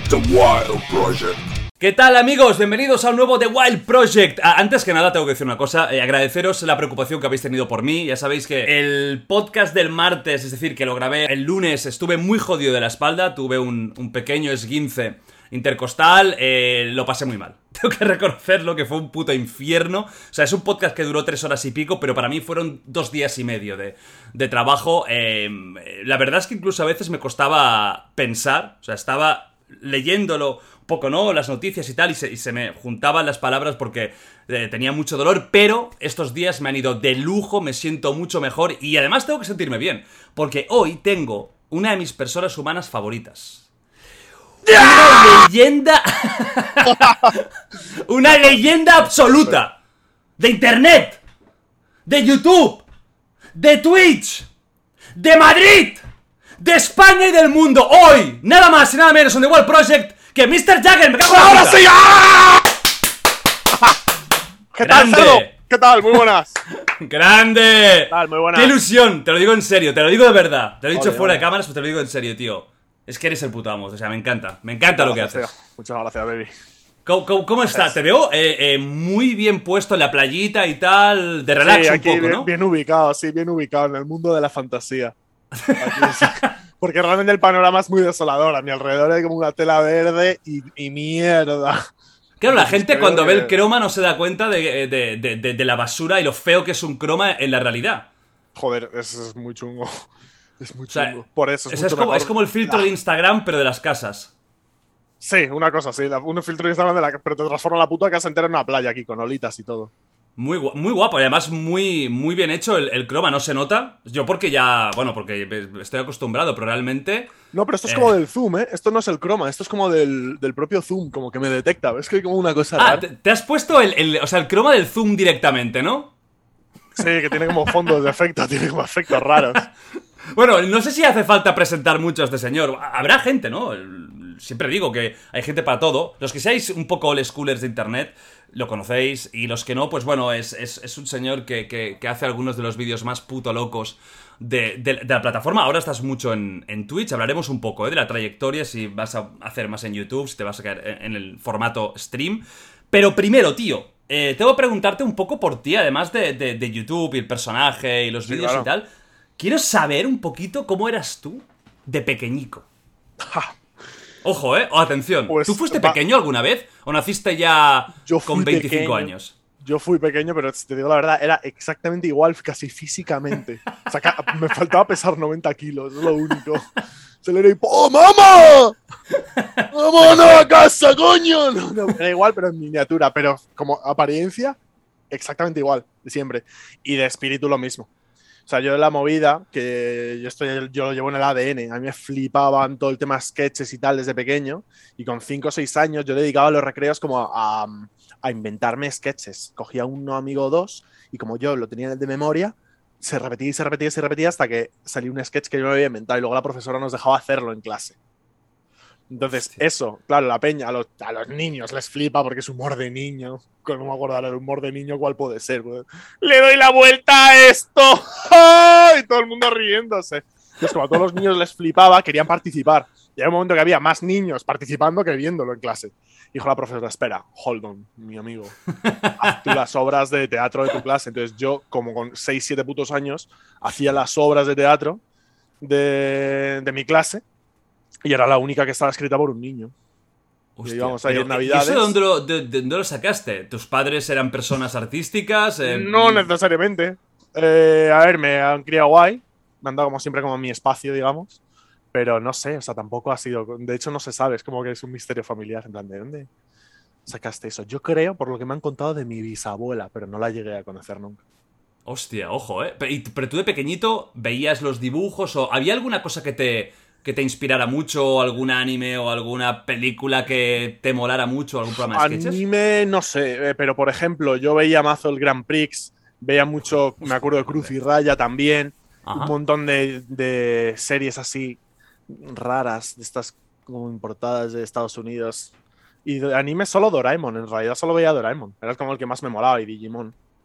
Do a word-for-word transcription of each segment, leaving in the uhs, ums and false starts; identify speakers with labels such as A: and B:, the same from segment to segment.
A: The Wild Project.
B: ¿Qué tal, amigos? Bienvenidos a un nuevo The Wild Project. Ah, antes que nada tengo que decir una cosa, eh, agradeceros la preocupación que habéis tenido por mí. Ya sabéis que el podcast del martes, es decir, que lo grabé el lunes, estuve muy jodido de la espalda, tuve un, un pequeño esguince intercostal, eh, lo pasé muy mal. Tengo que reconocerlo, que fue un puto infierno. O sea, es un podcast que duró tres horas y pico, pero para mí fueron dos días y medio de, de trabajo. Eh, la verdad es que incluso a veces me costaba pensar, o sea, estaba leyéndolo un poco, ¿no? Las noticias y tal, y se, y se me juntaban las palabras porque eh, tenía mucho dolor, pero estos días me han ido de lujo, me siento mucho mejor y además tengo que sentirme bien, porque hoy tengo una de mis personas humanas favoritas. Una leyenda. Una leyenda absoluta de internet, de YouTube, de Twitch, de Madrid, de España y del mundo. Hoy, nada más y nada menos en The Wild Project que mister Jagger. ¡Me cago en la
C: ¡Ahora
B: puta!
C: sí! ¡Ah! ¿Qué tal,
B: ¡Grande!
C: Cerdo? ¿Qué tal? Muy buenas.
B: ¡Grande!
C: ¿Qué tal? Muy buenas.
B: ¡Qué ilusión! Te lo digo en serio, te lo digo de verdad. Te lo he dicho
C: Joder,
B: fuera de
C: joder.
B: cámaras, pero te lo digo en serio, tío. Es que eres el puto amo, o sea, me encanta. Me encanta lo que
C: Gracias,
B: haces.
C: tío. Muchas gracias, baby.
B: ¿Cómo, cómo, cómo estás? Te veo eh, eh, muy bien puesto en la playita y tal, de relax
C: Sí,
B: un
C: aquí
B: poco,
C: bien,
B: ¿no?
C: bien ubicado, sí, bien ubicado en el mundo de la fantasía. Aquí, sí. Porque realmente el panorama es muy desolador. A mi alrededor hay como una tela verde y, y mierda.
B: Claro, la
C: Entonces,
B: gente
C: creo
B: cuando ve
C: que-
B: el croma no se da cuenta de, de, de, de- de la basura y lo feo que es un croma en la realidad.
C: Joder, eso es muy chungo. Es muy
B: O sea,
C: chungo. Por eso es,
B: es,
C: mucho
B: es como,
C: mejor.
B: es como el filtro
C: Ah.
B: de Instagram, pero de las casas.
C: Sí, una cosa, sí. la- Un filtro de Instagram de la, pero te transforma la puta casa entera en una playa aquí, con olitas y todo.
B: Muy, gu- muy guapo, y además muy, muy bien hecho el, el croma, no se nota. Yo porque ya, bueno, porque estoy acostumbrado, pero realmente...
C: No, pero esto es
B: Eh.
C: como del zoom, ¿eh? Esto no es el croma, esto es como del, del propio zoom, como que me detecta. ¿Ves que hay como una cosa
B: Ah,
C: rara?
B: te, te has puesto el, el, o sea, el croma del zoom directamente, ¿no?
C: Sí, que tiene como fondos de efecto, tiene como efectos raros.
B: Bueno, no sé si hace falta presentar mucho a este señor. Habrá gente, ¿no? El- Siempre digo que hay gente para todo. Los que seáis un poco old schoolers de internet lo conocéis, y los que no, pues bueno, es, es, es un señor que, que, que hace algunos de los vídeos más puto locos de, de, de la plataforma. Ahora estás mucho en, en Twitch, hablaremos un poco ¿eh? de la trayectoria, si vas a hacer más en YouTube, si te vas a quedar en, en el formato stream. Pero primero, tío, eh, tengo que preguntarte un poco por ti, además de, de, de YouTube y el personaje y los
C: Sí,
B: vídeos
C: claro.
B: y tal. Quiero saber un poquito cómo eras tú de pequeñico.
C: Ja,
B: Ojo, eh, o atención.
C: Pues,
B: ¿Tú fuiste
C: va-
B: pequeño alguna vez? ¿O naciste ya
C: Yo
B: con
C: fui
B: veinticinco
C: pequeño.
B: años?
C: Yo fui pequeño, pero si te digo la verdad, era exactamente igual, casi físicamente. O sea, ca- me faltaba pesar noventa kilos, es lo único. Se le era ¡oh, mamá! ¡Vámonos a casa, coño! No, no, era igual, pero en miniatura. Pero como apariencia, exactamente igual, de siempre. Y de espíritu lo mismo. O sea, yo de la movida, que yo, estoy, yo lo llevo en el A D N, a mí me flipaban todo el tema sketches y tal desde pequeño, y con cinco o seis años yo le dedicaba los recreos como a, a, a inventarme sketches. Cogía uno amigo o dos, y como yo lo tenía de memoria, se repetía y se repetía y se repetía hasta que salió un sketch que yo me había inventado, y luego la profesora nos dejaba hacerlo en clase. Entonces,
B: Hostia.
C: eso, claro, la peña, a los, a los niños les flipa porque es humor de niño. No me acuerdo ahora el humor de niño, ¿cuál puede ser? Pues, le doy la vuelta a esto. ¡Ay! Y todo el mundo riéndose. Entonces, como a todos los niños les flipaba, querían participar. Y hay un momento que había más niños participando que viéndolo en clase. Dijo la profesora, espera, hold on, mi amigo. Haz tú las obras de teatro de tu clase. Entonces yo, como con seis siete putos años, hacía las obras de teatro de, de mi clase. Y era la única que estaba escrita por un niño.
B: Hostia,
C: íbamos ahí
B: pero,
C: en
B: ¿y
C: Navidades.
B: eso de dónde lo, de, de dónde lo sacaste? ¿Tus padres eran personas artísticas? Eh,
C: No necesariamente. Eh, a ver, me han criado guay. Me han dado como siempre como mi espacio, digamos. Pero no sé, o sea, tampoco ha sido... De hecho, no se sabe, es como que es un misterio familiar. En plan, ¿de dónde sacaste eso? Yo creo, por lo que me han contado, de mi bisabuela, pero no la llegué a conocer nunca.
B: Hostia, ojo, eh. Pero, y- pero tú de pequeñito veías los dibujos o había alguna cosa que te, que te inspirara mucho, algún anime o alguna película que te molara mucho, algún programa de sketches?
C: Anime, no sé, eh, pero por ejemplo, yo veía mazo el Grand Prix, veía mucho, me acuerdo de Cruz y Raya también,
B: Ajá.
C: un montón de, de series así raras, de estas como importadas de Estados Unidos. Y de anime solo Doraemon, en realidad solo veía Doraemon, era como el que más me molaba, y Digimon.
B: O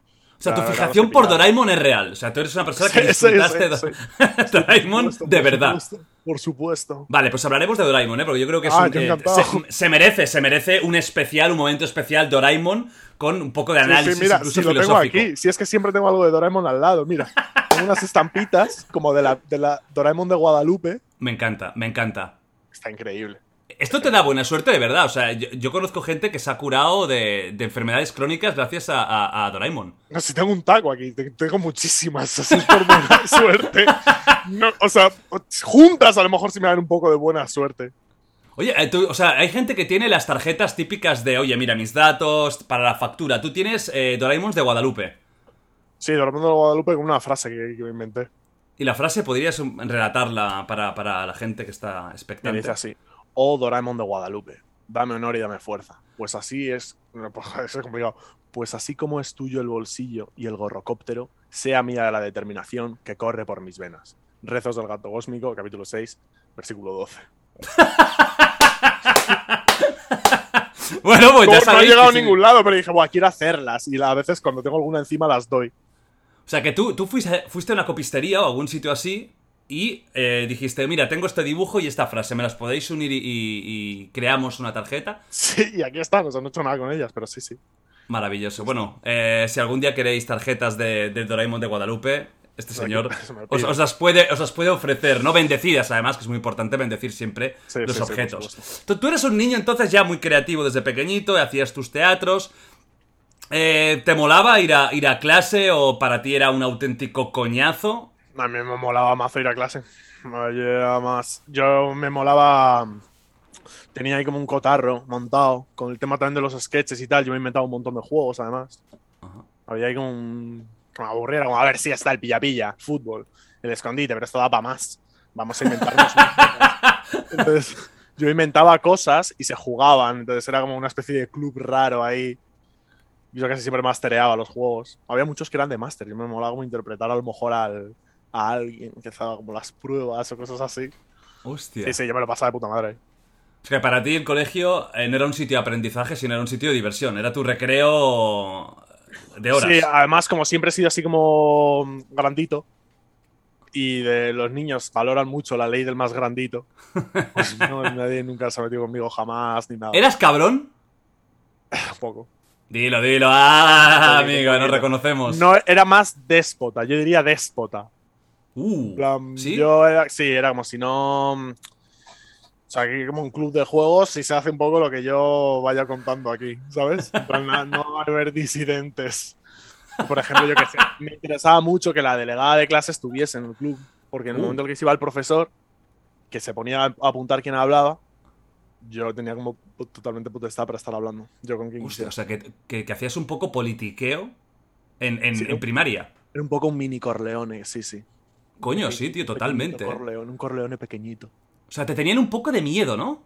B: sea, tu
C: Claro,
B: fijación
C: claro,
B: por
C: sí,
B: Doraemon es real. O sea, tú eres una persona que
C: Sí, sí,
B: disfrutaste
C: sí,
B: de
C: sí.
B: Doraemon
C: Por supuesto,
B: de
C: por
B: verdad.
C: supuesto, por supuesto.
B: Vale, pues hablaremos de Doraemon, ¿eh? Porque yo creo que es
C: Ah,
B: un...
C: yo
B: eh,
C: encantado.
B: se, se merece, se merece un especial, un momento especial Doraemon con un poco de
C: Sí,
B: análisis,
C: sí, mira,
B: incluso
C: si lo tengo
B: filosófico.
C: aquí, si es que siempre tengo algo de Doraemon al lado, mira. Tengo unas estampitas como de la, de la Doraemon de Guadalupe.
B: Me encanta, me encanta.
C: Está increíble.
B: Esto te da buena suerte, de verdad. O sea, yo, yo conozco gente que se ha curado de, de enfermedades crónicas gracias a, a- a Doraemon.
C: No, si tengo un taco aquí, te- tengo muchísimas, así es por buena suerte. No, o sea, juntas a lo mejor sí me dan un poco de buena suerte.
B: Oye, eh, tú- o sea, hay gente que tiene las tarjetas típicas de, oye, mira, mis datos para la factura. Tú tienes eh, Doraemons de Guadalupe.
C: Sí, Doraemon de Guadalupe con una frase que, que me inventé.
B: Y la frase podrías um, relatarla para, para la gente que está
C: Me
B: expectante.
C: dice así: Oh Doraemon de Guadalupe, dame honor y dame fuerza. Pues así es. No, pues, es complicado. Pues así como es tuyo el bolsillo y el gorrocóptero, sea mía la determinación que corre por mis venas. Rezos del gato cósmico, capítulo seis, versículo doce.
B: Bueno, pues
C: No,
B: ya
C: no ha
B: sabéis.
C: llegado a
B: que sí.
C: ningún lado, pero dije, Buah, quiero hacerlas. Y a veces cuando tengo alguna encima las doy.
B: O sea, que tú, tú fuiste, fuiste a una copistería o algún sitio así y eh, dijiste, mira, tengo este dibujo y esta frase, ¿me las podéis unir y, y- y creamos una tarjeta?
C: Sí, y aquí están, o sea, no he hecho nada con ellas, pero sí, sí.
B: Maravilloso. Bueno, eh, si algún día queréis tarjetas de, de Doraemon de Guadalupe, este señor
C: Se me
B: os,
C: pide.
B: os las puede, os las puede ofrecer, ¿no? Bendecidas, además, que es muy importante bendecir siempre
C: Sí,
B: los
C: sí, sí, por
B: objetos.
C: supuesto.
B: tú, tú eres un niño entonces ya muy creativo desde pequeñito, hacías tus teatros. Eh, ¿Te molaba ir a, ir a clase o para ti era un auténtico coñazo?
C: A mí me molaba mazo ir a clase. Yo era más. Yo me molaba. Tenía ahí como un cotarro montado. Con el tema también de los sketches y tal. Yo me inventaba un montón de juegos, además. Había ahí como un. Como aburriera, como a ver si está el pilla-pilla, fútbol, el escondite, pero esto da para más. Vamos a inventarnos unas cosas. Entonces, yo inventaba cosas y se jugaban. Entonces era como una especie de club raro ahí. Yo casi siempre mastereaba los juegos. Había muchos que eran de máster. Yo me molaba como interpretar a lo mejor al, a alguien que estaba como las pruebas o cosas así.
B: Hostia.
C: Sí, sí, yo me lo pasaba de puta madre.
B: Es que para ti el colegio eh, no era un sitio de aprendizaje, sino era un sitio de diversión. Era tu recreo de horas.
C: Sí, además, como siempre he sido así como grandito y de los niños valoran mucho la ley del más grandito, pues no, nadie nunca se ha metido conmigo jamás ni nada.
B: ¿Eras cabrón?
C: Un poco.
B: Dilo, dilo. Ah,
C: Poquito,
B: amigo, nos
C: poquito.
B: reconocemos.
C: No, era más déspota, yo diría déspota.
B: Uh,
C: En plan,
B: ¿sí?
C: Yo era, sí, era como si no. O sea, aquí como un club de juegos y se hace un poco lo que yo vaya contando aquí, ¿sabes? En plan, no, no va a haber disidentes. Por ejemplo, yo que sé, me interesaba mucho que la delegada de clase estuviese en el club, porque en el
B: Uh.
C: momento en el que se iba el profesor, que se ponía a apuntar quién hablaba, yo tenía como totalmente potestad para estar hablando. Yo con quien
B: Hostia,
C: quisiera.
B: o sea, que, que- que hacías un poco politiqueo en, en-
C: Sí,
B: en primaria.
C: Era un poco un mini Corleone, sí, sí.
B: Coño,
C: Un
B: sí, tío,
C: pequeñito
B: totalmente.
C: Corleone, un Corleone pequeñito.
B: O sea, te tenían un poco de miedo, ¿no?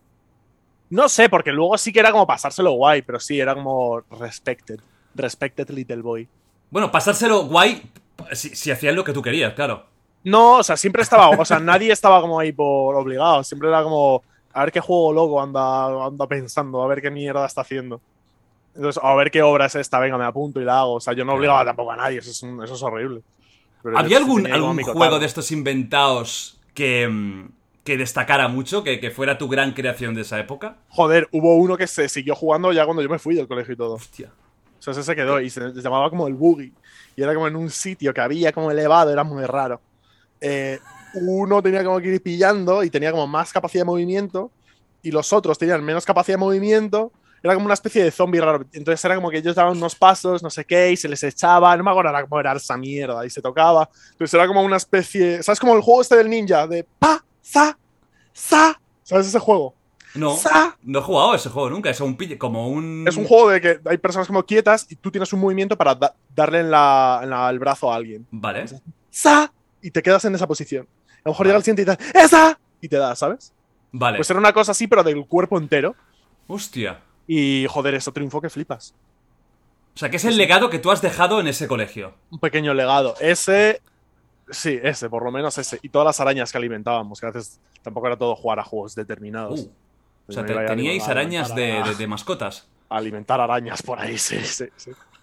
C: No sé, porque luego sí que era como pasárselo guay, pero sí, era como respected. Respected little boy.
B: Bueno, pasárselo guay si, si hacías lo que tú querías, claro.
C: No, o sea, siempre estaba, o sea, nadie estaba como ahí por obligado. Siempre era como, a ver qué juego loco anda, anda pensando, a ver qué mierda está haciendo. Entonces, a ver qué obra es esta, venga, me apunto y la hago. O sea, yo no obligaba tampoco a nadie, eso es, un- eso es horrible. Pero
B: ¿Había
C: yo sí
B: algún,
C: tenía como
B: algún
C: mi
B: juego
C: cotarro.
B: de estos inventados que, mm, que destacara mucho, que, que fuera tu gran creación de esa época?
C: Joder, hubo uno que se siguió jugando ya cuando yo me fui del colegio y todo.
B: Hostia.
C: O sea, ese se quedó y se, se llamaba como el boogie. Y era como en un sitio que había como elevado, era muy raro. Eh, uno tenía como que ir pillando y tenía como más capacidad de movimiento y los otros tenían menos capacidad de movimiento. Era como una especie de zombie raro. Entonces era como que ellos daban unos pasos, no sé qué, y se les echaba. No me acuerdo ahora cómo era esa mierda y se tocaba. Entonces era como una especie. ¿Sabes como el juego este del ninja? De pa, za, za. ¿Sabes ese juego?
B: No,
C: Sa.
B: no he jugado a ese juego nunca. Es un pille- como un...
C: Es un juego de que hay personas como quietas y tú tienes un movimiento para da- darle en, la, en la- el brazo a alguien.
B: Vale.
C: ¡Sa! Y te quedas en esa posición. A lo mejor
B: Vale.
C: llega el siguiente y dices ¡esa! Y te da, ¿sabes?
B: Vale.
C: Pues era una cosa así, pero del cuerpo entero.
B: Hostia.
C: Y joder, eso triunfó que flipas.
B: O sea, que es el legado que tú has dejado en ese colegio.
C: Un pequeño legado. Ese. Sí, ese, por lo menos ese. Y todas las arañas que alimentábamos, que a veces tampoco era todo jugar a juegos determinados.
B: Uh. O sea,
C: Me
B: te-
C: iba a
B: teníais
C: alimentar-
B: arañas de,
C: alimentar a-
B: de- de mascotas.
C: Alimentar arañas por ahí, sí, sí, sí.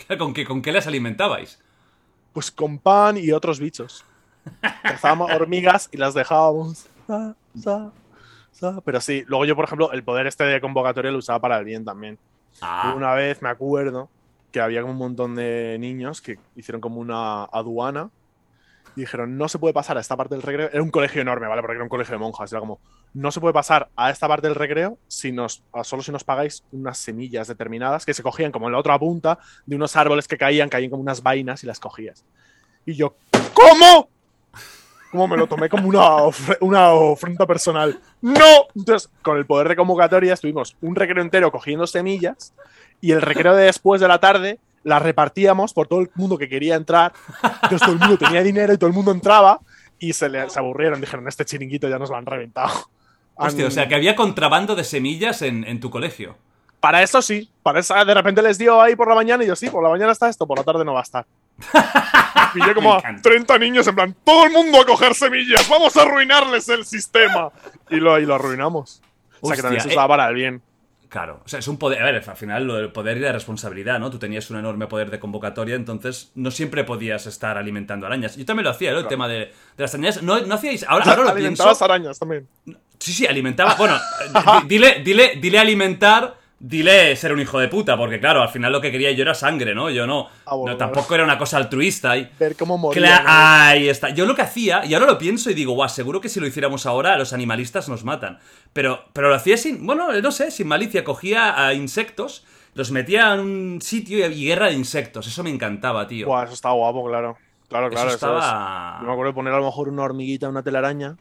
B: ¿Con qué, ¿Con qué las alimentabais?
C: Pues con pan y otros bichos. Cazábamos hormigas y las dejábamos. Sa, sa, sa. Pero sí, luego yo, por ejemplo, el poder este de convocatoria lo usaba para el bien también.
B: Ah.
C: Una vez me acuerdo que había como un montón de niños que hicieron como una aduana y dijeron, no se puede pasar a esta parte del recreo. Era un colegio enorme, ¿vale? Porque era un colegio de monjas. Era como, no se puede pasar a esta parte del recreo si nos, solo si nos pagáis unas semillas determinadas que se cogían como en la otra punta de unos árboles que caían, caían como unas vainas y las cogías. Y yo, ¿cómo? Como me lo tomé como una, ofre una ofrenda personal. ¡No! Entonces, con el poder de convocatoria estuvimos un recreo entero cogiendo semillas y el recreo de después de la tarde las repartíamos por todo el mundo que quería entrar. Entonces todo el mundo tenía dinero y todo el mundo entraba y se, le, se aburrieron. Dijeron, este chiringuito ya nos lo han reventado.
B: Hostia,
C: han...
B: o sea, que había contrabando de semillas en, en tu colegio.
C: Para eso sí. Para eso de repente les dio ahí por la mañana y yo, sí, por la mañana está esto, por la tarde no va a estar. Y yo como a treinta niños en plan, todo el mundo a coger semillas, vamos a arruinarles el sistema. Y lo, y lo arruinamos. O sea, que también se usaba
B: eh,
C: para el bien.
B: Claro, o sea, es un poder, a ver, al final lo del poder y la responsabilidad, ¿no? Tú tenías un enorme poder de convocatoria, entonces no siempre podías estar alimentando arañas. Yo también lo hacía, ¿no? El claro. tema de, de las arañas. No, no hacíais, ahora, ahora lo
C: alimentabas
B: pienso.
C: arañas también.
B: Sí, sí, alimentaba, bueno, dile, dile, dile alimentar... Dile ser un hijo de puta, porque claro, al final lo que quería yo era sangre, ¿no? Yo no,
C: ah, bueno,
B: no tampoco era una cosa altruista. Y...
C: Ver cómo moría.
B: Cla- ahí está. Yo lo que hacía, y ahora lo pienso y digo, guau, seguro que si lo hiciéramos ahora, los animalistas nos matan. Pero, pero lo hacía sin, bueno, no sé, sin malicia. Cogía a insectos, los metía en un sitio y, y guerra de insectos. Eso me encantaba, tío.
C: Buah, eso estaba guapo, claro. Claro, claro.
B: Eso estaba...
C: Eso es... Yo me acuerdo de poner a lo mejor una hormiguita, una telaraña,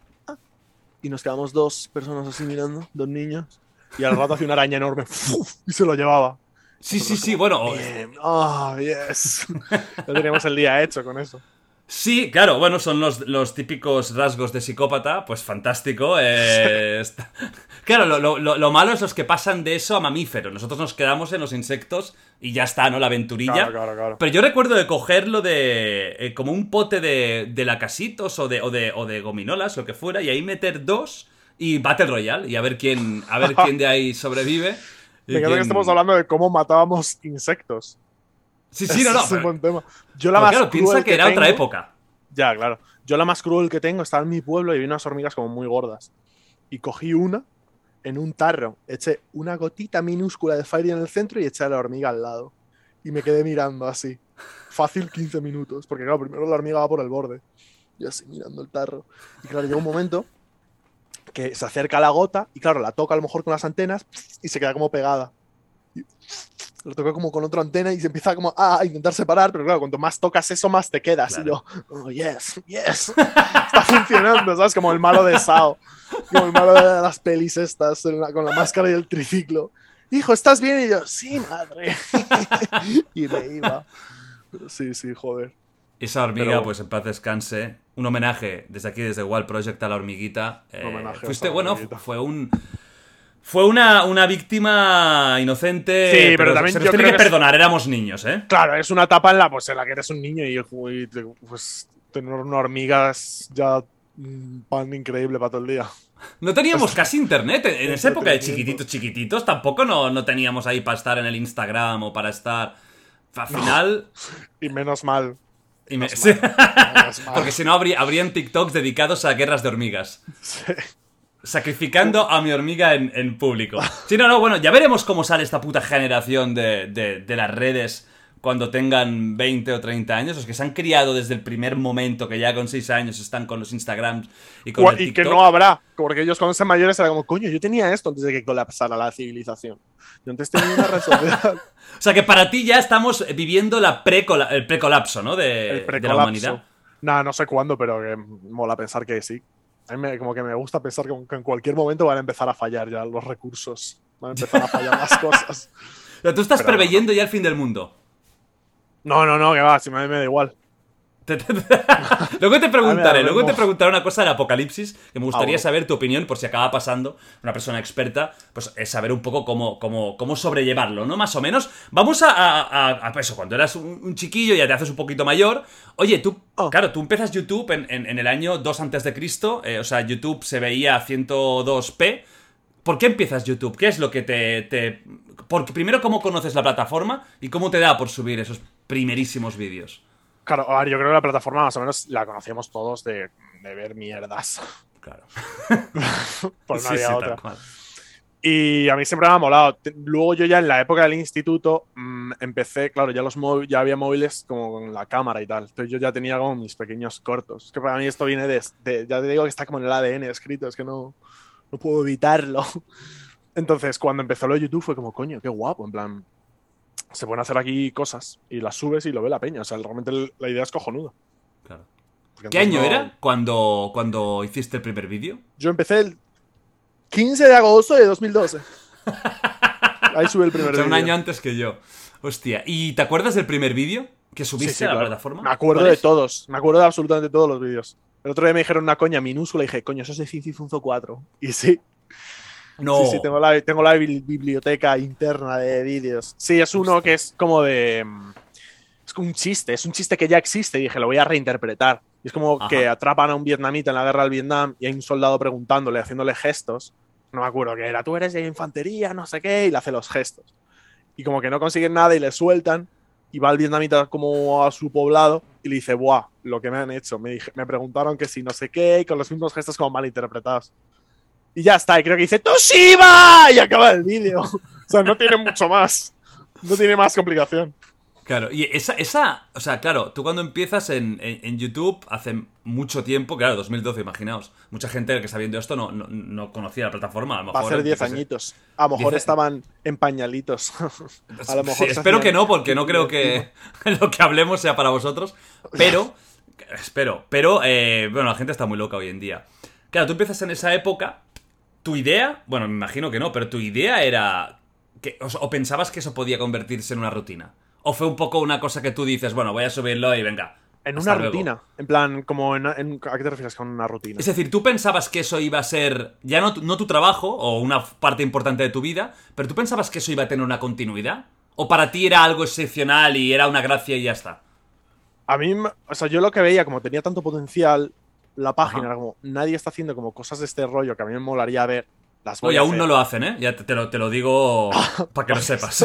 C: y nos quedamos dos personas así mirando, dos niños. Y al rato hacía una araña enorme ¡fuf! Y se lo llevaba.
B: Sí,
C: Nosotros
B: sí, sí,
C: como,
B: bueno.
C: Bien. Oh, yes. Ya teníamos el día hecho con eso.
B: Sí, claro, bueno, son los, los típicos rasgos de psicópata, pues fantástico. Eh, está... Claro, lo, lo, lo malo es los que pasan de eso a mamíferos. Nosotros nos quedamos en los insectos y ya está, ¿no? La aventurilla.
C: Claro, claro, claro.
B: Pero yo recuerdo de cogerlo de... Eh, como un pote de, de lacasitos o de, o, de, o de gominolas, lo que fuera, y ahí meter dos... Y Battle Royale, y a ver quién, a ver quién de ahí sobrevive.
C: Me encanta
B: quién...
C: que estamos hablando de cómo matábamos insectos.
B: Sí, sí, no, no.
C: Es un
B: pero...
C: buen tema. Yo la más
B: claro, piensa que, que era
C: tengo...
B: otra época.
C: Ya, claro. Yo la más cruel que tengo estaba en mi pueblo y vi unas hormigas como muy gordas. Y cogí una en un tarro, eché una gotita minúscula de Fairy en el centro y eché a la hormiga al lado. Y me quedé mirando así. Fácil quince minutos. Porque claro, primero la hormiga va por el borde. Y así mirando el tarro. Y claro, llega un momento... que se acerca a la gota y claro, la toca a lo mejor con las antenas y se queda como pegada. Y lo toca como con otra antena y se empieza como a intentar separar, pero claro, cuanto más tocas eso, más te quedas. Claro. Y yo, oh, yes, yes. Está funcionando, ¿sabes? Como el malo de Sao. Como el malo de las pelis estas, la, con la máscara y el triciclo. Hijo, ¿estás bien? Y yo, sí, madre. Y me iba. Pero sí, sí, joder.
B: Esa hormiga,
C: Pero...
B: pues en paz descanse. Un homenaje desde aquí, desde Wild Project a la hormiguita. Eh,
C: un homenaje
B: fuiste,
C: a
B: bueno,
C: hormiguita.
B: fue un... Fue una, una víctima inocente,
C: sí, pero,
B: pero
C: también
B: se nos
C: yo
B: tiene
C: creo
B: que,
C: que
B: perdonar, es... éramos niños, ¿eh?
C: Claro, es una etapa en la, pues, en la que eres un niño y, y pues tener una hormiga es ya un pan increíble para todo el día.
B: No teníamos casi internet, en esa época de chiquititos, chiquititos, tampoco no, no teníamos ahí para estar en el Instagram o para estar... Al final...
C: No. Y menos mal.
B: Y me...
C: menos
B: sí.
C: mal. Menos mal.
B: Porque si no, habría, habrían TikToks dedicados a guerras de hormigas.
C: Sí.
B: Sacrificando a mi hormiga en, en público. Sí, no, no, bueno, ya veremos cómo sale esta puta generación de, de, de las redes cuando tengan veinte o treinta años. Los que se han criado desde el primer momento, que ya con seis años están con los Instagrams y con
C: o,
B: el TikTok.
C: Y que no habrá, porque ellos cuando sean mayores será como, coño, yo tenía esto antes de que colapsara la civilización. Yo antes tenía una red social.
B: O sea que para ti ya estamos viviendo la precola el precolapso, ¿no? De,
C: el precolapso.
B: de la humanidad.
C: Nah, no sé cuándo, pero que mola pensar que sí. A mí me, como que me gusta pensar que, que en cualquier momento van a empezar a fallar ya los recursos. Van a empezar a fallar las cosas.
B: Pero tú estás
C: pero
B: preveyendo
C: no.
B: ya el fin del mundo.
C: No, no, no, que va, si me, me da igual.
B: luego te preguntaré, luego te
C: mo...
B: preguntaré una cosa del apocalipsis que me gustaría
C: ah, bueno.
B: saber tu opinión por si acaba pasando, una persona experta, pues es saber un poco cómo, cómo, cómo sobrellevarlo, ¿no? Más o menos. Vamos a, a, a, a eso, cuando eras un, un chiquillo ya te haces un poquito mayor. Oye, tú, oh. claro, tú empiezas YouTube en, en, en el año dos antes de Cristo, eh, o sea, YouTube se veía a ciento dos p. ¿Por qué empiezas YouTube? ¿Qué es lo que te... te... Porque primero, ¿cómo conoces la plataforma? ¿Y cómo te da por subir esos primerísimos vídeos?
C: Claro, a ver, yo creo que la plataforma más o menos la conocíamos todos de, de ver mierdas.
B: Claro.
C: Pues no
B: Sí,
C: había
B: sí,
C: otra.
B: tal cual.
C: Y a mí siempre me ha molado. Te- Luego yo ya en la época del instituto mmm, empecé, claro, ya los móvil- ya había móviles como con la cámara y tal. Entonces yo ya tenía como mis pequeños cortos. Es que para mí esto viene de, de- ya te digo que está como en el A D N escrito, es que no, no puedo evitarlo. Entonces cuando empezó lo de YouTube fue como, coño, qué guapo, en plan, se pueden hacer aquí cosas y las subes y lo ve la peña. O sea, realmente el- la idea es cojonuda.
B: Claro.
C: Porque
B: ¿Qué
C: entonces
B: año
C: no-
B: era cuando, cuando hiciste el primer vídeo?
C: Yo empecé el quince de agosto de dos mil doce. Ahí sube el primer
B: O sea, un
C: vídeo.
B: año antes que yo. Hostia. ¿Y te acuerdas del primer vídeo que subiste
C: Sí, sí,
B: a la
C: claro.
B: plataforma?
C: Me acuerdo
B: ¿Cuál
C: de
B: es?
C: todos. Me acuerdo de absolutamente todos los vídeos. El otro día me dijeron una coña minúscula y dije, coño, eso es de Fifi Funzo cuatro. Y sí,
B: No.
C: sí, sí, tengo la, tengo la bibli- biblioteca interna de vídeos. Sí, es uno que es como de... mm, Es como un chiste, es un chiste que ya existe y dije, lo voy a reinterpretar. Y es como
B: Ajá.
C: que atrapan a un vietnamita en la guerra del Vietnam y hay un soldado preguntándole, haciéndole gestos. No me acuerdo qué era, tú eres de infantería, no sé qué, y le hace los gestos. Y como que no consiguen nada y le sueltan. Y va el vietnamita como a su poblado y le dice, buah, lo que me han hecho. Me, dije- me preguntaron que si no sé qué, y con los mismos gestos como mal interpretados. Y ya está, y creo que dice, ¡Toshiba! Y acaba el vídeo. O sea, no tiene mucho más. No tiene más complicación.
B: Claro, y esa, esa, o sea, claro, tú cuando empiezas en, en, en YouTube hace mucho tiempo, claro, dos mil doce, imaginaos, mucha gente que está viendo esto no, no, no conocía la plataforma, a lo
C: Va a
B: mejor...
C: hacer diez
B: yo qué sé.
C: añitos. A lo mejor
B: diez
C: estaban en pañalitos. A lo mejor
B: Sí,
C: se
B: espero
C: hacían
B: que no, porque no
C: pipi
B: creo que lo que hablemos sea para vosotros, pero, espero, pero, eh, bueno, la gente está muy loca hoy en día. Claro, tú empiezas en esa época, tu idea, bueno, me imagino que no, pero tu idea era, que, o, o pensabas que eso podía convertirse en una rutina. ¿O fue un poco una cosa que tú dices, bueno, voy a subirlo y venga?
C: En
B: hasta
C: una
B: luego?
C: rutina. En plan, como en, en- ¿a qué te refieres con una rutina?
B: Es decir, tú pensabas que eso iba a ser ya no, tu- no tu trabajo o una parte importante de tu vida, pero tú pensabas que eso iba a tener una continuidad. ¿O para ti era algo excepcional y era una gracia y ya está?
C: A mí, me- o sea, yo lo que veía, como tenía tanto potencial, la página
B: Ajá.
C: era como, nadie está haciendo como cosas de este rollo que a mí me molaría ver. Las voy
B: Oye,
C: a
B: aún
C: hacer.
B: no lo hacen, ¿eh? Ya te, te lo, te lo digo para que lo sepas.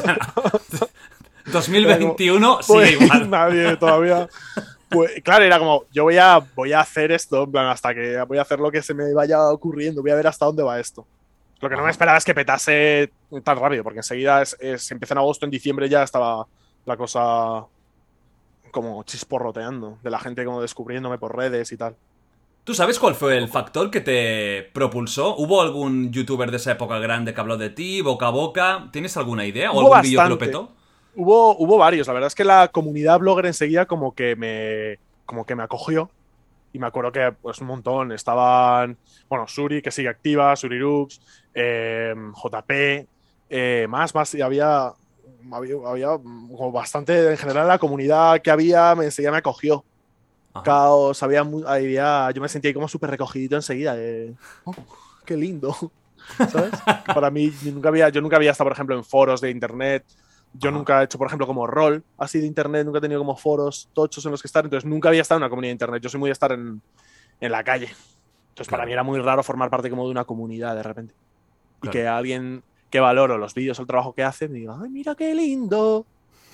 B: dos mil veintiuno
C: Pues,
B: sigue igual.
C: nadie todavía. Pues claro, era como, yo voy a, voy a hacer esto, en plan, hasta que voy a hacer lo que se me vaya ocurriendo, voy a ver hasta dónde va esto. Lo que no me
B: Ajá.
C: esperaba es que petase tan rápido, porque enseguida es, es- empieza en agosto, en diciembre ya estaba la cosa como chisporroteando, de la gente como descubriéndome por redes y tal.
B: ¿Tú sabes cuál fue el factor que te propulsó? ¿Hubo algún youtuber de esa época grande que habló de ti, boca a boca? ¿Tienes alguna idea? ¿O
C: Hubo
B: algún vídeo que lo
C: bastante.
B: petó?
C: Hubo, hubo varios, la verdad es que la comunidad blogger enseguida como que me, como que me acogió. Y me acuerdo que, pues, un montón. Estaban, bueno, Suri, que sigue activa, Surirux, eh, J P, eh, más, más. Y había, había, había como bastante, en general, la comunidad que había, me, enseguida me acogió.
B: Ajá.
C: Caos, había, mu- había, yo me sentía ahí como súper recogidito enseguida. De, oh, qué lindo. ¿Sabes? Para mí, yo nunca había, yo nunca había estado, por ejemplo, en foros de internet. Yo
B: Ajá.
C: nunca he hecho, por ejemplo, como rol así de internet, nunca he tenido como foros tochos en los que estar, entonces nunca había estado en una comunidad de internet. Yo soy muy de estar en, en la calle. Entonces, para
B: Claro.
C: mí era muy raro formar parte como de una comunidad de repente. Y
B: Claro.
C: que alguien que valoro los vídeos o el trabajo que hace me diga, ¡ay, mira qué lindo!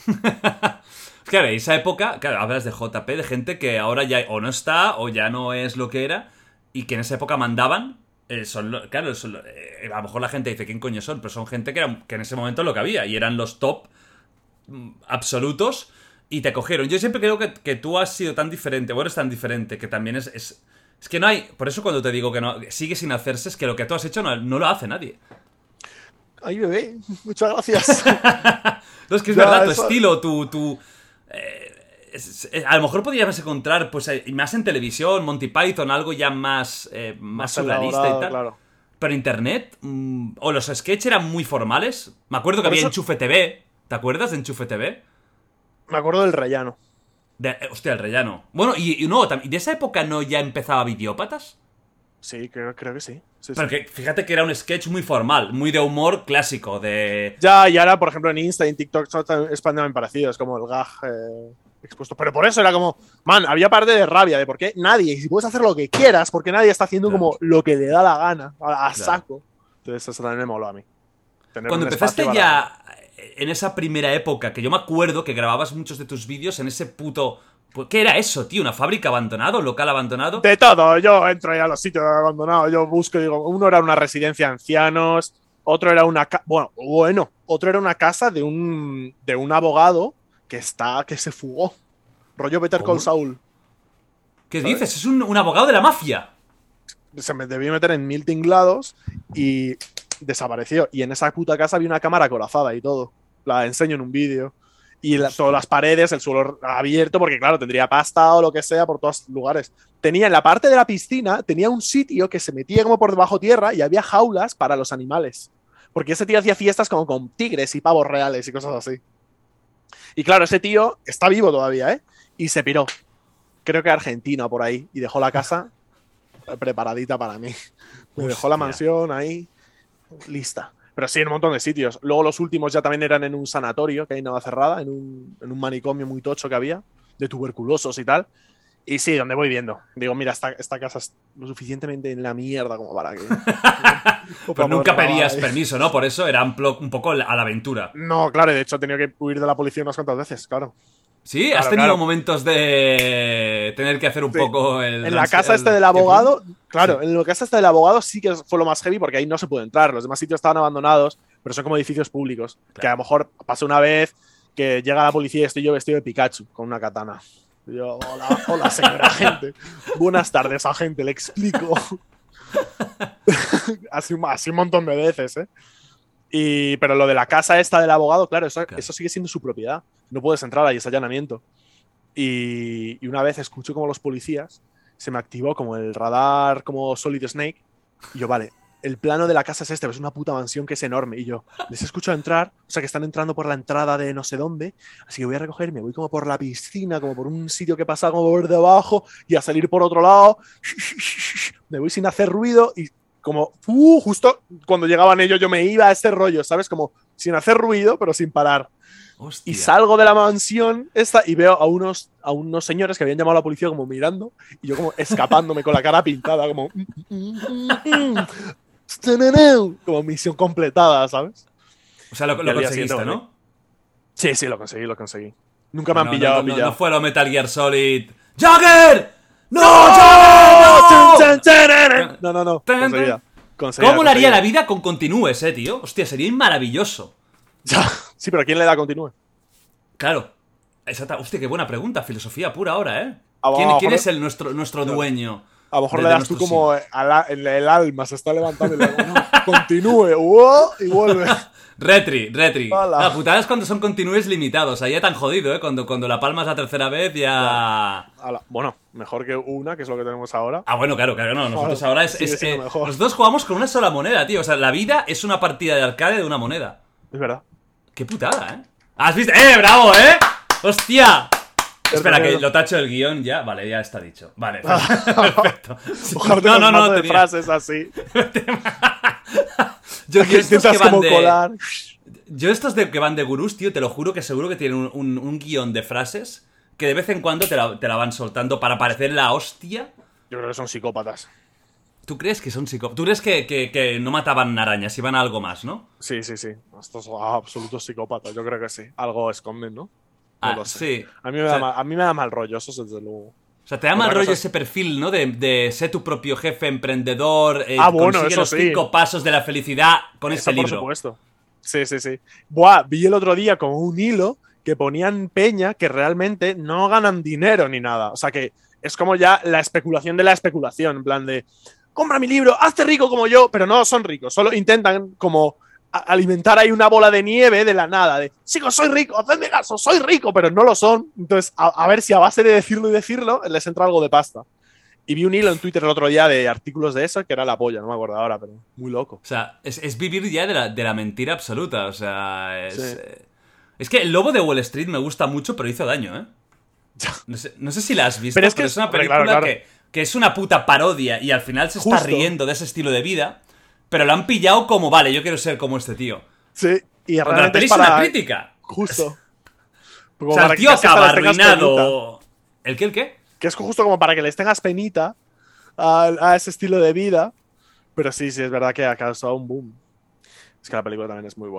B: Claro, en esa época, claro, hablas de J P, de gente que ahora ya o no está o ya no es lo que era y que en esa época mandaban. Eh, son lo- claro, son lo- eh, a lo mejor la gente dice quién coño son, pero son gente que, eran, que en ese momento es lo que había y eran los top mm, absolutos y te cogieron. Yo siempre creo que, que tú has sido tan diferente, o eres tan diferente, que también es, es... Es que no hay... Por eso cuando te digo que no sigue sin hacerse, es que lo que tú has hecho no, no lo hace nadie.
C: ¡Ay, bebé! Muchas gracias.
B: No, es que es
C: Ya,
B: verdad, tu
C: eso-
B: estilo, tu... tu eh, es- es- a lo mejor podrías encontrar, pues, eh, más en televisión, Monty Python, algo ya más, eh, más surrealista y
C: elaborado,
B: tal.
C: claro.
B: Pero internet, mm, o los sketches eran muy formales. Me acuerdo que
C: Por
B: había
C: eso-
B: Enchufe T V. ¿Te acuerdas de Enchufe T V?
C: Me acuerdo del rellano.
B: De, eh, hostia, el rellano. Bueno, y, y no, tam- ¿de esa época no ya empezaba Videópatas?
C: Sí, creo, creo que sí. Sí, sí.
B: Pero que fíjate que era un sketch muy formal, muy de humor clásico, de...
C: Ya, y ahora, por ejemplo, en Insta y en TikTok son tan- es también parecido, es como el gag eh, expuesto. Pero por eso era como, man, había parte de rabia de por qué nadie, y si puedes hacer lo que quieras, porque nadie está haciendo
B: Claro.
C: como lo que le da la gana, a, a
B: Claro.
C: saco. Entonces eso también me moló a mí. Tener
B: Cuando
C: un
B: empezaste
C: espacio
B: ya en esa primera época, que yo me acuerdo que grababas muchos de tus vídeos en ese puto... ¿Qué era eso, tío? ¿Una fábrica abandonada? ¿Un local abandonado?
C: De todo, yo entro ahí a los sitios abandonados, yo busco y digo, uno era una residencia de ancianos, otro era una casa, bueno, bueno, otro era una casa de un de un abogado que está, que se fugó. Rollo Better Call Saul.
B: ¿Qué
C: ¿sabes?
B: dices? Es un, un abogado de la mafia.
C: Se me debió meter en mil tinglados y desapareció. Y en esa puta casa había una cámara acorazada y todo. La enseño en un vídeo. Y la, todas las paredes, el suelo abierto, porque claro, tendría pasta o lo que sea por todos lugares. Tenía en la parte de la piscina, tenía un sitio que se metía como por debajo tierra y había jaulas para los animales. Porque ese tío hacía fiestas como con tigres y pavos reales y cosas así. Y claro, ese tío está vivo todavía, ¿eh? Y se piró. Creo que a Argentina por ahí. Y dejó la casa preparadita para mí. Me dejó la mansión ahí lista. Pero sí, en un montón de sitios. Luego los últimos ya también eran en un sanatorio, que hay nada cerrada, en un, en un manicomio muy tocho que había, de tuberculosos y tal. Y sí, donde voy viendo. Digo, mira, esta, esta casa es lo suficientemente en la mierda como para que...
B: Pues nunca pedías permiso, ¿no? Por eso era un, un poco a la aventura.
C: No, claro, de hecho he tenido que huir de la policía unas cuantas veces, claro.
B: ¿Sí?
C: Claro,
B: ¿Has tenido
C: claro.
B: momentos de tener que hacer un
C: sí.
B: poco el...
C: En la casa
B: el,
C: este del abogado,
B: el...
C: claro,
B: sí.
C: en la casa este del abogado sí que fue lo más heavy porque ahí no se puede entrar. Los demás sitios estaban abandonados, pero son como edificios públicos. Claro. Que a lo mejor pasó una vez que llega la policía y estoy yo vestido de Pikachu con una katana. Y yo, hola, hola, señora agente. Buenas tardes, agente, le explico. así, así un montón de veces, ¿eh? Y, pero lo de la casa esta del abogado, claro, eso, claro, eso sigue siendo su propiedad. No puedes entrar ahí, es allanamiento. Y, y una vez escucho como los policías se me activó como el radar como Solid Snake. Y yo, vale, el plano de la casa es este, es una puta mansión que es enorme. Y yo, les escucho entrar, o sea que están entrando por la entrada de no sé dónde. Así que voy a recoger, me voy como por la piscina, como por un sitio que pasa como por debajo y a salir por otro lado. Me voy sin hacer ruido y como, uh, justo cuando llegaban ellos yo me iba a este rollo, ¿sabes? Como sin hacer ruido, pero sin parar.
B: Hostia.
C: Y salgo de la mansión esta y veo a unos, a unos señores que habían llamado a la policía como mirando y yo como escapándome con la cara pintada, como como misión completada, ¿sabes?
B: O sea, lo, lo conseguiste, ¿no?
C: Sí, sí, lo conseguí, lo conseguí. Nunca me
B: no,
C: han pillado,
B: no, no,
C: pillado.
B: No fue lo Metal Gear Solid. ¡Jagger! ¡No,
C: ¡No!
B: Jagger!
C: No, no, no. Conseguía. Conseguía,
B: ¿Cómo molaría
C: conseguía.
B: la vida con continúes, eh, tío? Hostia, sería maravilloso.
C: Ya. Sí, pero ¿quién le da continúe?
B: Claro. Exacta. Hostia, qué buena pregunta. Filosofía pura ahora, ¿eh?
C: A,
B: ¿Quién,
C: a
B: ¿quién
C: mejor,
B: es el nuestro, nuestro dueño?
C: A lo mejor
B: de,
C: le das tú como la, el, el alma, se está levantando y le digo, no, continúe, ¡wow! Y vuelve.
B: Retri, retri.
C: Hola.
B: La putada es cuando son continúes limitados. Ahí ya tan jodido, ¿eh? Cuando, cuando la palmas la tercera vez ya...
C: Claro. Bueno, mejor que una, que es lo que tenemos ahora.
B: Ah, bueno, claro, claro, no. Nosotros
C: Claro,
B: ahora es...
C: sigue
B: es
C: siendo
B: eh,
C: mejor.
B: Nosotros jugamos con una sola moneda, tío. O sea, la vida es una partida de arcade de una moneda.
C: Es verdad.
B: Qué putada, ¿eh? ¿Has visto? ¡Eh, bravo, eh! ¡Hostia! Espera, que lo tacho del guión ya. Vale, ya está dicho. Vale, perfecto.
C: Ojalá no, no, no, de tenía... frases así.
B: yo, yo estos que van
C: como
B: de...
C: colar.
B: Yo estos de que van de gurús, tío, te lo juro que seguro que tienen un, un, un guión de frases que de vez en cuando te la, te la van soltando para parecer la hostia.
C: Yo creo que son psicópatas.
B: ¿Tú crees que son psicópatas? ¿Tú crees que, que, que no mataban arañas, iban a algo más, no?
C: Sí, sí, sí. Estos son absolutos psicópatas, yo creo que sí. Algo esconden, ¿no? No
B: ah,
C: lo sé.
B: Sí.
C: A mí, me
B: o
C: da
B: sea,
C: mal, a mí me da mal rollo, eso desde luego.
B: O sea, te da mal
C: Otra
B: rollo
C: cosa
B: ese perfil, ¿no? De, de ser tu propio jefe, emprendedor, eh,
C: ah, bueno,
B: consigue
C: eso
B: los
C: sí.
B: cinco pasos de la felicidad con
C: Eso
B: este
C: por
B: libro.
C: supuesto. Sí, sí, sí. Buah, vi el otro día como un hilo que ponían peña que realmente no ganan dinero ni nada. O sea que es como ya la especulación de la especulación, en plan de compra mi libro, hazte rico como yo, pero no son ricos, solo intentan como alimentar ahí una bola de nieve de la nada, de chicos, soy rico, hacedme caso, soy rico, pero no lo son. Entonces, a, a ver si a base de decirlo y decirlo les entra algo de pasta. Y vi un hilo en Twitter el otro día de artículos de eso que era la polla, no me acuerdo ahora, pero muy loco.
B: O sea, es, es vivir ya de la, de la mentira absoluta. O sea, es...
C: Sí.
B: Eh, es que el lobo de Wall Street me gusta mucho, pero hizo daño, ¿eh? No sé, no sé si la has visto,
C: pero
B: pero
C: es, que
B: es una
C: hombre,
B: película
C: claro, claro.
B: Que, que es una puta parodia y al final se está
C: Justo.
B: riendo de ese estilo de vida, pero lo han pillado como, vale, yo quiero ser como este tío.
C: Sí, y
B: Cuando la peli es
C: para...
B: una crítica.
C: Justo.
B: O sea, el tío acaba arruinado. ¿El qué, el qué?
C: Que es justo como para que les tengas penita a, a ese estilo de vida. Pero sí, sí, es verdad que ha causado un boom. Es que la película también es muy buena.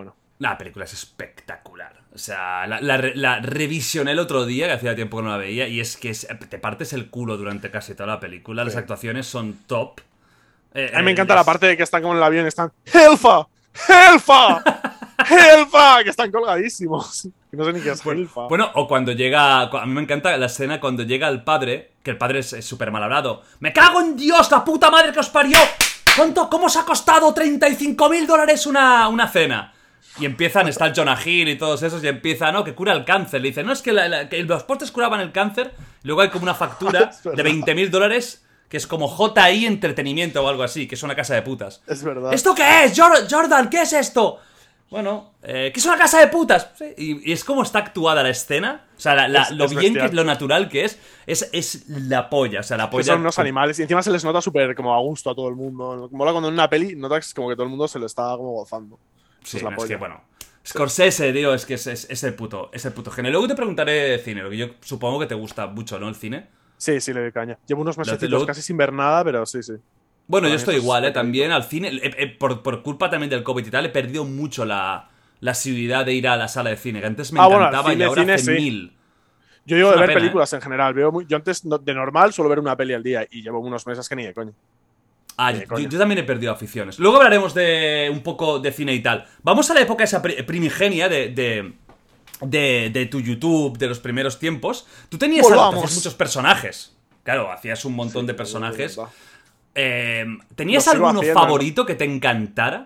B: La película es espectacular. O sea, la, la, la revisioné el otro día, que hacía tiempo que no la veía, y es que es, te partes el culo durante casi toda la película. Sí. Las actuaciones son top.
C: Eh, a mí me encanta es... la parte de que están como en el avión y están ¡Helfa! ¡Helfa! ¡Helfa! Que están colgadísimos. Que no sé ni qué es Helfa.
B: Bueno, o cuando llega... A mí me encanta la escena cuando llega el padre, que el padre es súper mal hablado. ¡Me cago en Dios, la puta madre que os parió! ¿Cuánto, ¿Cómo os ha costado treinta y cinco mil dólares una, una cena? Y empiezan, está el Jonah Hill y todos esos, y empieza, ¿no? Que cura el cáncer. Le dicen, no, es que, la, la, que los postres curaban el cáncer. Luego hay como una factura de veinte mil dólares, que es como J I Entretenimiento o algo así, que es una casa de putas.
C: Es verdad.
B: ¿Esto qué es, Jordan? ¿Qué es esto? Bueno, eh, ¿qué es una casa de putas? Sí, y, y es como está actuada la escena. O sea, la, la, es, lo es bien bestial. Que es, lo natural que es, es, es la polla. O sea, la polla.
C: Que son unos animales. Y encima se les nota súper como a gusto a todo el mundo. Mola cuando en una peli notas como que todo el mundo se lo está como gozando.
B: Sí, es, la no, polla. Es que bueno. Scorsese, tío, es que es, es, es el puto, es el puto genio. Luego te preguntaré de cine, porque yo supongo que te gusta mucho, ¿no? El cine.
C: Sí, sí, le doy caña. Llevo unos mesecitos luego... casi sin ver nada, pero sí, sí.
B: Bueno, yo estoy igual, ¿eh? También al cine, eh, eh, por, por culpa también del COVID y tal, he perdido mucho la, la asiduidad de ir a la sala de cine, que antes me ah, encantaba bueno, cine, y ahora cine, hace sí. mil.
C: Yo digo de ver pena, películas ¿eh? En general. Veo muy... Yo antes, de normal, suelo ver una peli al día y llevo unos meses que ni de coño.
B: Ah, yo, yo también he perdido aficiones. Luego hablaremos de un poco de cine y tal. Vamos a la época esa primigenia de, de, de, de tu YouTube, de los primeros tiempos. Tú tenías hacías muchos personajes. Claro, hacías un montón sí, de personajes. Eh, ¿Tenías alguno haciendo, favorito ¿no? que te encantara?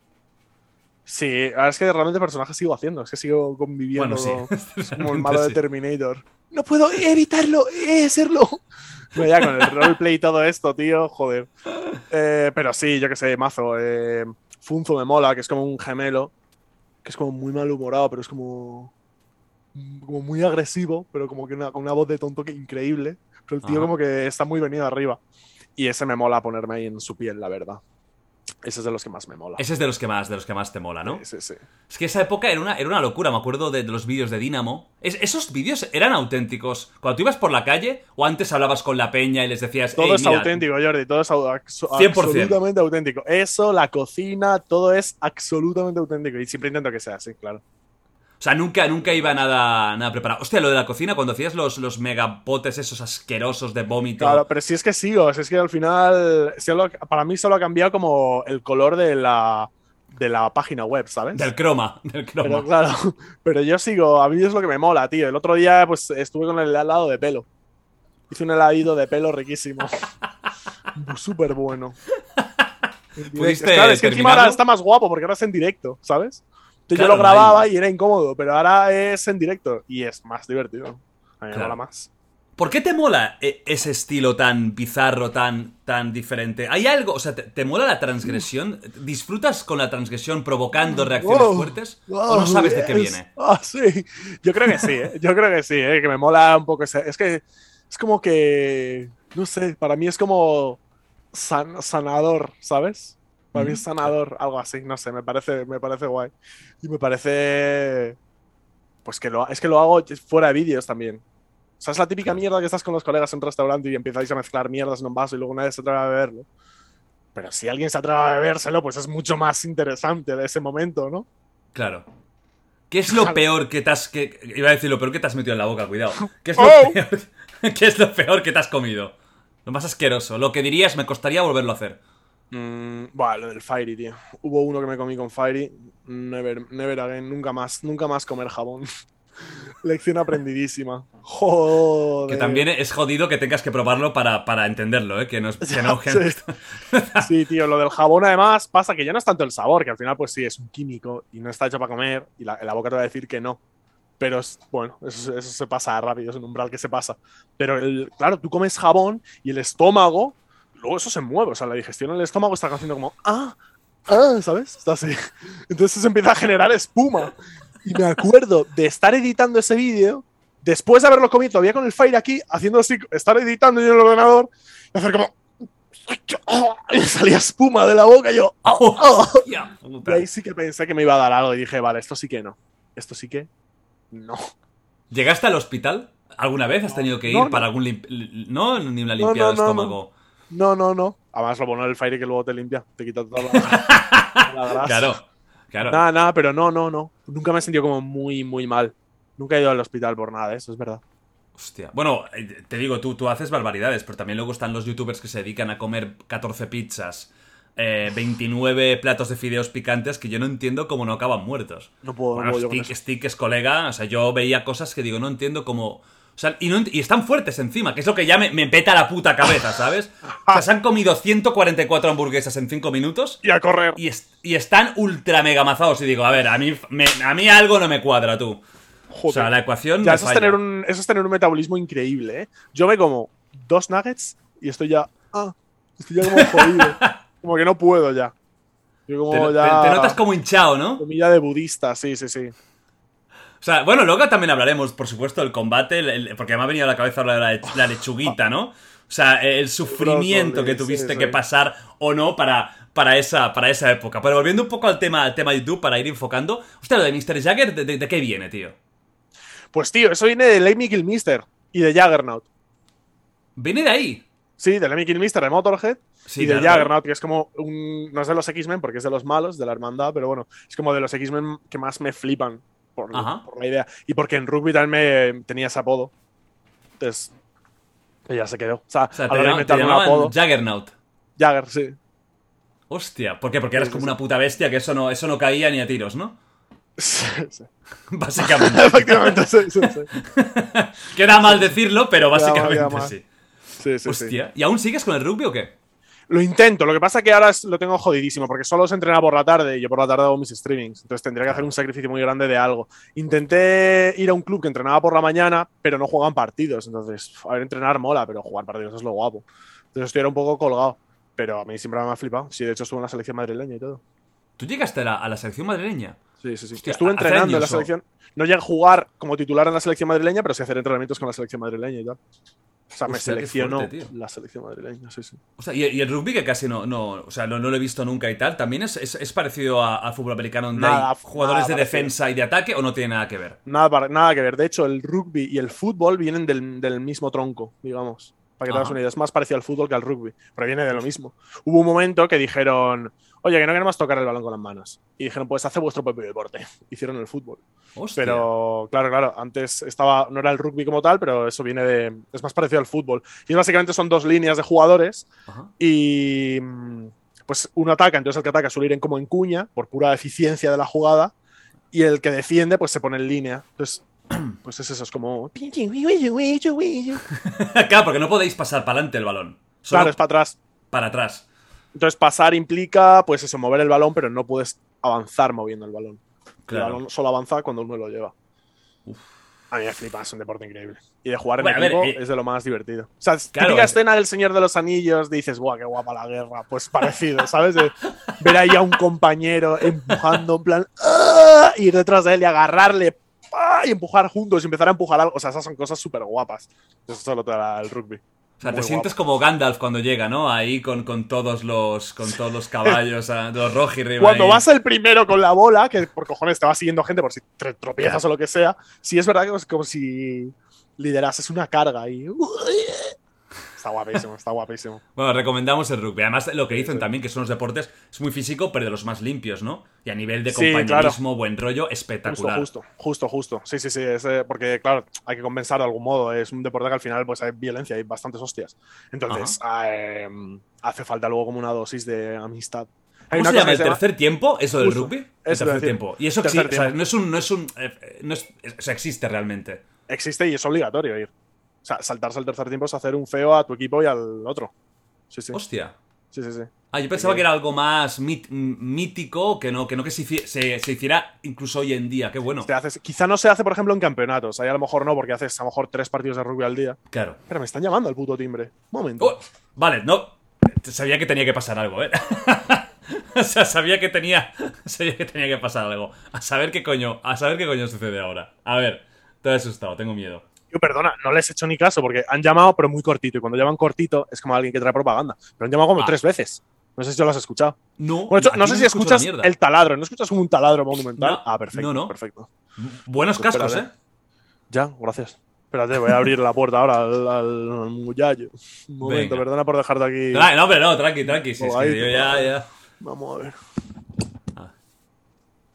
C: Sí, ahora es que realmente personajes sigo haciendo. Es que sigo conviviendo
B: bueno, sí.
C: como el malo sí. de Terminator. No puedo evitarlo, eh, serlo. No, ya con el roleplay y todo esto, tío, joder. Eh, pero sí, yo que sé, mazo. Eh, Funzo me mola, que es como un gemelo. Que es como muy malhumorado, pero es como. Como muy agresivo, pero como que una, con una voz de tonto que increíble. Pero el tío, Ajá. como que está muy venido arriba. Y ese me mola ponerme ahí en su piel, la verdad. Ese es de los que más me mola.
B: Ese es de los que más, de los que más te mola, ¿no?
C: Sí, sí, sí.
B: Es que esa época era una, era una locura. Me acuerdo de, de los vídeos de Dynamo. Es, ¿Esos vídeos eran auténticos? Cuando tú ibas por la calle, o antes hablabas con la peña y les decías...
C: Todo es
B: mira,
C: auténtico, Jordi. Todo es
B: cien por ciento.
C: Absolutamente auténtico. Eso, la cocina, todo es absolutamente auténtico. Y siempre intento que sea así, claro.
B: O sea, nunca, nunca iba nada, nada preparado. Hostia, lo de la cocina, cuando hacías los, los megapotes esos asquerosos de vómito.
C: Claro, pero si es que sigo, si es que al final, solo, para mí solo ha cambiado como el color de la, de la página web, ¿sabes?
B: Del croma, del croma.
C: Pero claro, pero yo sigo, a mí es lo que me mola, tío. El otro día, pues, estuve con el helado de pelo. Hice un heladito de pelo riquísimo. Súper bueno. Claro, es que encima ahora está más guapo porque ahora es en directo, ¿sabes? Entonces claro, yo lo grababa ahí. Y era incómodo, pero ahora es en directo y es más divertido. A mí me claro. mola más.
B: ¿Por qué te mola ese estilo tan bizarro, tan, tan diferente? ¿Hay algo? O sea, ¿te, te mola la transgresión? ¿Disfrutas con la transgresión provocando reacciones oh, fuertes? Oh, ¿O no sabes yes. de qué viene?
C: Ah, oh, sí. Yo creo que sí, ¿eh? Yo creo que sí, ¿eh? Que me mola un poco ese... Es que es como que... No sé, para mí es como san, sanador, ¿sabes? Para mí es sanador, algo así, no sé, me parece, me parece guay. Y me parece... Pues que lo, es que lo hago fuera de vídeos también. O sea, es la típica mierda que estás con los colegas en un restaurante y empezáis a mezclar mierdas en un vaso y luego nadie se atreve a beberlo. Pero si alguien se atreve a bebérselo, pues es mucho más interesante de ese momento, ¿no?
B: Claro. ¿Qué es lo peor que te has... Que, iba a decir lo peor que te has metido en la boca, cuidado. ¿Qué es lo, oh. peor, ¿Qué es lo peor que te has comido? Lo más asqueroso. Lo que dirías, me costaría volverlo a hacer.
C: Mm, bueno, lo del Fairy, tío. Hubo uno que me comí con Fairy. Never, never again. Nunca más. Nunca más comer jabón. Lección aprendidísima. Joder.
B: Que también es jodido que tengas que probarlo para, para entenderlo, ¿eh? Que no es... Que no, que
C: sí. No... sí, tío. Lo del jabón, además, pasa que ya no es tanto el sabor, que al final, pues sí, es un químico y no está hecho para comer. Y la, la boca te va a decir que no. Pero, es, bueno, eso, eso se pasa rápido. Es un umbral que se pasa. Pero, el, claro, tú comes jabón y el estómago... Luego eso se mueve, o sea, la digestión en el estómago está haciendo como, ah, ah, ¿sabes? Está así. Entonces se empieza a generar espuma. Y me acuerdo de estar editando ese vídeo, después de haberlo comido todavía con el Fire aquí, haciendo así, estar editando yo en el ordenador, y hacer como, y salía espuma de la boca y yo, oh, oh. Y ahí sí que pensé que me iba a dar algo y dije, vale, esto sí que no. Esto sí que no.
B: ¿Llegaste al hospital alguna vez? ¿Has tenido que ir no, para no. algún limpi- no ni una limpiada
C: no, no,
B: de estómago?
C: No. No, no, no. Además, lo bueno del Fairy que luego te limpia. Te quita toda la, la grasa.
B: Claro. Claro.
C: Nada, nada, pero no, no, no. Nunca me he sentido como muy, muy mal. Nunca he ido al hospital por nada, eso es verdad.
B: Hostia. Bueno, te digo, tú, tú haces barbaridades, pero también luego están los youtubers que se dedican a comer catorce pizzas, eh, veintinueve platos de fideos picantes que yo no entiendo cómo no acaban muertos.
C: No puedo,
B: Bueno,
C: no puedo yo con
B: Stick,
C: eso.
B: Stick es colega, o sea, yo veía cosas que digo, no entiendo cómo... O sea, y, no ent- y están fuertes encima, que es lo que ya me, me peta la puta cabeza, ¿sabes? O sea, se han comido ciento cuarenta y cuatro hamburguesas en cinco minutos
C: Y a correr.
B: y, est- y están ultra mega mazados. Y digo, a ver, a mí, me- a mí algo no me cuadra, tú.
C: Joder.
B: O sea, la ecuación
C: Ya,
B: me
C: eso es,
B: falla.
C: tener un, eso es tener un metabolismo increíble, ¿eh? Yo me como dos nuggets y estoy ya. Ah, estoy ya como jodido. Como que no puedo ya. Yo como
B: te,
C: ya.
B: te- te notas como hinchado, ¿no?
C: Comida de budista, sí, sí, sí.
B: O sea, bueno, luego también hablaremos, por supuesto, del combate, el- el- porque me ha venido a la cabeza hablar de la, la lechuguita, ¿no? O sea, el sufrimiento
C: Brócoli,
B: que tuviste
C: sí,
B: que
C: sí.
B: pasar o no para, para, esa, para esa época. Pero volviendo un poco al tema, al tema de YouTube, para ir enfocando. Hostia, lo de mister Jagger, ¿de, de, de qué viene, tío?
C: Pues tío, eso viene de Lemmy Kilmister y de Juggernaut.
B: ¿Viene de ahí?
C: Sí, de Lemmy Kilmister de Motorhead
B: Sí,
C: y de
B: claro.
C: Juggernaut, que es como un. No es de los X-Men porque es de los malos, de la hermandad, pero bueno, es como de los X-Men que más me flipan por,
B: Ajá.
C: por la idea. Y porque en rugby también me tenía ese apodo. Entonces. Ya se quedó. O sea,
B: O sea,
C: a
B: te,
C: la hora de
B: llama- te
C: inventarme un
B: llamaban
C: apodo.
B: Juggernaut.
C: Jagger, sí.
B: Hostia, ¿por qué? Porque eras
C: Sí, sí,
B: como
C: sí.
B: una puta bestia que eso no, eso no caía ni a tiros, ¿no?
C: Sí, sí.
B: Básicamente.
C: Efectivamente, sí, sí, sí.
B: Queda mal decirlo, pero
C: Queda mal,
B: básicamente
C: queda mal.
B: sí.
C: Sí, sí, sí.
B: Hostia. ¿Y aún sigues con el rugby o qué?
C: Lo intento, lo que pasa es que ahora es- lo tengo jodidísimo, porque solo se entrena por la tarde y yo por la tarde hago mis streamings. Entonces tendría que hacer un sacrificio muy grande de algo. Intenté ir a un club que entrenaba por la mañana, pero no juegan partidos. Entonces, a ver, entrenar mola, pero jugar partidos es lo guapo. Entonces estoy ahora un poco colgado. Pero a mí siempre me ha flipado. Sí, de hecho estuve en la selección madrileña y todo.
B: ¿Tú llegaste a la, a la selección madrileña?
C: Sí, sí, sí.
B: Hostia,
C: estuve
B: ¿hace
C: entrenando en la
B: años o?
C: selección. No llegué a jugar como titular en la selección madrileña, pero sí hacer entrenamientos con la selección madrileña y tal. O sea, me
B: Hostia, qué
C: seleccionó
B: fuerte, tío.
C: la selección madrileña, sí, sí.
B: O sea, y, y el rugby que casi no, no o sea, no, no lo he visto nunca y tal, ¿también es, es, es parecido a- al fútbol americano donde
C: Nada,
B: hay jugadores
C: nada
B: de
C: parecido.
B: defensa y de ataque o no tiene nada que ver?
C: Nada, para- nada que ver. De hecho, el rugby y el fútbol vienen del, del mismo tronco, digamos. Para que te hagas
B: Ajá.
C: una idea. Es más parecido al fútbol que al rugby. Pero viene de lo mismo. Hubo un momento que dijeron, oye, que no queremos tocar el balón con las manos. Y dijeron, pues hace vuestro propio deporte. Hicieron el fútbol.
B: Hostia.
C: Pero, claro, claro, antes estaba, no era el rugby como tal, pero eso viene de. Es más parecido al fútbol. Y básicamente son dos líneas de jugadores.
B: Ajá.
C: Y. mm, Pues uno ataca, entonces el que ataca suele ir en como en cuña, por pura eficiencia de la jugada. Y el que defiende, pues se pone en línea. Entonces, pues es eso, es como.
B: Claro, porque no podéis pasar para adelante el balón. Solo
C: Claro, es para atrás.
B: para atrás.
C: Entonces, pasar implica, pues eso, mover el balón, pero no puedes avanzar moviendo el balón.
B: Claro.
C: El balón solo avanza cuando uno lo lleva. A mí me flipa, es un deporte increíble. Y de jugar en
B: Bueno, a ver,
C: equipo
B: eh,
C: es de lo más divertido. O sea,
B: claro,
C: típica
B: es-
C: escena del Señor de los Anillos, dices, guau, qué guapa la guerra. Pues parecido, ¿sabes? De ver ahí a un compañero empujando, en plan, ¡ah! Ir detrás de él y agarrarle, ¡ah! Y empujar juntos y empezar a empujar algo. O sea, esas son cosas súper guapas. Eso solo te da el rugby.
B: O sea,
C: Muy
B: te sientes
C: guapo.
B: como Gandalf cuando llega, ¿no? Ahí con, con todos los con todos los caballos, a- los Rohirrim
C: Cuando
B: ahí.
C: vas el primero con la bola, que por cojones te va siguiendo gente por si te tropiezas o lo que sea, sí es verdad que es como si liderases una carga ahí. Está guapísimo, está guapísimo.
B: Bueno, recomendamos el rugby. Además, lo que dicen
C: sí.
B: también, que son los deportes, es muy físico, pero de los más limpios, ¿no? Y a nivel de
C: Sí,
B: compañerismo, buen rollo,
C: Justo,
B: espectacular.
C: justo, justo, justo. Sí, sí, sí. Es, eh, porque, claro, hay que compensar de algún modo. Es un deporte que al final pues hay violencia, hay bastantes hostias. Entonces, eh, hace falta luego como una dosis de amistad. Hay
B: ¿Cómo
C: una
B: se
C: cosa
B: llama
C: que
B: el
C: se llama-
B: tercer tiempo? ¿Eso del
C: Justo,
B: rugby? El
C: eso iba a
B: tercer
C: decir.
B: tiempo. Y eso
C: Tercer
B: existe, o sea,
C: tiempo.
B: no es un. No es un eh, no es, o sea, existe realmente.
C: Existe y es obligatorio ir. O sea, saltarse el tercer tiempo es hacer un feo a tu equipo y al otro. Sí, sí.
B: Hostia.
C: Sí, sí, sí.
B: Ah, yo pensaba
C: Sí.
B: que era algo más mit- mítico, que no, que no que se, hici- se, se hiciera incluso hoy en día. Qué bueno.
C: Te haces- quizá no se hace, por ejemplo, en campeonatos. Ahí a lo mejor no, porque haces a lo mejor tres partidos de rugby al día.
B: Claro.
C: Pero me están llamando al puto timbre. Un momento.
B: Oh, vale, no. Sabía que tenía que pasar algo, ¿eh? O sea, sabía que tenía. Sabía que tenía que pasar algo. A saber qué coño. A saber qué coño sucede ahora. A ver, te he asustado, tengo miedo.
C: Yo, perdona, no les he hecho ni caso porque han llamado, pero muy cortito. Y cuando llaman cortito es como alguien que trae propaganda. Pero han llamado como
B: Ah.
C: tres veces. No sé si lo has escuchado.
B: No,
C: Bueno, de hecho,
B: aquí
C: no sé si
B: escucho
C: escuchas
B: la mierda.
C: el taladro. ¿No escuchas como un taladro monumental?
B: No,
C: ah, perfecto.
B: no, no.
C: Perfecto.
B: Buenos
C: Pues
B: cascos,
C: espérate.
B: ¿eh?
C: Ya, gracias. Espérate, voy a abrir la puerta ahora al, al muchacho. Un momento,
B: Venga.
C: perdona por dejarte aquí.
B: Tra- no, hombre, no, tranqui, tranqui. Si es que
C: Joder,
B: yo ya, ya.
C: Vamos a ver.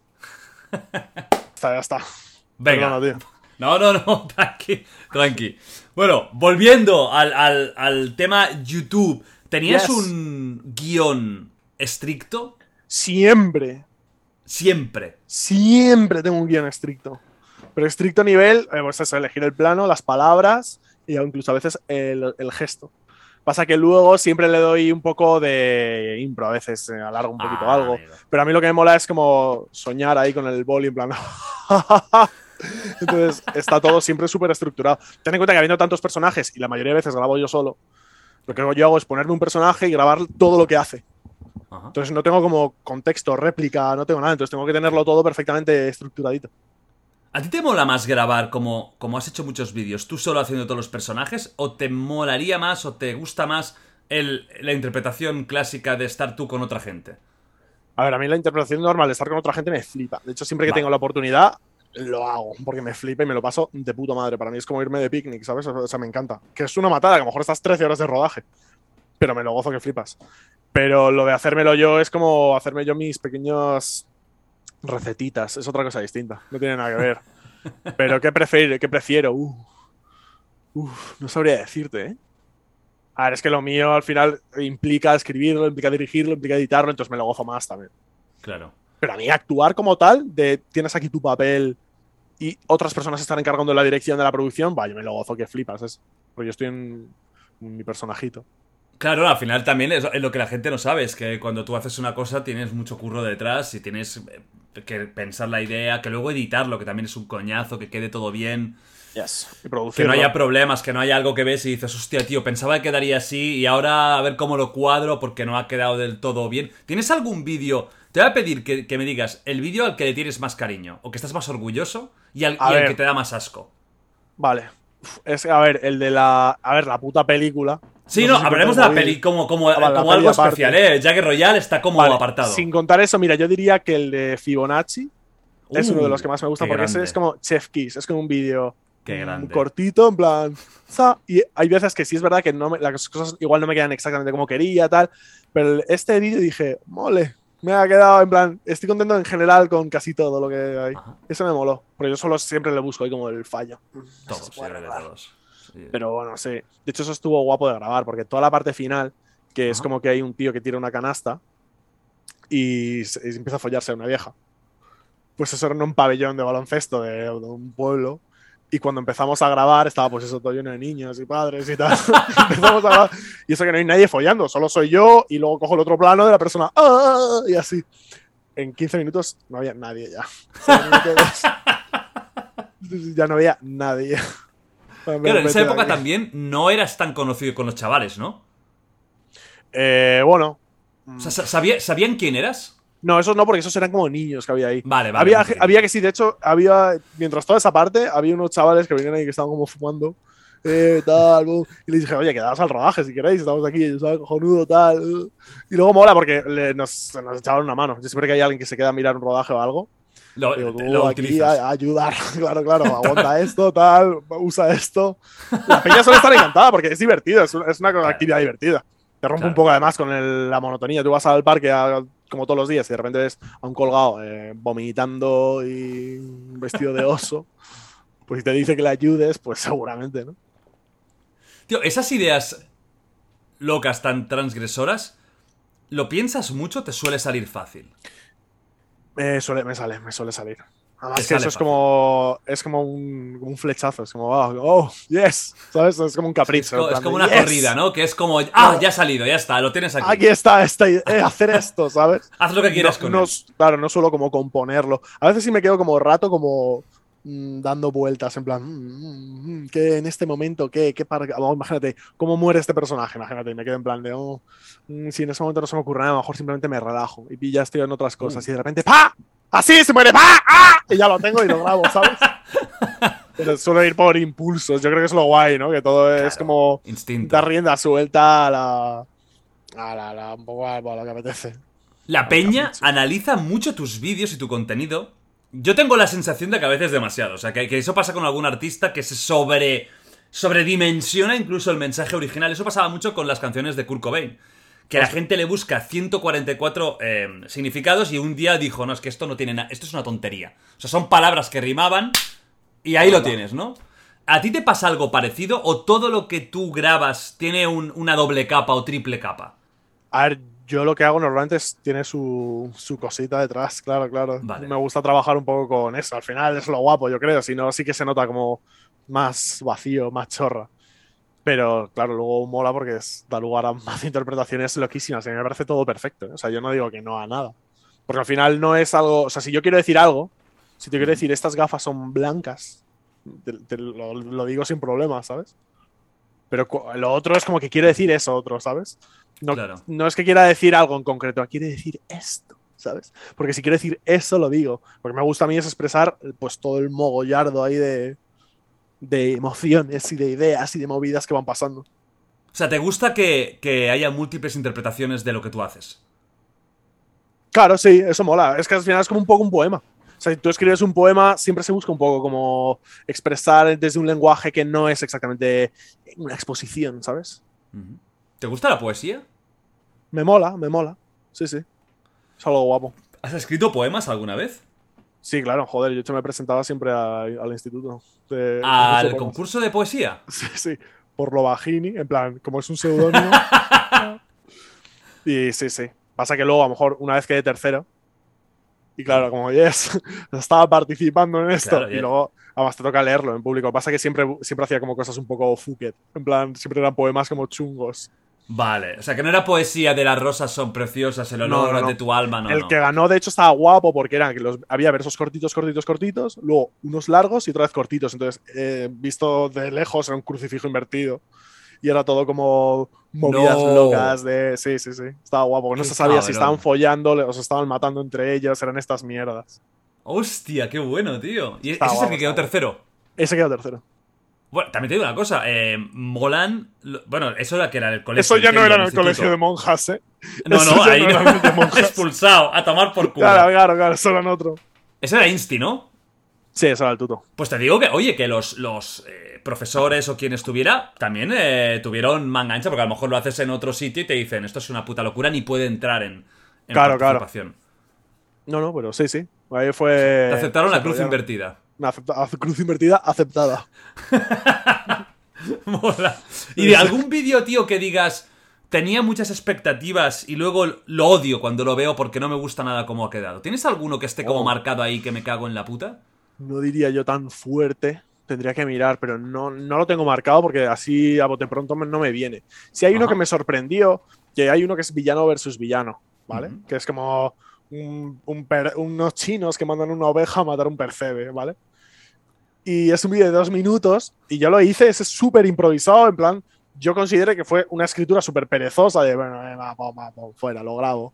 C: Está, ya está.
B: Venga.
C: Perdona, tío.
B: No, no, no, tranqui, tranqui. Bueno, volviendo al, al, al tema YouTube. ¿Tenías
C: Yes.
B: un guión estricto?
C: Siempre,
B: Siempre.
C: siempre tengo un guión estricto. Pero estricto a nivel, eh, pues eso, elegir el plano, las palabras y incluso a veces el, el gesto. Pasa que luego siempre le doy un poco de impro, a veces eh, alargo un poquito
B: Ah,
C: algo.
B: amigo.
C: Pero a mí lo que me mola es como soñar ahí con el boli en plan... Entonces está todo siempre súper estructurado. Ten en cuenta que habiendo tantos personajes y la mayoría de veces grabo yo solo, lo que yo hago es ponerme un personaje y grabar todo lo que hace.
B: Ajá.
C: Entonces no tengo como contexto, réplica, no tengo nada. Entonces tengo que tenerlo todo perfectamente estructuradito.
B: ¿A ti te mola más grabar como, como has hecho muchos vídeos, tú solo haciendo todos los personajes? ¿O te molaría más o te gusta más el, la interpretación clásica de estar tú con otra gente?
C: A ver, a mí la interpretación normal de estar con otra gente me flipa. De hecho, siempre que
B: Vale.
C: tengo la oportunidad, lo hago, porque me flipa y me lo paso de puta madre. Para mí es como irme de picnic, ¿sabes? O sea, me encanta. Que es una matada, que a lo mejor estás trece horas de rodaje, pero me lo gozo que flipas. Pero lo de hacérmelo yo es como hacerme yo mis pequeños recetitas. Es otra cosa distinta, no tiene nada que ver. Pero ¿qué prefiero? ¿Qué prefiero? Uh. Uf, no sabría decirte, ¿eh? A ver, es que lo mío al final implica escribirlo, implica dirigirlo, implica editarlo, entonces me lo gozo más también.
B: Claro.
C: Pero a mí actuar como tal, de tienes aquí tu papel y otras personas están encargando de la dirección de la producción, vaya, me lo gozo que flipas, es. Porque yo estoy en, en mi personajito.
B: Claro, al final también es, es lo que la gente no sabe, es que cuando tú haces una cosa tienes mucho curro detrás y tienes eh, que pensar la idea, que luego editarlo, que también es un coñazo, que quede todo bien,
C: Yes. Y
B: que
C: producirlo.
B: no haya problemas, que no haya algo que ves y dices, hostia, tío, pensaba que quedaría así y ahora a ver cómo lo cuadro porque no ha quedado del todo bien. ¿Tienes algún vídeo? Te voy a pedir que, que me digas el vídeo al que le tienes más cariño o que estás más orgulloso y al,
C: A
B: y al
C: ver.
B: que te da más asco.
C: Vale. Uf, es, a ver, el de la. A ver, la puta película.
B: Sí,
C: No
B: no,
C: sé si
B: hablaremos de
C: cuenta
B: la
C: como
B: peli como, como,
C: Ah, vale, la
B: como
C: peli
B: algo
C: aparte.
B: especial, ¿eh? Jagger Royale está como
C: Vale,
B: apartado.
C: sin contar eso, mira, yo diría que el de Fibonacci es
B: Uh,
C: uno de los que más me gusta
B: qué
C: porque ese
B: grande.
C: es como Chef Kiss, es como un vídeo
B: Qué
C: mm,
B: grande.
C: cortito, en plan. za, Y hay veces que sí es verdad que no me- las cosas igual no me quedan exactamente como quería, tal. Pero el- este vídeo dije, mole, me ha quedado en plan. Estoy contento en general con casi todo lo que hay.
B: Ajá.
C: Eso me moló. Pero yo solo siempre le busco ahí como el fallo. Eso
B: Todos,
C: se
B: yo
C: puede
B: creo que
C: arreglar.
B: todos. Sí.
C: Pero bueno, sí. De hecho, eso estuvo guapo de grabar, porque toda la parte final, que es
B: Ajá.
C: como que hay un tío que tira una canasta y, se- y empieza a follarse a una vieja. Pues eso era en un pabellón de baloncesto de, de un pueblo. Y cuando empezamos a grabar, estaba pues eso todo lleno de niños y padres y tal. Empezamos a grabar, y eso que no hay nadie follando, solo soy yo, y luego cojo el otro plano de la persona, ¡ah! Y así. En quince minutos no había nadie ya. O sea, minutos, ya no había nadie.
B: Claro, en esa época
C: Aquí.
B: también no eras tan conocido con los chavales, ¿no?
C: Eh, bueno.
B: O sea, ¿sabía- ¿sabían quién eras?
C: No, esos no, porque esos eran como niños que había ahí.
B: Vale, vale.
C: había,
B: muy pequeño.
C: había que sí, de hecho, había, mientras toda esa parte, había unos chavales que venían ahí que estaban como fumando, eh, tal, boom, y les dije, oye, quedaos al rodaje si queréis, estamos aquí, y yo, ¿sabes? Cojonudo, tal. uh. Y luego mola porque le- nos, nos echaban una mano. Yo siempre que hay alguien que se queda a mirar un rodaje o algo,
B: Lo,
C: digo, tú
B: lo
C: aquí
B: utilizas.
C: a, a ayudar, claro, claro, aguanta esto, tal, usa esto. La peña suele estar encantada porque es divertido, es, un- es una
B: Claro.
C: actividad divertida. Te rompe
B: Claro.
C: un poco además con el- la monotonía. Tú vas al parque a- como todos los días y de repente ves a un colgado eh, vomitando y vestido de oso. Pues si te dice que le ayudes, pues seguramente, ¿no?
B: Tío, esas ideas locas tan transgresoras, ¿lo piensas mucho o te suele salir fácil?
C: Me suele, me sale, me suele salir. Además
B: Te
C: que
B: sale
C: eso es
B: fácil.
C: como, es como un, como un flechazo, es como, oh, oh, yes, ¿sabes? Es como un
B: Es,
C: capricho.
B: co-
C: en
B: es
C: plan
B: como
C: de,
B: una
C: "Yes,
B: corrida, ¿no? Que es como, ah,
C: Claro.
B: ya ha salido, ya está, lo tienes aquí.
C: Aquí está, esta, idea, eh, hacer esto, ¿sabes?
B: Haz lo que quieras
C: no,
B: con
C: no,
B: él.
C: Claro, no solo como componerlo. A veces sí me quedo como rato como mm, dando vueltas, en plan, mm, mm, mm, ¿qué en este momento? ¿Qué? ¿Qué par- oh, imagínate, ¿cómo muere este personaje? Imagínate, y me quedo en plan de, oh, mm, si en ese momento no se me ocurre nada, a lo mejor simplemente me relajo y ya estoy en otras cosas
B: Uh.
C: y de repente, ¡pa! ¡Así se muere! ¡Pa! ¡Ah! Y ya lo tengo y lo grabo, ¿sabes? Pero suelo ir por impulsos. Yo creo que es lo guay, ¿no? Que todo es
B: Claro,
C: como
B: instinto.
C: dar rienda suelta a la... A la, la un poco a, a lo que apetece.
B: La peña
C: capricho.
B: analiza mucho tus vídeos y tu contenido. Yo tengo la sensación de que a veces demasiado. O sea, que, que eso pasa con algún artista que se sobre sobredimensiona incluso el mensaje original. Eso pasaba mucho con las canciones de Kurt Cobain. que la gente le busca ciento cuarenta y cuatro eh, significados y un día dijo, no, es que esto no tiene nada, esto es una tontería. O sea, son palabras que rimaban y ahí lo tienes, ¿no? ¿A ti te pasa algo parecido o todo lo que tú grabas tiene un, una doble capa o triple capa?
C: A ver, yo lo que hago normalmente es tiene su, su cosita detrás, claro, claro.
B: Vale.
C: Me gusta trabajar un poco con eso. Al final es lo guapo, yo creo. Si no, sí que se nota como más vacío, más chorra. Pero claro, luego mola porque es, da lugar a más interpretaciones loquísimas. Y a mí me parece todo perfecto, ¿eh? O sea, yo no digo que no a nada. Porque al final no es algo. O sea, si yo quiero decir algo, si te quiero decir estas gafas son blancas, te, te lo, lo digo sin problema, ¿sabes? Pero lo otro es como que quiere decir eso otro, ¿sabes? No,
B: Claro.
C: no es que quiera decir algo en concreto, quiere decir esto, ¿sabes? Porque si quiero decir eso, lo digo. Porque me gusta a mí es expresar pues todo el mogollardo ahí de, de emociones y de ideas y de movidas que van pasando.
B: O sea, ¿te gusta que, que haya múltiples interpretaciones de lo que tú haces?
C: Claro, sí, eso mola. Es que al final es como un poco un poema. O sea, si tú escribes un poema, siempre se busca un poco como expresar desde un lenguaje que no es exactamente una exposición, ¿sabes?
B: ¿Te gusta la poesía?
C: Me mola, me mola. Sí, sí. Es algo guapo.
B: ¿Has escrito poemas alguna vez?
C: Sí, claro, joder, yo me presentaba siempre a, al instituto. De,
B: ¿Al
C: de
B: concurso de poesía?
C: Sí, sí. Por lo bajini, en plan, como es un seudónimo. Y sí, sí. Pasa que luego, a lo mejor, una vez quedé tercero. Y claro, como yes, estaba participando en esto.
B: Claro,
C: y
B: yeah.
C: luego, además, te toca leerlo en público. Pasa que siempre, siempre hacía como cosas un poco fucket. En plan, siempre eran poemas como chungos.
B: Vale, o sea, que no era poesía de las rosas son preciosas, el olor
C: No, no, no.
B: de tu alma, no,
C: El
B: no.
C: que ganó, de hecho, estaba guapo porque eran que los, había versos cortitos, cortitos, cortitos, luego unos largos y otra vez cortitos. Entonces, eh, visto de lejos, era un crucifijo invertido. Y era todo como movidas
B: No.
C: locas de... Sí, sí, sí. Estaba guapo. No
B: Qué
C: se sabía
B: cabrón.
C: si estaban follando o se estaban matando entre ellos. Eran estas mierdas.
B: Hostia, qué bueno, tío. Y ese
C: Estaba
B: es el
C: guapo,
B: que quedó
C: estaba guapo.
B: tercero.
C: Ese quedó tercero.
B: Bueno, también te digo una cosa, eh, molan... lo- Bueno, eso era que era el colegio.
C: Eso ya no
B: entiendo,
C: era en el
B: instituto.
C: colegio de monjas, ¿eh?
B: No,
C: Eso
B: no,
C: ya
B: ahí
C: no
B: no.
C: era el de monjas.
B: Expulsado, a tomar por culo.
C: Claro, claro, claro. Eso era en otro.
B: Ese era Insti, ¿no?
C: Sí, eso era el tuto.
B: Pues te digo que, oye, que los, los eh, profesores o quien estuviera también eh, tuvieron manga ancha, porque a lo mejor lo haces en otro sitio y te dicen, esto es una puta locura, ni puede entrar en, en
C: Claro, claro.
B: participación.
C: No, no, pero sí, sí. Ahí fue...
B: Te aceptaron
C: se
B: la cruz
C: apoyaron.
B: invertida.
C: Una acepta- cruz invertida aceptada.
B: Mola. Y de algún vídeo, tío, que digas, tenía muchas expectativas y luego lo odio cuando lo veo porque no me gusta nada cómo ha quedado. ¿Tienes alguno que esté como
C: Oh.
B: marcado ahí que me cago en la puta?
C: No diría yo tan fuerte. Tendría que mirar, pero no, no lo tengo marcado porque así a bote pronto me- no me viene. Si hay uno
B: Ajá.
C: que me sorprendió, que hay uno que es villano versus villano, ¿vale?
B: Ujú.
C: Que es como un- un per- unos chinos que mandan una oveja a matar un percebe, ¿vale? Y es un vídeo de dos minutos y yo lo hice, es súper improvisado, en plan, yo considero que fue una escritura súper perezosa de, bueno, eh, va, va, va, va, fuera, lo grabo.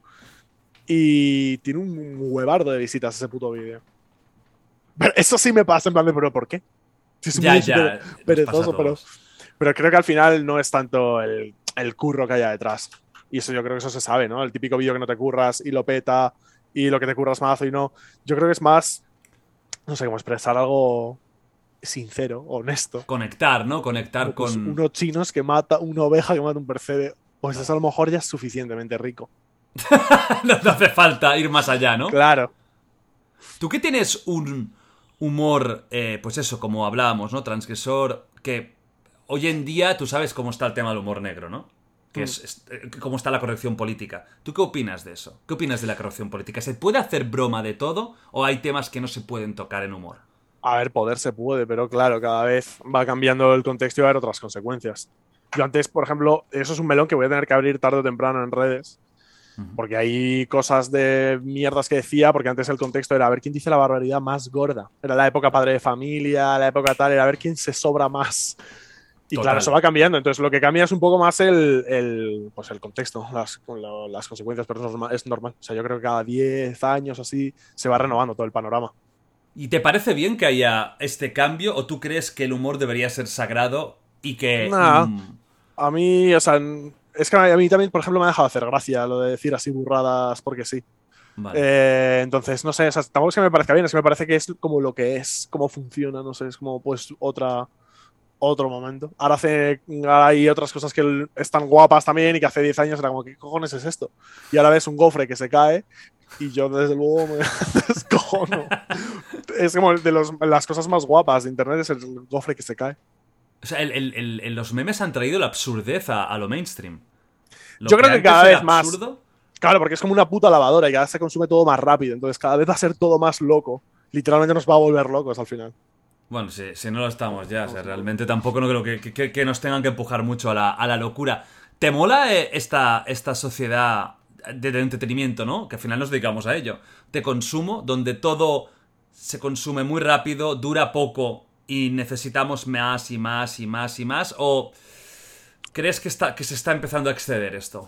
C: Y tiene un huevardo de visitas ese puto vídeo. Pero eso sí me pasa en plan de, pero ¿por qué? Sí, es un
B: Ya,
C: vídeo
B: ya.
C: súper
B: nos pasa a
C: perezoso, pero,
B: todos.
C: pero creo que al final no es tanto el, el curro que haya detrás. Y eso yo creo que eso se sabe, ¿no? El típico vídeo que no te curras y lo peta y lo que te curras mazo y no. Yo creo que es más, no sé, cómo expresar algo sincero, honesto.
B: Conectar, ¿no? Conectar
C: Como, pues,
B: con...
C: unos chinos que mata, una oveja que mata un percebe. Pues eso a lo mejor ya es suficientemente rico.
B: No te hace falta ir más allá, ¿no?
C: Claro.
B: Tú que tienes un humor, eh, pues eso, como hablábamos, ¿no? Transgresor, que hoy en día tú sabes cómo está el tema del humor negro, ¿no? Que es, es- eh, cómo está la corrección política. ¿Tú qué opinas de eso? ¿Qué opinas de la corrección política? ¿Se puede hacer broma de todo o hay temas que no se pueden tocar en humor?
C: A ver, poder se puede, pero claro, cada vez va cambiando el contexto y va a haber otras consecuencias. Yo antes, por ejemplo, eso es un melón que voy a tener que abrir tarde o temprano en redes, porque hay cosas de mierdas que decía, porque antes el contexto era a ver quién dice la barbaridad más gorda. Era la época padre de familia, la época tal, era a ver quién se sobra más. Y
B: Total.
C: claro, eso va cambiando. Entonces, lo que cambia es un poco más el, el, pues el contexto, las, lo- las consecuencias, pero es normal, es normal. O sea, yo creo que cada diez años así se va renovando todo el panorama.
B: ¿Y te parece bien que haya este cambio o tú crees que el humor debería ser sagrado y que...
C: Nah.
B: mm,
C: A mí, o sea, es que a mí también, por ejemplo, me ha dejado hacer gracia lo de decir así burradas porque sí.
B: vale.
C: Eh, entonces, no sé, o sea, tampoco es que me parezca bien, es que me parece que es como lo que es, cómo funciona, no sé, es como pues otra, otro momento. Ahora hace ahora hay otras cosas que están guapas también y que hace diez años era como, ¿qué cojones es esto? Y ahora ves un gofre que se cae y yo desde luego me descojono. Es como de los, las cosas más guapas de internet es el gofre que se cae.
B: O sea, el, el, el, el, los memes han traído la absurdez a, a lo mainstream. Lo
C: yo creo que, que cada vez más.
B: Absurdo,
C: claro, porque es como una puta lavadora y cada vez se consume todo más rápido. Entonces cada vez va a ser todo más loco. Literalmente nos va a volver locos al final.
B: Bueno, si, si no lo estamos ya, o sea, realmente tampoco no creo que, que, que nos tengan que empujar mucho a la, a la locura. ¿Te mola eh, esta, esta sociedad de, de entretenimiento, ¿no? Que al final nos dedicamos a ello. De consumo, donde todo se consume muy rápido, dura poco y necesitamos más y más y más y más. ¿O crees que, está, que se está empezando a exceder esto?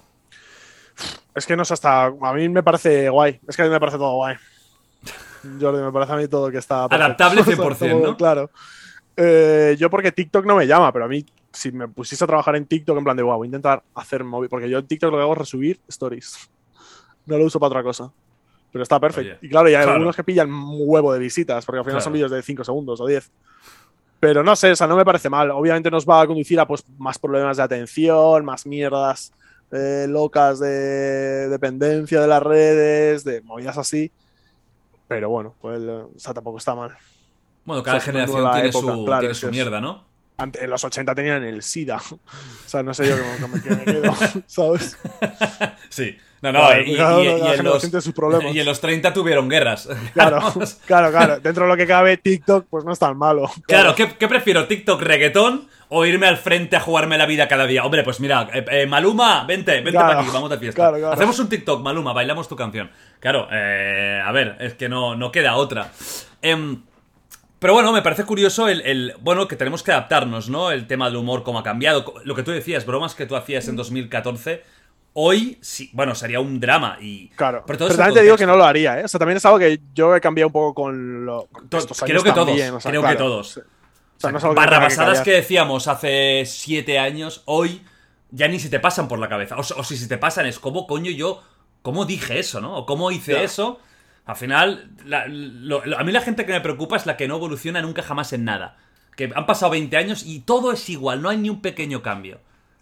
C: Es que no sé hasta... A mí me parece guay. Es que a mí me parece todo guay. Jordi, me parece a mí todo que está perfecto.
B: Adaptable cien por ciento,
C: todo,
B: ¿no?
C: Claro. Eh, yo porque TikTok no me llama, pero a mí, si me pusiese a trabajar en TikTok, en plan de, wow, voy a intentar hacer móvil, porque yo en TikTok lo que hago es resubir stories. No lo uso para otra cosa. Pero está perfecto. Oye, y claro, y hay claro. algunos que pillan un huevo de visitas, porque al final claro. son vídeos de cinco segundos o diez. Pero no sé, o sea, no me parece mal. Obviamente nos va a conducir a pues, más problemas de atención, más mierdas eh, locas de dependencia de las redes, de movidas así. Pero bueno, pues, o sea, tampoco está mal.
B: Bueno, cada o sea, generación tiene época, su, claro, tiene su mierda, ¿no?
C: Ante, en los ochenta tenían el SIDA. O sea, no sé yo cómo me, me quedo, ¿sabes?
B: Sí. No, no,
C: claro,
B: y, y,
C: claro,
B: y, y, en los,
C: sus problemas.
B: y en los treinta tuvieron guerras.
C: Claro, claro, claro. Dentro de lo que cabe, TikTok, pues no es tan malo.
B: Claro, claro ¿qué, ¿qué prefiero? ¿TikTok reggaetón o irme al frente a jugarme la vida cada día? Hombre, pues mira, eh, eh, Maluma, vente, vente claro, para aquí, vamos de fiesta.
C: Claro, claro.
B: Hacemos un TikTok, Maluma, bailamos tu canción. Claro, eh, a ver, es que no, no queda otra. Eh, pero bueno, me parece curioso el, el... Bueno, que tenemos que adaptarnos, ¿no? El tema del humor, cómo ha cambiado. Lo que tú decías, bromas que tú hacías en dos mil catorce... Hoy, sí, bueno, sería un drama y...
C: Claro, pero, pero también te digo que no lo haría, ¿eh? O sea, también es algo que yo he cambiado un poco con, lo, con estos años
B: Creo que
C: también,
B: todos,
C: o sea,
B: creo
C: claro.
B: que todos.
C: Sí. O sea, no es algo
B: barrabasadas que, que decíamos hace siete años, hoy ya ni se te pasan por la cabeza. O, o si se te pasan es como, coño, yo... ¿Cómo dije eso, no? O cómo hice ya. eso... Al final, la, lo, lo, a mí la gente que me preocupa es la que no evoluciona nunca jamás en nada. Que han pasado veinte años y todo es igual, no hay ni un pequeño cambio.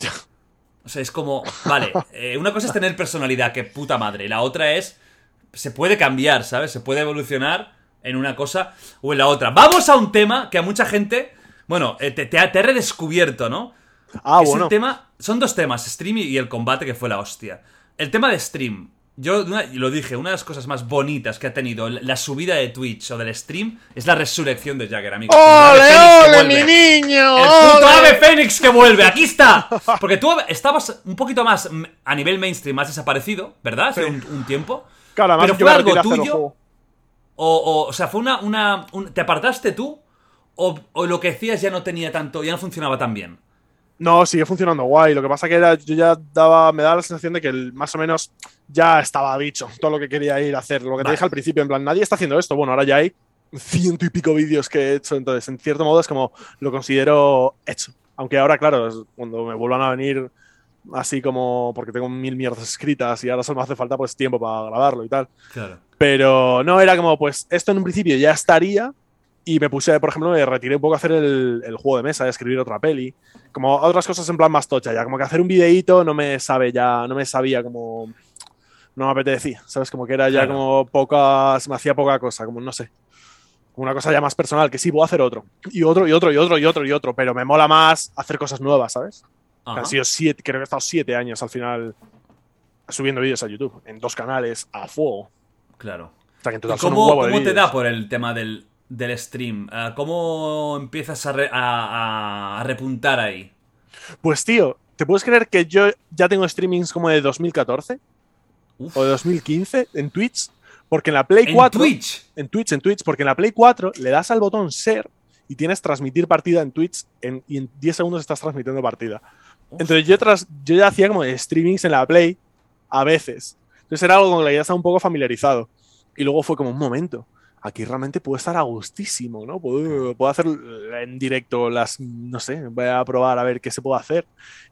B: O sea, es como, vale, eh, una cosa es tener personalidad, que puta madre. La otra es, se puede cambiar, ¿sabes? Se puede evolucionar en una cosa o en la otra. Vamos a un tema que a mucha gente, bueno, eh, te, te, te he redescubierto, ¿no?
C: Ah,
B: es
C: bueno.
B: El tema, son dos temas, stream y el combate, que fue la hostia. El tema de stream. Yo una, lo dije, una de las cosas más bonitas que ha tenido la subida de Twitch o del stream es la resurrección de Jagger, amigos.
C: ¡Ole, ole, mi niño!
B: El puto ave fénix que vuelve, aquí está. Porque tú estabas un poquito más a nivel mainstream, más desaparecido, ¿verdad? Hace sí. un, un tiempo.
C: Claro,
B: pero fue algo tuyo. O, o, o sea, fue una... una un, ¿te apartaste tú? O, o lo que decías ya no tenía tanto, ya no funcionaba tan bien.
C: No, sigue funcionando guay. Lo que pasa que era, yo ya daba, me daba la sensación de que el, más o menos ya estaba dicho todo lo que quería ir a hacer. Lo que te vale. dije al principio, en plan, nadie está haciendo esto. Bueno, ahora ya hay ciento y pico vídeos que he hecho. Entonces, en cierto modo, es como lo considero hecho. Aunque ahora, claro, cuando me vuelvan a venir así como porque tengo mil mierdas escritas y ahora solo me hace falta pues tiempo para grabarlo y tal.
B: Claro.
C: Pero no, era como, pues esto en un principio ya estaría. Y me puse, por ejemplo, me retiré un poco a hacer el, el juego de mesa, a escribir otra peli. Como otras cosas en plan más tocha ya. Como que hacer un videíto no me sabe ya, no me sabía como... No me apetecía, ¿sabes? Como que era ya claro. como poca... Se me hacía poca cosa, como no sé. Como una cosa ya más personal, que sí, puedo hacer otro. Y otro, y otro, y otro, y otro, y otro. Pero me mola más hacer cosas nuevas, ¿sabes? Ajá. Han sido siete, creo que he estado siete años al final subiendo vídeos a YouTube. En dos canales, a fuego.
B: Claro.
C: O sea, que en total
B: ¿Y cómo,
C: son un huevo de
B: ¿cómo te
C: vídeos.
B: da por el tema del... del stream? ¿Cómo empiezas a, re, a, a repuntar ahí?
C: Pues tío, ¿te puedes creer que yo ya tengo streamings como de dos mil catorce? Uf. O de dos mil quince en Twitch? Porque en la Play cuatro...
B: ¿En Twitch?
C: En Twitch, en Twitch. Porque en la Play cuatro le das al botón Share y tienes transmitir partida en Twitch en, y en diez segundos estás transmitiendo partida. Uf. Entonces yo, tras, yo ya hacía como streamings en la Play a veces. Entonces era algo con lo que ya estaba un poco familiarizado. Y luego fue como un momento... Aquí realmente puedo estar a gustísimo, ¿no? Puedo, puedo hacer en directo las... No sé, voy a probar a ver qué se puede hacer.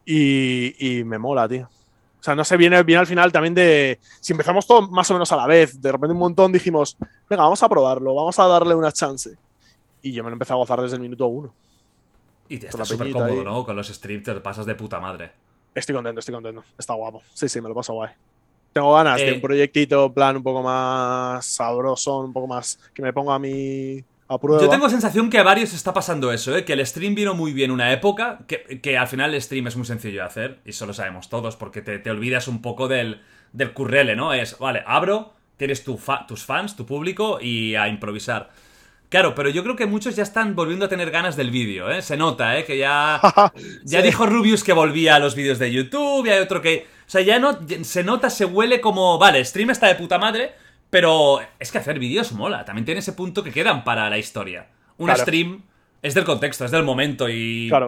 C: Y, y me mola, tío. O sea, no sé, viene, viene al final también de... Si empezamos todo más o menos a la vez, de repente un montón dijimos, venga, vamos a probarlo, vamos a darle una chance. Y yo me lo empecé a gozar desde el minuto uno.
B: Y te
C: con
B: estás
C: la
B: súper
C: peñita
B: cómodo,
C: ahí.
B: ¿no? Con los streams te lo pasas de puta madre.
C: Estoy contento, estoy contento. Está guapo. Sí, sí, me lo paso guay. Tengo ganas de un
B: Eh,
C: proyectito, en plan, un poco más sabroso, un poco más que me ponga a mí a
B: Yo
C: prueba.
B: tengo sensación que a varios está pasando eso, ¿eh? Que el stream vino muy bien una época, que, que al final el stream es muy sencillo de hacer, y eso lo sabemos todos, porque te, te olvidas un poco del, del currele, ¿no? Es, vale, abro, tienes tu fa- tus fans, tu público, y a improvisar. Claro, pero yo creo que muchos ya están volviendo a tener ganas del vídeo, ¿eh? Se nota, ¿eh? Que ya... Ya
C: Sí.
B: dijo Rubius que volvía a los vídeos de YouTube, y hay otro que... O sea, ya no... Se nota, se huele como... Vale, stream está de puta madre, pero es que hacer vídeos mola. También tiene ese punto que quedan para la historia. Un
C: Claro.
B: stream es del contexto, es del momento y...
C: Claro.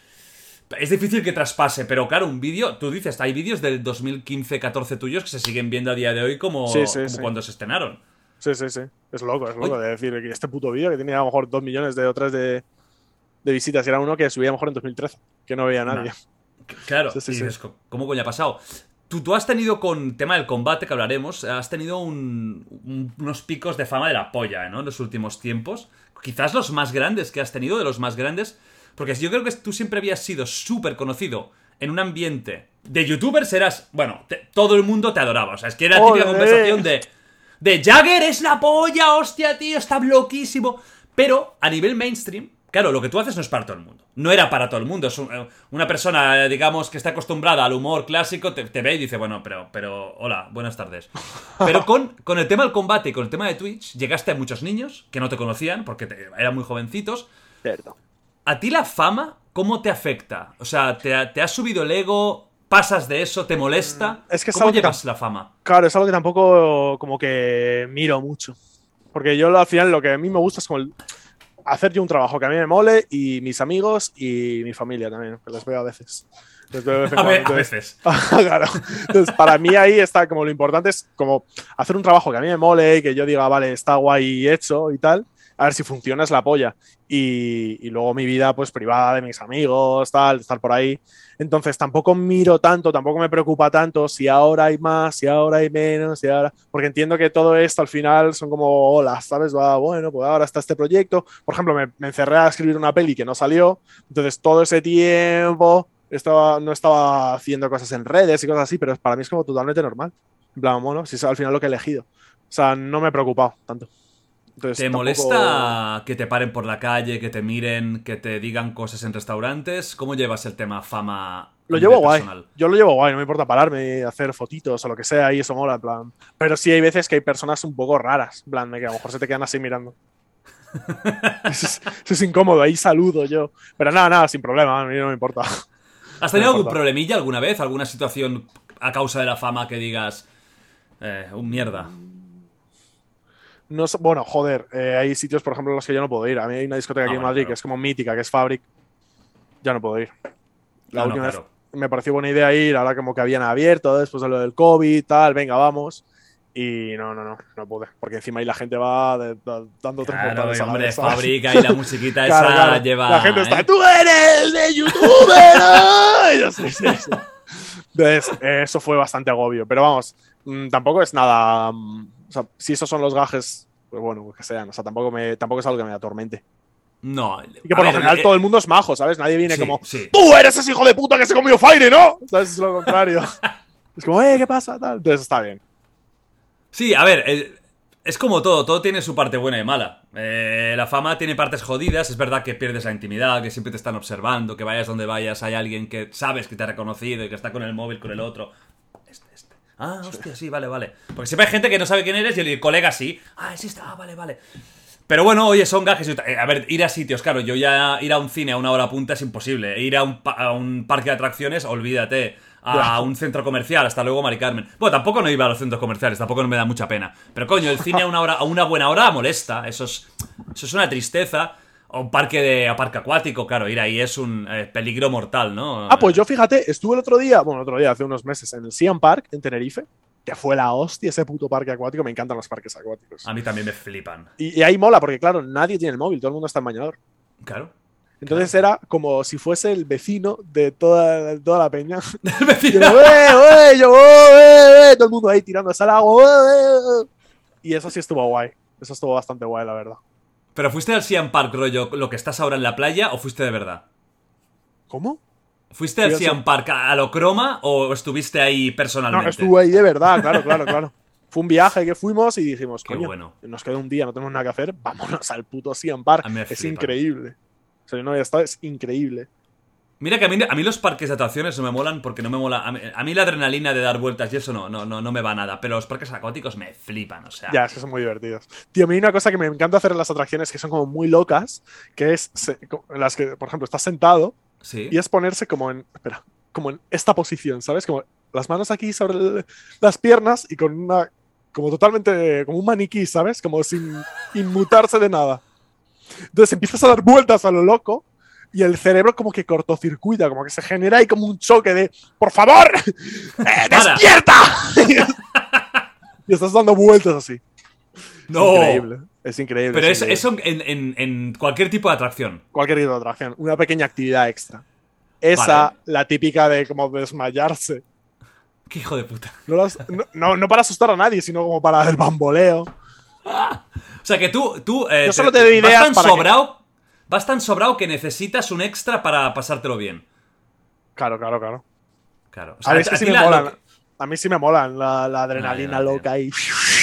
B: Es difícil que traspase, pero claro, un vídeo... Tú dices, hay vídeos del dos mil quince catorce tuyos que se siguen viendo a día de hoy como,
C: Sí, sí,
B: como
C: sí.
B: cuando se estrenaron.
C: Sí, sí, sí. Es loco, es loco
B: Oye.
C: de decir que este puto vídeo que tenía a lo mejor dos millones de otras de, de visitas y era uno que subía a lo mejor en dos mil trece, que no veía nadie.
B: Claro,
C: Sí, sí,
B: y
C: sí.
B: dices, ¿cómo coño ha pasado? Tú, tú has tenido con tema del combate, que hablaremos, has tenido un- un- unos picos de fama de la polla, ¿no? En los últimos tiempos. Quizás los más grandes que has tenido, de los más grandes. Porque yo creo que tú siempre habías sido súper conocido en un ambiente de youtubers, eras... Bueno, te- todo el mundo te adoraba. O sea, es que era la típica
C: ¡Ole!
B: conversación de... De Jagger es la polla, hostia, tío, está loquísimo. Pero a nivel mainstream, claro, lo que tú haces no es para todo el mundo. No era para todo el mundo. Es un- una persona, eh, digamos, que está acostumbrada al humor clásico, te, te ve y dice, bueno, pero, pero, hola, buenas tardes. Pero con, con el tema del combate y con el tema de Twitch, llegaste a muchos niños que no te conocían porque te- eran muy jovencitos.
C: Cierto.
B: ¿A ti la fama cómo te afecta? O sea, ¿te, ha- te has subido el ego? ¿Pasas de eso? ¿Te molesta?
C: Es que es
B: ¿Cómo
C: algo que
B: llevas la fama?
C: Claro, es algo que tampoco como que miro mucho. Porque yo al final lo que a mí me gusta es como el- hacer yo un trabajo que a mí me mole y mis amigos y mi familia también, que les veo a veces. Les veo de vez en
B: A,
C: cuando,
B: ver, a
C: entonces-
B: veces.
C: Claro. Entonces, para mí ahí está como lo importante es como hacer un trabajo que a mí me mole y que yo diga, vale, está guay hecho y tal. A ver si funciona, es la polla. Y, y luego mi vida, pues privada de mis amigos, tal, estar por ahí. Entonces tampoco miro tanto, tampoco me preocupa tanto si ahora hay más, si ahora hay menos, si ahora. Porque entiendo que todo esto al final son como olas, ¿sabes? Va, bueno, pues ahora está este proyecto. Por ejemplo, me, me encerré a escribir una peli que no salió. Entonces todo ese tiempo estaba, no estaba haciendo cosas en redes y cosas así, pero para mí es como totalmente normal. En plan, bueno, si es al final lo que he elegido. O sea, no me he preocupado tanto. Entonces,
B: ¿Te
C: tampoco-
B: molesta que te paren por la calle, que te miren, que te digan cosas en restaurantes? ¿Cómo llevas el tema fama? a
C: Lo
B: nivel
C: llevo guay.
B: personal?
C: Yo lo llevo guay, no me importa pararme, hacer fotitos o lo que sea y eso mola, en plan. Pero sí hay veces que hay personas un poco raras, en plan, de que a lo mejor se te quedan así mirando. Eso es, eso es incómodo, ahí saludo yo. Pero nada, nada, sin problema, a mí no me importa.
B: ¿Has tenido
C: No me
B: algún
C: importa.
B: problemilla alguna vez? ¿Alguna situación a causa de la fama que digas... Eh, un mierda?
C: No sé- bueno, joder, eh, hay sitios, por ejemplo, en los que yo no puedo ir. A mí hay una discoteca
B: Ah,
C: aquí en
B: bueno,
C: Madrid
B: claro.
C: que es como mítica, que es Fabric. Ya no puedo ir. La
B: Ah, no,
C: última
B: claro.
C: vez me pareció buena idea ir, ahora como que habían abierto después de lo del COVID, tal, venga, vamos. Y no, no, no, no pude. Porque encima ahí la gente va de- de- dando tres
B: Claro,
C: portales
B: y
C: a la
B: hombre,
C: vez, ¿sabes?
B: Fabrica y la musiquita
C: Claro,
B: esa
C: claro.
B: lleva...
C: La gente está,
B: ¿eh?
C: ¡tú eres de youtuber! ¿no?". Y yo, sí, sí, sí. Entonces, eh, eso fue bastante agobio. Pero vamos, mm, tampoco es nada. mm, o sea, si esos son los gajes, pues bueno, pues que sean. O sea, tampoco, me, tampoco es algo que me atormente.
B: No.
C: Y que
B: a
C: por lo
B: ver,
C: general
B: eh,
C: todo el mundo es majo, ¿sabes? Nadie viene
B: sí,
C: como,
B: sí.
C: ¡tú eres ese hijo de puta que se comió Fire, ¿no? ¿Sabes? Es lo contrario. Es como, ¡eh, qué pasa! Tal. Entonces está bien.
B: Sí, a ver, eh, es como todo, todo tiene su parte buena y mala. Eh, la fama tiene partes jodidas, es verdad que pierdes la intimidad, que siempre te están observando, que vayas donde vayas, hay alguien que sabes que te ha reconocido y que está con el móvil, con el otro. Este, este. Ah, hostia, sí, vale, vale. Porque siempre hay gente que no sabe quién eres y el colega sí. Ah, sí está, ah, vale, vale. Pero bueno, oye, son gajes. Eh, A ver, ir a sitios, claro, yo ya ir a un cine a una hora punta es imposible. Ir a un, pa- a un parque de atracciones, olvídate. A un centro comercial, hasta luego, Mari Carmen. Bueno, tampoco no iba a los centros comerciales, tampoco no me da mucha pena. Pero coño, el cine a una hora, a una buena hora molesta. Eso es, eso es una tristeza. O un parque de a parque acuático, claro, ir ahí es un eh, peligro mortal, ¿no?
C: Ah, pues yo fíjate, estuve el otro día, bueno, el otro día, hace unos meses, en el Siam Park, en Tenerife, que fue la hostia ese puto parque acuático. Me encantan los parques acuáticos.
B: A mí también me flipan.
C: Y, y ahí mola, porque claro, nadie tiene el móvil, todo el mundo está en bañador.
B: Claro.
C: Entonces era como si fuese el vecino de toda, de toda la peña.
B: El
C: Yo,
B: vecino.
C: "Ué, ué", yo, "Ué, ué", todo el mundo ahí tirándose al agua. "Ué, ué, ué". Y eso sí estuvo guay. Eso estuvo bastante guay, la verdad.
B: ¿Pero fuiste al Siam Park, rollo, lo que estás ahora en la playa, o fuiste de verdad?
C: ¿Cómo?
B: ¿Fuiste al C M Park a lo croma o estuviste ahí personalmente?
C: No, estuve ahí de verdad, claro, claro, claro. Fue un viaje que fuimos y dijimos,
B: Qué
C: coño,
B: bueno.
C: nos queda un día, no tenemos nada que hacer, vámonos al puto C M Park. Es
B: flipan.
C: increíble. O sea, yo no había estado, es increíble.
B: Mira que a mí, a mí los parques de atracciones no me molan porque no me mola. A mí, a mí la adrenalina de dar vueltas y eso no, no, no, no me va nada. Pero los parques acuáticos me flipan, o sea.
C: Ya, es que son muy divertidos. Tío, a mí hay una cosa que me encanta hacer en las atracciones que son como muy locas, que es se, en las que, por ejemplo, estás sentado
B: ¿Sí?
C: y es ponerse como en. Espera, como en esta posición, ¿sabes? Como las manos aquí sobre el, las piernas y con una. Como totalmente. Como un maniquí, ¿sabes? Como sin inmutarse de nada. Entonces empiezas a dar vueltas a lo loco. Y el cerebro como que cortocircuita, como que se genera ahí como un choque de ¡por favor! ¡Eh, ¡Despierta! Y estás dando vueltas así.
B: No.
C: Es increíble. Es increíble.
B: Pero
C: es
B: eso,
C: increíble.
B: eso en, en, en cualquier tipo de atracción.
C: Cualquier tipo de atracción. Una pequeña actividad extra. Esa,
B: Vale.
C: la típica de como desmayarse.
B: Qué hijo de puta.
C: No, las, no, no, no para asustar a nadie, sino como para el bamboleo.
B: O sea que tú, tú eh,
C: Yo solo te doy
B: vas
C: ideas
B: tan
C: para
B: sobrado, que... vas tan sobrado que necesitas un extra para pasártelo bien.
C: Claro, claro, claro.
B: Claro. O sea,
C: a, veces
B: a,
C: sí
B: ti
C: me
B: la,
C: molan.
B: lo que...
C: A mí sí me molan la, la adrenalina
B: no, no,
C: loca y.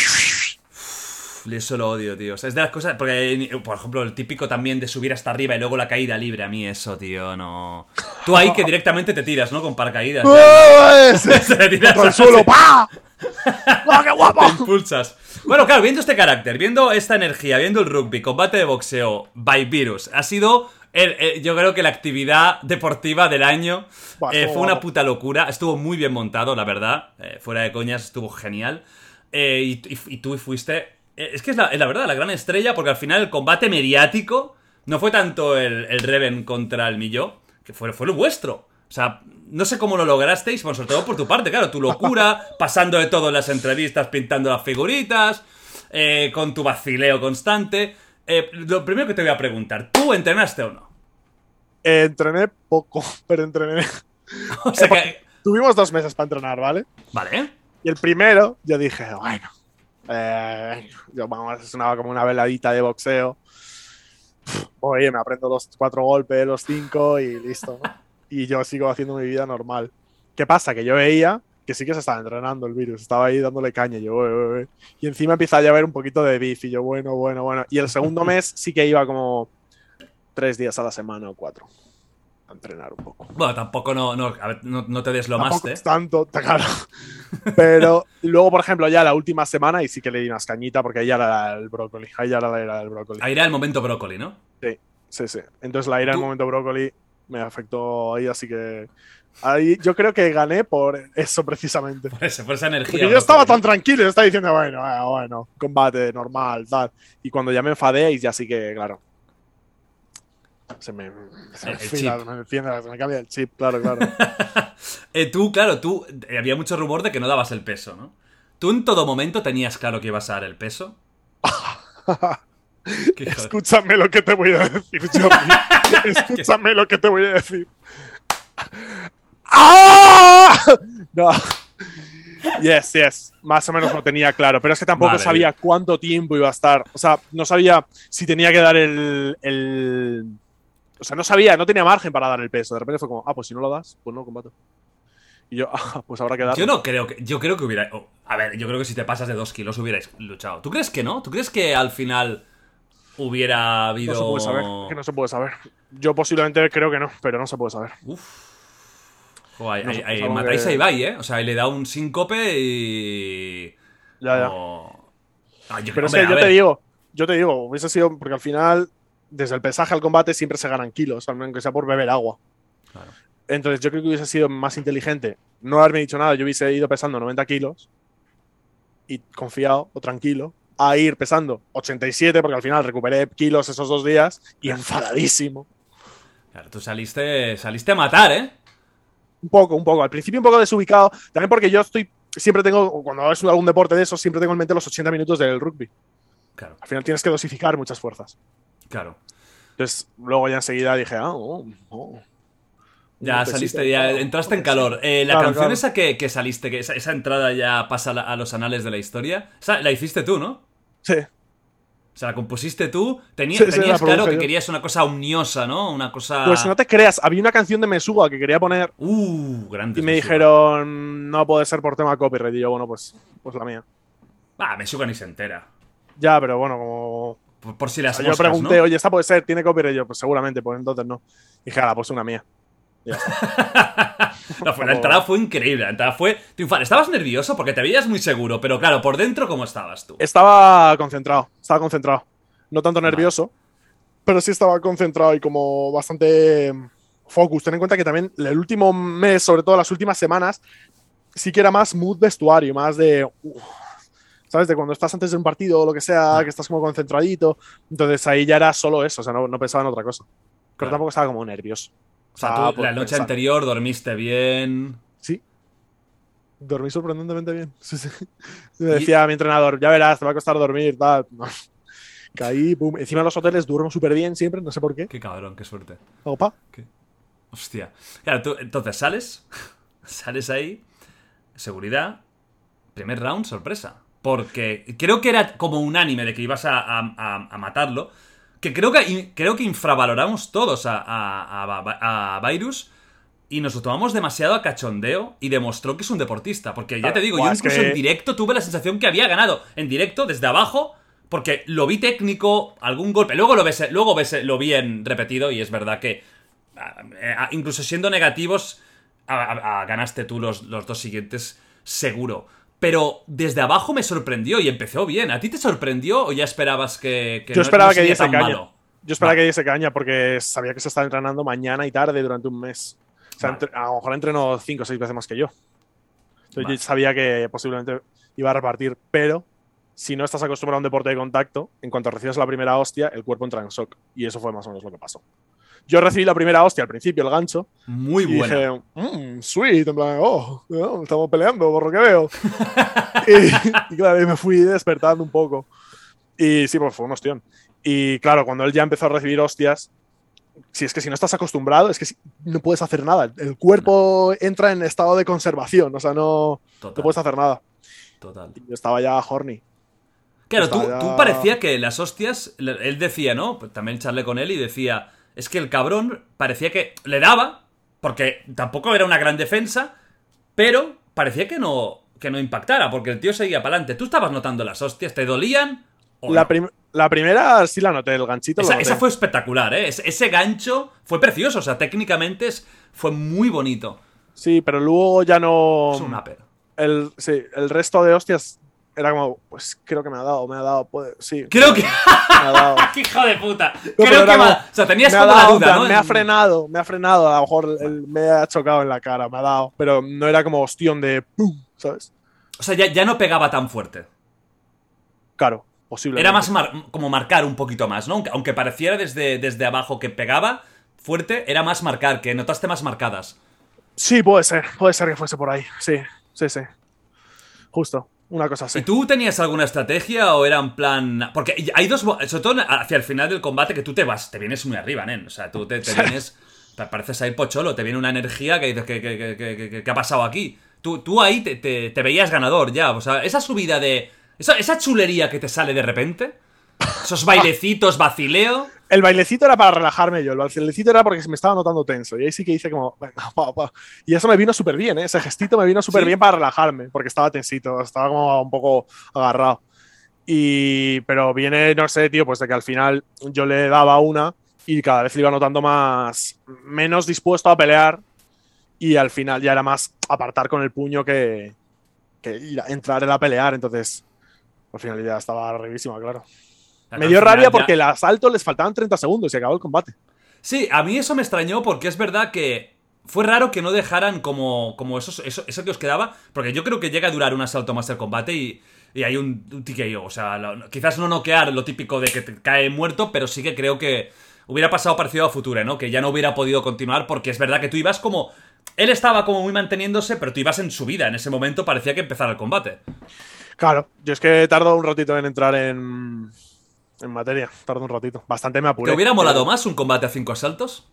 B: Eso lo odio, tío. O sea, es de las cosas. Porque, por ejemplo, el típico también de subir hasta arriba y luego la caída libre. A mí eso, tío, no. Tú ahí que directamente te tiras, ¿no? Con paracaídas.
C: Se tiras al suelo, ¡pa! ¡Oh, qué guapo!
B: Te impulsas. Bueno, claro, viendo este carácter, viendo esta energía, viendo el rugby, combate de boxeo, by Virus, ha sido, el, el, yo creo que la actividad deportiva del año.
C: Bah,
B: eh,
C: oh,
B: fue una
C: oh.
B: puta locura. Estuvo muy bien montado, la verdad. Eh, fuera de coñas, estuvo genial. Eh, y, y, y tú fuiste... Eh, es que es la, es la verdad, la gran estrella, porque al final el combate mediático no fue tanto el, el Reven contra el Milló, que fue, fue lo vuestro. O sea, no sé cómo lo lograsteis, bueno, sobre todo por tu parte, claro, tu locura, pasando de todo en las entrevistas, pintando las figuritas, eh, con tu vacileo constante. Eh, lo primero que te voy a preguntar, ¿tú entrenaste o no?
C: Eh, entrené poco, pero entrené.
B: O sea que...
C: Tuvimos dos meses para entrenar, ¿vale?
B: Vale.
C: Y el primero, yo dije, bueno, eh, yo vamos, es una, como una veladita de boxeo. Oye, me aprendo los cuatro golpes, los cinco y listo, ¿no? Y yo sigo haciendo mi vida normal. ¿Qué pasa? Que yo veía que sí que se estaba entrenando el Virus, estaba ahí dándole caña, y yo, ué, ué, ué. Y encima empieza a llover un poquito de beef, y yo, bueno, bueno, bueno. Y el segundo mes sí que iba como tres días a la semana o cuatro a entrenar un poco.
B: Bueno, tampoco no, no, a ver, no, no te deslomaste.
C: Tampoco es tanto, claro. Pero luego, por ejemplo, ya la última semana y sí que le di más cañita porque ahí ya era el brócoli. Ahí ya era la era del brócoli.
B: Ahí era el momento brócoli, ¿no?
C: Sí, sí, sí. Entonces la ira del
B: ¿Tú?
C: momento brócoli me afectó ahí, así que ahí yo creo que gané por eso precisamente.
B: Por, ese, por esa energía.
C: Porque yo estaba tan tranquilo, yo estaba diciendo, bueno, bueno, bueno, combate normal, tal. Y cuando ya me enfadé, y ya sí que, claro. Se me, se me,
B: El
C: fila,
B: chip.
C: me, enciende, se me cambia el chip, claro, claro.
B: eh, tú, claro, tú. Eh, había mucho rumor de que no dabas el peso, ¿no? ¿Tú en todo momento tenías claro que ibas a dar el peso? ¿Qué hijo de-
C: Escúchame lo que te voy a decir, Jordi. Escúchame lo que te voy a decir. ¡Ah! No. Yes, yes. Más o menos lo tenía claro. Pero es que tampoco
B: Vale.
C: sabía cuánto tiempo iba a estar. O sea, no sabía si tenía que dar el, el. O sea, no sabía, no tenía margen para dar el peso. De repente fue como, ah, pues si no lo das, pues no combate. Y yo, ah, pues habrá que darlo.
B: Yo no creo que. Yo creo que hubiera. oh, a ver, yo creo que si te pasas de dos kilos hubierais luchado. ¿Tú crees que no? ¿Tú crees que al final hubiera habido.
C: No se puede saber. Es que no se puede saber. Yo posiblemente creo que no, pero no se puede saber.
B: Uf. Jo, ahí-
C: No sé,
B: ahí- ahí
C: es algo
B: matáis
C: que-
B: a Ibai, ¿eh? O sea, ahí le da un síncope y.
C: Ya, ya.
B: o- Ah, yo-
C: Pero es
B: hombre,
C: que
B: a
C: yo
B: ver.
C: te digo, yo te digo, hubiese sido porque al final, desde el pesaje al combate siempre se ganan kilos, aunque sea por beber agua.
B: Claro.
C: Entonces yo creo que hubiese sido más inteligente no haberme dicho nada, yo hubiese ido pesando noventa kilos y confiado o tranquilo a ir pesando ochenta y siete porque al final recuperé kilos esos dos días y enfadadísimo.
B: Claro, tú saliste, saliste a matar, ¿eh?
C: Un poco, un poco. Al principio un poco desubicado, también porque yo estoy, siempre tengo, cuando es algún deporte de esos, siempre tengo en mente los ochenta minutos del rugby.
B: Claro,
C: Al final tienes que dosificar muchas fuerzas.
B: claro.
C: Entonces, luego ya enseguida dije, ah, oh, oh.
B: Ya
C: Un
B: saliste,
C: besito,
B: ya
C: claro,
B: entraste
C: un
B: en calor. Eh, la
C: Claro,
B: canción
C: claro.
B: esa que, que saliste, que esa, esa entrada ya pasa a, la- a los anales de la historia, esa la hiciste tú, ¿no?
C: Sí.
B: O sea, la compusiste tú. Tení,
C: Sí, sí,
B: tenías
C: la
B: claro
C: produje
B: que
C: yo.
B: querías una cosa omniosa, ¿no? Una cosa...
C: Pues no te creas, había una canción de Mesuga que quería poner
B: Uh, grandes
C: y me
B: Mesuga.
C: dijeron, no puede ser por tema copyright. Y yo, bueno, pues, pues la mía.
B: Ah, Mesuga ni se entera.
C: Ya, pero bueno, como...
B: Por, por si
C: O
B: las
C: sea, yo
B: moscas,
C: pregunté,
B: ¿no?
C: oye, ¿esta puede ser? ¿Tiene copyright? Y yo, pues seguramente, pues entonces no. Y dije, ah, pues una mía. Y ya está.
B: No, fue- la entrada fue increíble. La entrada fue triunfal. Estabas nervioso porque te veías muy seguro, pero claro, por dentro, ¿cómo estabas tú?
C: Estaba concentrado, estaba concentrado. No tanto
B: Vale.
C: nervioso, pero sí estaba concentrado y como bastante mm, focus. Ten en cuenta que también el último mes, sobre todo las últimas semanas, sí que era más mood vestuario, más de... uh, ¿sabes? De cuando estás antes de un partido o lo que sea,
B: Ah.
C: que estás como concentradito. Entonces ahí ya era solo eso, o sea, no, no pensaba en otra cosa. Pero
B: Claro.
C: tampoco estaba como nervioso.
B: O sea,
C: Estaba
B: tú la
C: por
B: noche
C: pensar.
B: anterior dormiste bien.
C: Sí, dormí sorprendentemente bien. Sí, sí. Me
B: Y-
C: decía mi entrenador, ya verás, te va a costar dormir, tal. No. Caí, pum. Encima en los hoteles duermo súper bien siempre, no sé por qué.
B: Qué cabrón, qué suerte.
C: Opa.
B: Qué- Hostia. Claro, tú entonces sales. Sales ahí. Seguridad. Primer round, sorpresa. Porque creo que era como unánime de que ibas a, a- a- a matarlo. Que creo que, creo que infravaloramos todos a, a, a, a Virus. Y nos lo tomamos demasiado a cachondeo. Y demostró que es un deportista. Porque ya
C: Claro,
B: te digo,
C: buah,
B: yo
C: es
B: incluso
C: que-
B: en directo tuve la sensación que había ganado. En directo, desde abajo. Porque lo vi técnico, algún golpe. Luego lo ves, luego ves, lo vi en repetido. Y es verdad que, a- a- incluso siendo negativos, a- a- a- ganaste tú los, los dos siguientes, seguro. Pero desde abajo me sorprendió y empezó bien. ¿A ti te sorprendió o ya esperabas que, que
C: Yo
B: no,
C: esperaba
B: no
C: que
B: sería
C: diese
B: tan
C: caña.
B: malo?
C: Yo esperaba
B: Vale.
C: que diese caña porque sabía que se estaba entrenando mañana y tarde durante un mes. O sea,
B: Vale.
C: entre- a lo mejor entrenó cinco o seis veces más que yo. Entonces
B: Vale.
C: yo sabía que posiblemente iba a repartir, pero si no estás acostumbrado a un deporte de contacto, en cuanto recibes la primera hostia, el cuerpo entra en shock. Y eso fue más o menos lo que pasó. Yo recibí la primera hostia al principio, el gancho,
B: Muy
C: y
B: buena.
C: dije, mmm, sweet, en plan, oh, no, estamos peleando por lo que veo. y, y claro, y me fui despertando un poco. Y sí, pues fue un ostión. Y claro, cuando él ya empezó a recibir hostias, si es que si no estás acostumbrado, es que si- no puedes hacer nada. El cuerpo entra en estado de conservación, o sea, no,
B: Total,
C: no puedes hacer nada.
B: total.
C: Y yo estaba ya horny.
B: Claro, tú,
C: Estaba ya-
B: tú parecía que las hostias, le- él decía, ¿no? Pues también charlé con él y decía, es que el cabrón parecía que le daba, porque tampoco era una gran defensa, pero parecía que no, que no impactara, porque el tío seguía para adelante. ¿Tú estabas notando las hostias? ¿Te dolían? ¿O
C: La,
B: no?
C: prim- la primera sí la noté, el ganchito lo
B: Esa,
C: noté.
B: esa fue espectacular, ¿eh? Ese, ese gancho fue precioso, o sea, técnicamente es- fue muy bonito.
C: Sí, pero luego ya no...
B: Es un upper.
C: El, sí, el resto de hostias era como, pues creo que me ha dado, me ha dado, puede, sí.
B: Creo que...
C: Me ha dado.
B: ¡Qué hijo de puta!
C: No, pero
B: Creo
C: era
B: que...
C: como,
B: va- O sea, tenías
C: me ha
B: como la
C: dado,
B: duda,
C: en plan,
B: ¿no?
C: me ha
B: En-
C: frenado, me ha frenado, a lo mejor él me ha chocado en la cara, me ha dado, pero no era como ostión de pum, ¿sabes?
B: O sea, ya, ya no pegaba tan fuerte.
C: Claro, posible.
B: Era más mar- como marcar un poquito más, ¿no? Aunque, aunque pareciera desde, desde abajo que pegaba fuerte, era más marcar, que notaste más marcadas.
C: Sí, puede ser, puede ser que fuese por ahí, sí, sí, sí. Justo, una cosa así.
B: ¿Y tú tenías alguna estrategia o era en plan...? Porque hay dos... mo- Sobre todo hacia el final del combate que tú te vas, te vienes muy arriba, nen. O sea, tú te, te vienes... pa- Pareces ahí pocholo, te viene una energía que dices, ¿qué, qué, qué, qué- qué- qué ha pasado aquí? Tú, tú ahí te, te- te veías ganador ya, o sea, esa subida de... Esa, esa chulería que te sale de repente, esos bailecitos, vacileo...
C: El bailecito era para relajarme yo, el bailecito era porque me estaba notando tenso. Y ahí sí que hice como, venga, pa, pa. Y eso me vino súper bien, ¿eh? Ese gestito me vino súper
B: ¿Sí?
C: bien para relajarme, porque estaba tensito, estaba como un poco agarrado. Y, pero viene, no sé, tío, pues de que al final yo le daba una y cada vez le iba notando más, menos dispuesto a pelear. Y al final ya era más apartar con el puño que, que ir a entrar en a pelear. Entonces, al final ya estaba arribísima, claro. Me dio
B: Al final
C: rabia
B: ya-
C: porque el asalto les faltaban treinta segundos y acabó el combate.
B: Sí, a mí eso me extrañó porque es verdad que fue raro que no dejaran como, como esos, eso, eso que os quedaba, porque yo creo que llega a durar un asalto más el combate y, y hay un, un T K O, o sea, lo- quizás no noquear lo típico de que te cae muerto, pero sí que creo que hubiera pasado parecido a Future, ¿no? Que ya no hubiera podido continuar porque es verdad que tú ibas como... Él estaba como muy manteniéndose, pero tú ibas en su vida, en ese momento parecía que empezara el combate.
C: Claro, yo es que tardo un ratito en entrar en, en materia, tardo un ratito. Bastante me apuré.
B: ¿Te hubiera molado más un combate a cinco asaltos?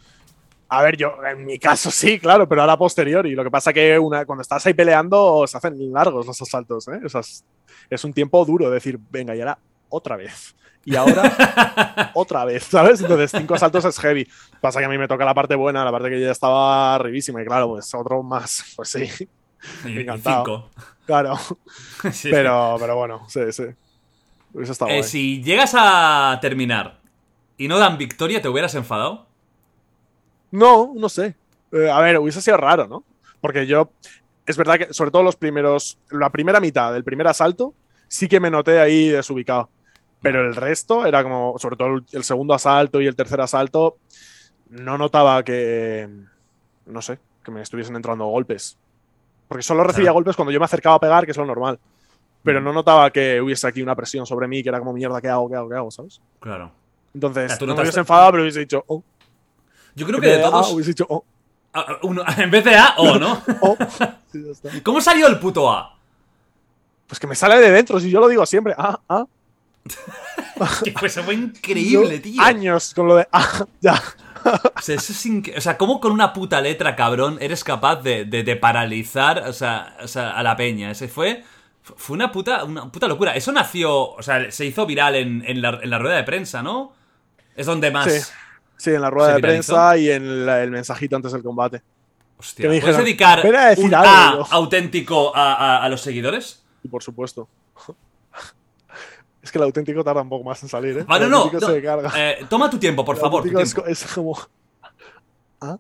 C: A ver, yo, en mi caso sí, claro, pero ahora posteriori. Lo que pasa que una, cuando estás ahí peleando se hacen largos los asaltos, ¿eh? O sea, es, es un tiempo duro decir, venga, y ahora otra vez. Y ahora, otra vez, ¿sabes? Entonces, cinco saltos es heavy. Pasa que a mí me toca la parte buena, la parte que yo ya estaba arribísima. Y claro, pues otro más, pues sí.
B: Y,
C: Encantado.
B: y cinco.
C: Claro.
B: Sí.
C: Pero, pero bueno, sí, sí. Eso está
B: Eh,
C: guay.
B: si llegas a terminar y no dan victoria, ¿te hubieras enfadado?
C: No, no sé. Eh, a ver, hubiese sido raro, ¿no? Porque yo, es verdad que, sobre todo los primeros, la primera mitad del primer asalto, sí que me noté ahí desubicado. Pero el resto era como, sobre todo el, el segundo asalto y el tercer asalto, no notaba que, no sé, que me estuviesen entrando golpes. Porque solo recibía
B: Claro.
C: golpes cuando yo me acercaba a pegar, que es lo normal. Pero
B: Mm.
C: no notaba que hubiese aquí una presión sobre mí, que era como, mierda, ¿qué hago, qué hago, qué hago, ¿sabes?
B: Claro.
C: Entonces,
B: Ya, tú
C: no me
B: notaste-
C: hubiese enfadado, pero hubiese dicho, oh.
B: Yo creo
C: En
B: que
C: vez
B: de
C: de A,
B: todos.
C: hubiese dicho, oh,
B: Ah, uno- en vez de A, O, ¿no?
C: oh. Sí, ya está.
B: ¿Cómo salió el puto A?
C: Pues que me sale de dentro, si yo lo digo siempre, ah, ah.
B: Que pues fue increíble,
C: Yo,
B: tío.
C: Años con lo de, ah, ya.
B: O sea, eso es inque- o sea, ¿cómo con una puta letra, cabrón, eres capaz de, de, de paralizar, o sea, o sea, a la peña? Ese fue. Fue una puta, una puta locura. Eso nació. O sea, se hizo viral en, en, la, en la rueda de prensa, ¿no? Es donde más.
C: Sí, sí, en la rueda
B: ¿Se
C: de
B: viralizó?
C: prensa y en la- el mensajito antes del combate.
B: Hostia,
C: que me
B: ¿puedes
C: dijeron,
B: dedicar
C: "Ven a decir
B: un
C: algo",
B: A
C: yo.
B: auténtico a, a, a los seguidores?
C: Y por supuesto. Es que el auténtico tarda un poco más en salir, ¿eh?
B: Vale,
C: el
B: no.
C: auténtico
B: no
C: se carga.
B: eh, toma tu tiempo, por
C: El
B: favor. Tu
C: auténtico es,
B: tiempo.
C: co- es como. ¿Ah?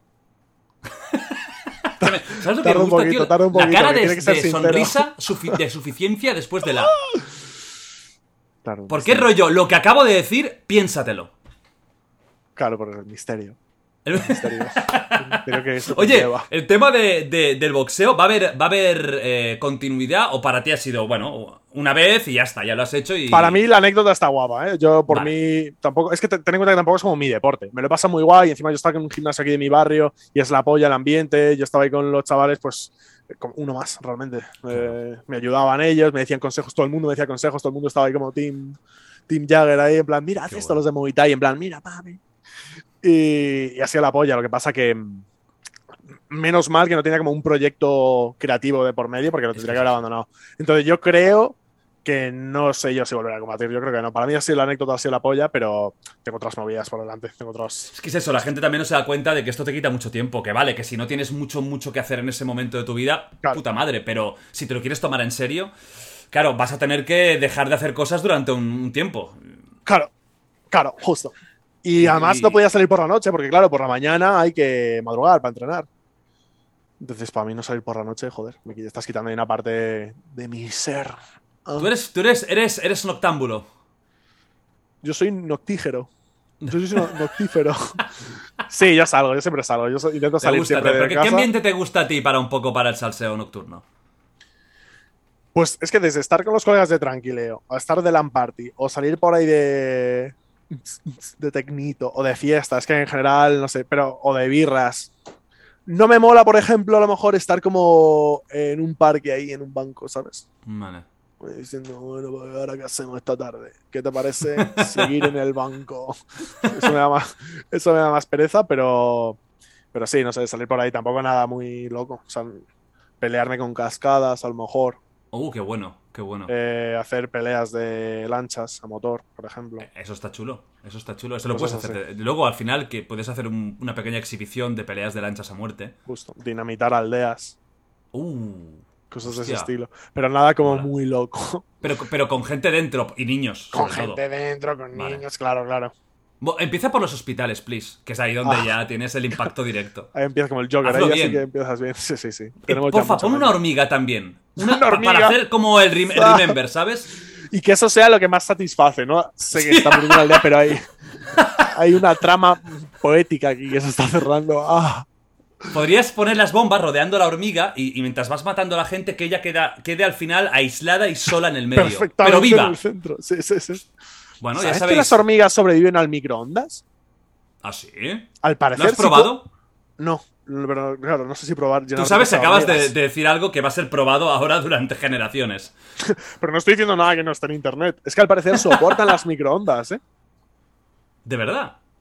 B: ¿Sabes lo que
C: tarda
B: me
C: un
B: gusta,
C: poquito,
B: tío?
C: tarda un
B: La
C: poquito,
B: cara
C: que
B: de,
C: tiene que ser
B: de
C: sincero.
B: sonrisa sufi- de suficiencia después de la.
C: Claro,
B: ¿Por qué
C: misterio.
B: rollo? Lo que acabo de decir, piénsatelo.
C: Claro, por el misterio. El misterio. El misterio que eso
B: Oye,
C: conlleva.
B: el tema de, de- del boxeo, ¿va a haber, va a haber eh, continuidad o para ti ha sido, bueno, una vez y ya está, ya lo has hecho y...
C: Para mí la anécdota está guapa, ¿eh? Yo por
B: Vale.
C: mí tampoco, es que te- ten en cuenta que tampoco es como mi deporte. Me lo pasa muy guay y encima yo estaba en un gimnasio aquí de mi barrio y es la polla el ambiente, yo estaba ahí con los chavales, pues como uno más realmente. Eh, me ayudaban ellos, me decían consejos, todo el mundo me decía consejos, todo el mundo estaba ahí como Team, team Jagger ahí, en plan, mira, haz
B: Qué
C: esto
B: bueno.
C: los de Muay Thai, en plan, mira, papi. Y, y así la polla, lo que pasa que mm, menos mal que no tenía como un proyecto creativo de por medio porque lo tendría que haber abandonado. Entonces yo creo que no sé yo si volveré a combatir. Yo creo que no. Para mí ha sido la anécdota, ha sido la polla, pero tengo otras movidas por delante. Tengo otros.
B: Es que es eso, la gente también no se da cuenta de que esto te quita mucho tiempo, que vale, que si no tienes mucho, mucho que hacer en ese momento de tu vida,
C: Claro.
B: puta madre, pero si te lo quieres tomar en serio, claro, vas a tener que dejar de hacer cosas durante un, un tiempo.
C: Claro, claro, justo. Y además
B: Y-
C: no podía salir por la noche, porque claro, por la mañana hay que madrugar para entrenar. Entonces, para mí no salir por la noche, joder, me qui- estás quitando ahí una parte de mi ser. Ah,
B: Tú eres, tú eres, eres, eres noctámbulo.
C: Yo soy noctígero. Yo soy no- noctífero. Sí, yo salgo, yo siempre salgo. Yo so- intento
B: Te
C: salir
B: gusta,
C: siempre
B: pero
C: de
B: ¿qué,
C: casa.
B: ¿qué ambiente te gusta a ti para un poco para el salseo nocturno?
C: Pues es que desde estar con los colegas de tranquileo, a estar de LAN party, o salir por ahí de. de tecnito, o de fiesta, es que en general, no sé, pero. o de birras. No me mola, por ejemplo, a lo mejor estar como en un parque ahí, en un banco, ¿sabes?
B: Vale.
C: Pues diciendo, bueno, pues ahora qué hacemos esta tarde. ¿Qué te parece seguir en el banco? Eso me da más, eso me da más pereza, pero. Pero sí, no sé, salir por ahí tampoco nada muy loco. O sea, pelearme con cascadas, a lo mejor.
B: Uh, qué bueno, qué bueno.
C: Eh, hacer peleas de lanchas a motor, por ejemplo.
B: Eso está chulo, eso está chulo. Eso lo
C: Cosas
B: puedes hacer. Luego, al final, que puedes hacer un- una pequeña exhibición de peleas de lanchas a muerte.
C: Justo. Dinamitar aldeas,
B: Uh.
C: cosas de
B: Hostia.
C: ese estilo. Pero nada como
B: Mola.
C: muy loco.
B: Pero, pero con gente dentro y niños.
C: Con
B: sobre
C: gente
B: todo.
C: dentro, con
B: Vale.
C: niños, claro, claro.
B: Bo- Empieza por los hospitales, please. Que es ahí donde
C: Ah.
B: ya tienes el impacto directo.
C: Ahí empiezas como el Joker,
B: Hazlo
C: ahí así
B: bien.
C: que empiezas bien. Sí, sí, sí.
B: Eh,
C: Tenemos ya
B: porfa,
C: mucha
B: pon una
C: maña.
B: hormiga también. Una,
C: Una hormiga.
B: Para hacer como el, rem- el
C: Ah.
B: Remember, ¿sabes?
C: Y que eso sea lo que más satisface, ¿no? Sé que está muriendo una aldea, pero hay, hay una trama poética aquí que se está cerrando. Ah.
B: Podrías poner las bombas rodeando la hormiga y, y mientras vas matando a la gente que ella queda, quede al final aislada y sola en el medio.
C: Perfectamente
B: Pero
C: en
B: viva.
C: el centro. Sí, sí, sí.
B: Bueno, ya
C: ¿Sabes que
B: sabéis.
C: las hormigas sobreviven al microondas?
B: ¿Ah, sí?
C: Al
B: ¿Lo
C: parecer.
B: has
C: sí
B: probado?
C: pu- No, pero claro, no sé si probar.
B: Tú
C: llenarse
B: sabes,
C: de
B: acabas de,
C: hormigas.
B: de decir algo que va a ser probado ahora durante generaciones.
C: Pero no estoy diciendo nada que no esté en internet. Es que al parecer soportan las microondas, ¿eh?
B: ¿De verdad?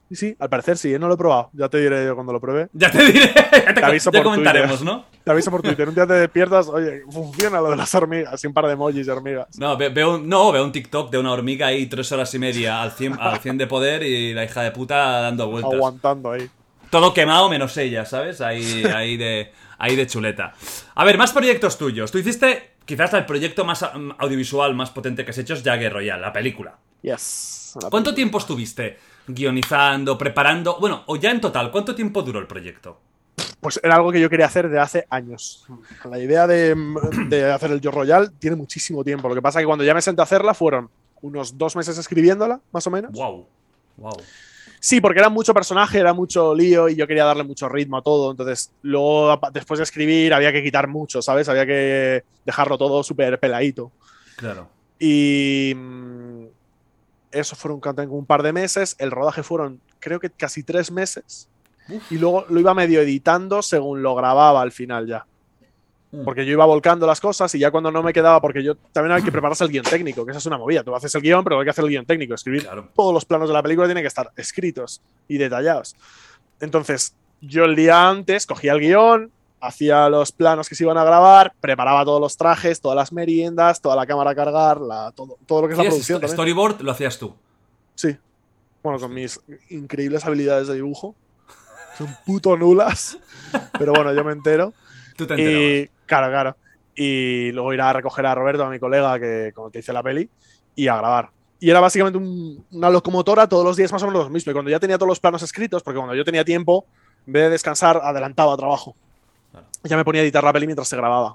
C: Sí, sí, al parecer sí, ¿eh? No lo he probado. Ya te diré yo cuando lo pruebe.
B: Ya te diré, ya te,
C: Te aviso
B: ya
C: por
B: comentaremos,
C: Twitter.
B: ¿no?
C: Te aviso por Twitter. Un día te despiertas, oye, funciona lo de las hormigas. Así un par de emojis de hormigas.
B: No, ve- veo, un- no, veo un TikTok de una hormiga ahí tres horas y media al cien, al cien de poder y la hija de puta dando vueltas.
C: Aguantando ahí.
B: Todo quemado menos ella, ¿sabes? Ahí, ahí, de, ahí de chuleta. A ver, más proyectos tuyos. Tú hiciste quizás el proyecto más a- audiovisual más potente que has hecho es Jagger Royale, la película.
C: Yes. Una
B: ¿Cuánto
C: película.
B: tiempo estuviste guionizando, preparando? Bueno, o ya en total, ¿cuánto tiempo duró el proyecto?
C: Pues era algo que yo quería hacer de hace años. La idea de, de hacer el Yo Royal tiene muchísimo tiempo. Lo que pasa es que cuando ya me senté a hacerla fueron unos dos meses escribiéndola, más o menos.
B: Wow, wow.
C: Sí, porque era mucho personaje, era mucho lío y yo quería darle mucho ritmo a todo. Entonces, luego, después de escribir, había que quitar mucho, ¿sabes? Había que dejarlo todo súper peladito.
B: Claro.
C: Y mm, eso fueron un par de meses. El rodaje fueron, creo que casi tres meses.
B: Uf.
C: Y luego lo iba medio editando según lo grababa al final ya.
B: Mm.
C: Porque yo iba volcando las cosas y ya cuando no me quedaba, porque yo también hay que prepararse el guión técnico, que esa es una movida. Tú haces el guión, pero hay que hacer el guión técnico. Escribir
B: Claro.
C: todos los planos de la película tienen que estar escritos y detallados. Entonces, yo el día antes cogía el guión, hacía los planos que se iban a grabar, preparaba todos los trajes, todas las meriendas, toda la cámara a cargar, la, todo, todo lo que es la
B: ¿Hacías
C: producción
B: sto-
C: también.
B: storyboard lo hacías tú?
C: Sí. Bueno, con mis increíbles habilidades de dibujo. Son puto nulas. Pero bueno, yo me entero.
B: Tú te enterabas.
C: Y claro, claro. Y luego ir a recoger a Roberto, a mi colega que, con el que hice la peli, y a grabar. Y era básicamente un- una locomotora todos los días más o menos lo mismo. Y cuando ya tenía todos los planos escritos, porque cuando yo tenía tiempo, en vez de descansar, adelantaba trabajo.
B: Claro.
C: Ya me ponía a editar la peli mientras se grababa.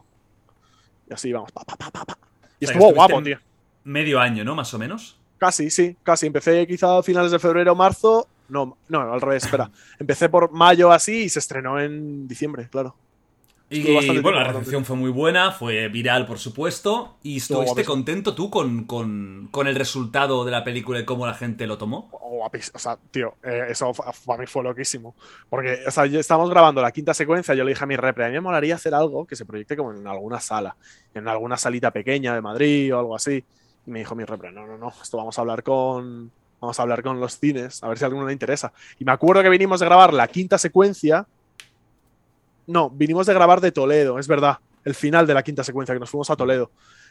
C: Y así íbamos. Pa, pa, pa, pa, pa. Y
B: O sea, que
C: estuvo
B: estuviste
C: guapo, tío.
B: Medio año, ¿no? Más o menos.
C: Casi, sí, casi. Empecé quizá a finales de febrero o marzo. No, no, al revés, espera. Empecé por mayo así y se estrenó en diciembre, claro.
B: Y
C: Estuvo bastante
B: bueno,
C: tiempo,
B: la recepción fue muy buena, fue viral, por supuesto. ¿Y
C: Estuvo
B: estuviste
C: guapísimo.
B: contento tú con, con, con el resultado de la película y cómo la gente lo tomó?
C: Guapísimo. O sea, tío, eh, eso fa- para mí fue loquísimo. Porque, o sea, ya estábamos grabando la quinta secuencia. Yo le dije a mi repre, a mí me molaría hacer algo que se proyecte como en alguna sala, en alguna salita pequeña de Madrid o algo así. Y me dijo mi repre, no, no, no, esto vamos a hablar con. Vamos a hablar con los cines, a ver si a alguno le interesa. Y me acuerdo que vinimos de grabar la quinta secuencia. No, vinimos de grabar de Toledo, es verdad. El final de la quinta secuencia, que nos fuimos a Toledo.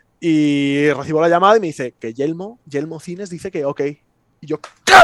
C: Y recibo la llamada y me dice que Yelmo, Yelmo Cines dice que ok. Y yo, ¿qué?